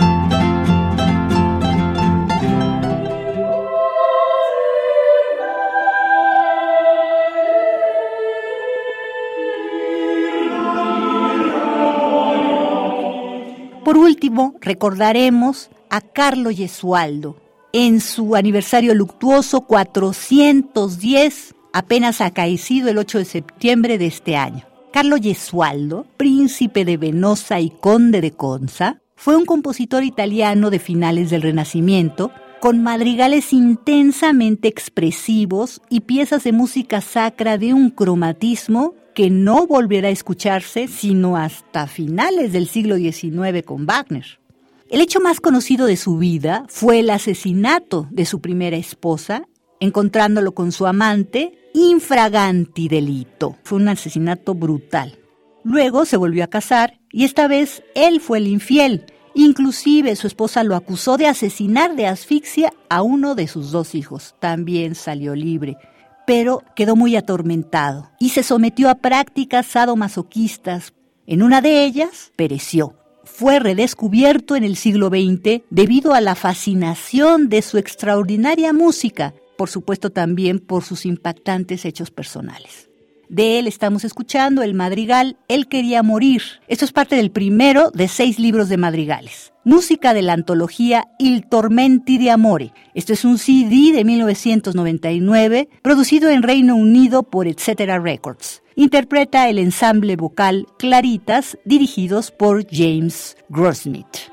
Por último, recordaremos a Carlo Gesualdo en su aniversario luctuoso cuatrocientos diez, apenas acaecido el ocho de septiembre de este año. Carlo Gesualdo, príncipe de Venosa y conde de Conza, fue un compositor italiano de finales del Renacimiento, con madrigales intensamente expresivos y piezas de música sacra de un cromatismo que no volverá a escucharse sino hasta finales del siglo diecinueve con Wagner. El hecho más conocido de su vida fue el asesinato de su primera esposa, encontrándolo con su amante infraganti delito. Fue un asesinato brutal. Luego se volvió a casar y esta vez él fue el infiel. Inclusive su esposa lo acusó de asesinar de asfixia a uno de sus dos hijos. También salió libre, pero quedó muy atormentado y se sometió a prácticas sadomasoquistas. En una de ellas pereció. Fue redescubierto en el siglo veinte debido a la fascinación de su extraordinaria música, por supuesto también por sus impactantes hechos personales. De él estamos escuchando el madrigal Él quería morir. Esto es parte del primero de seis libros de madrigales. Música de la antología Il tormenti di amore. Esto es un C D de mil novecientos noventa y nueve, producido en Reino Unido por Etc. Records. Interpreta el ensamble vocal Claritas, dirigidos por James Grossmith.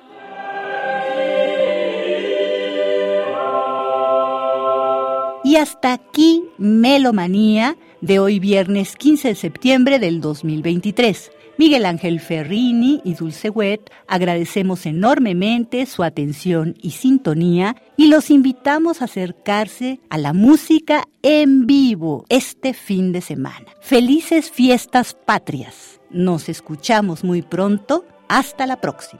Y hasta aquí Melomanía de hoy viernes quince de septiembre del dos mil veintitrés. Miguel Ángel Ferrini y Dulce Wet agradecemos enormemente su atención y sintonía y los invitamos a acercarse a la música en vivo este fin de semana. Felices fiestas patrias. Nos escuchamos muy pronto. Hasta la próxima.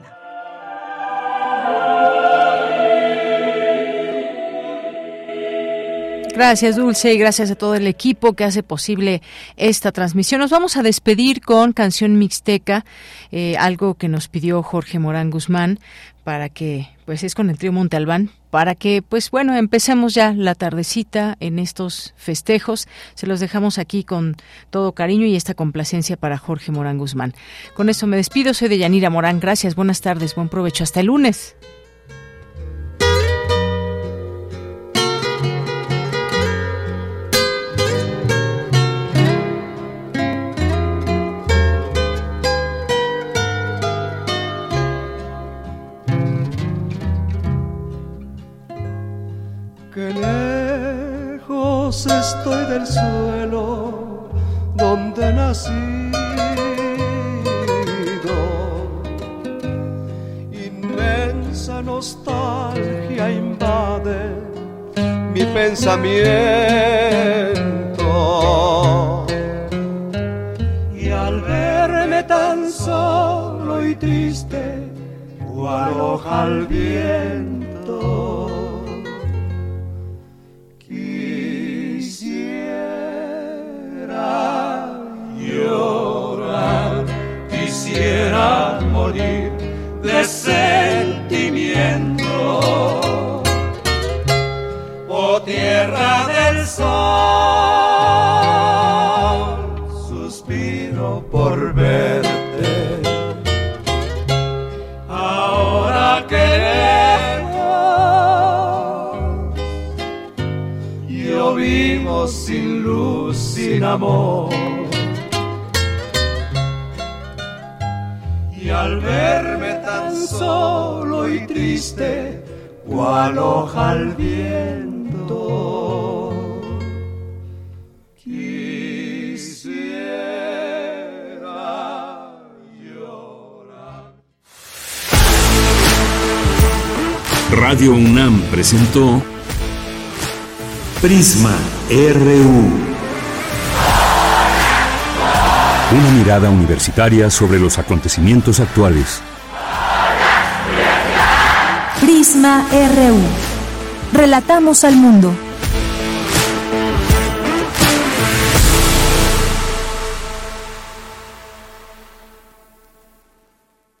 Gracias, Dulce, y gracias a todo el equipo que hace posible esta transmisión. Nos vamos a despedir con Canción Mixteca, eh, algo que nos pidió Jorge Morán Guzmán, para que, pues es con el trío Monte Albán, para que, pues bueno, empecemos ya la tardecita en estos festejos. Se los dejamos aquí con todo cariño y esta complacencia para Jorge Morán Guzmán. Con eso me despido, soy Deyanira Morán. Gracias, buenas tardes, buen provecho. Hasta el lunes. Qué lejos estoy del suelo donde nacido, inmensa nostalgia invade mi pensamiento, y al verme tan solo y triste, cual hoja al viento, llorar, quisiera morir de sentimiento. Oh tierra del sol, suspiro por verte. Ahora que yo vivo sin luz, sin amor. Y al verme tan solo y triste, cual hoja al viento, quisiera llorar. Radio UNAM presentó Prisma R U. Una mirada universitaria sobre los acontecimientos actuales. Prisma R U. Relatamos al mundo.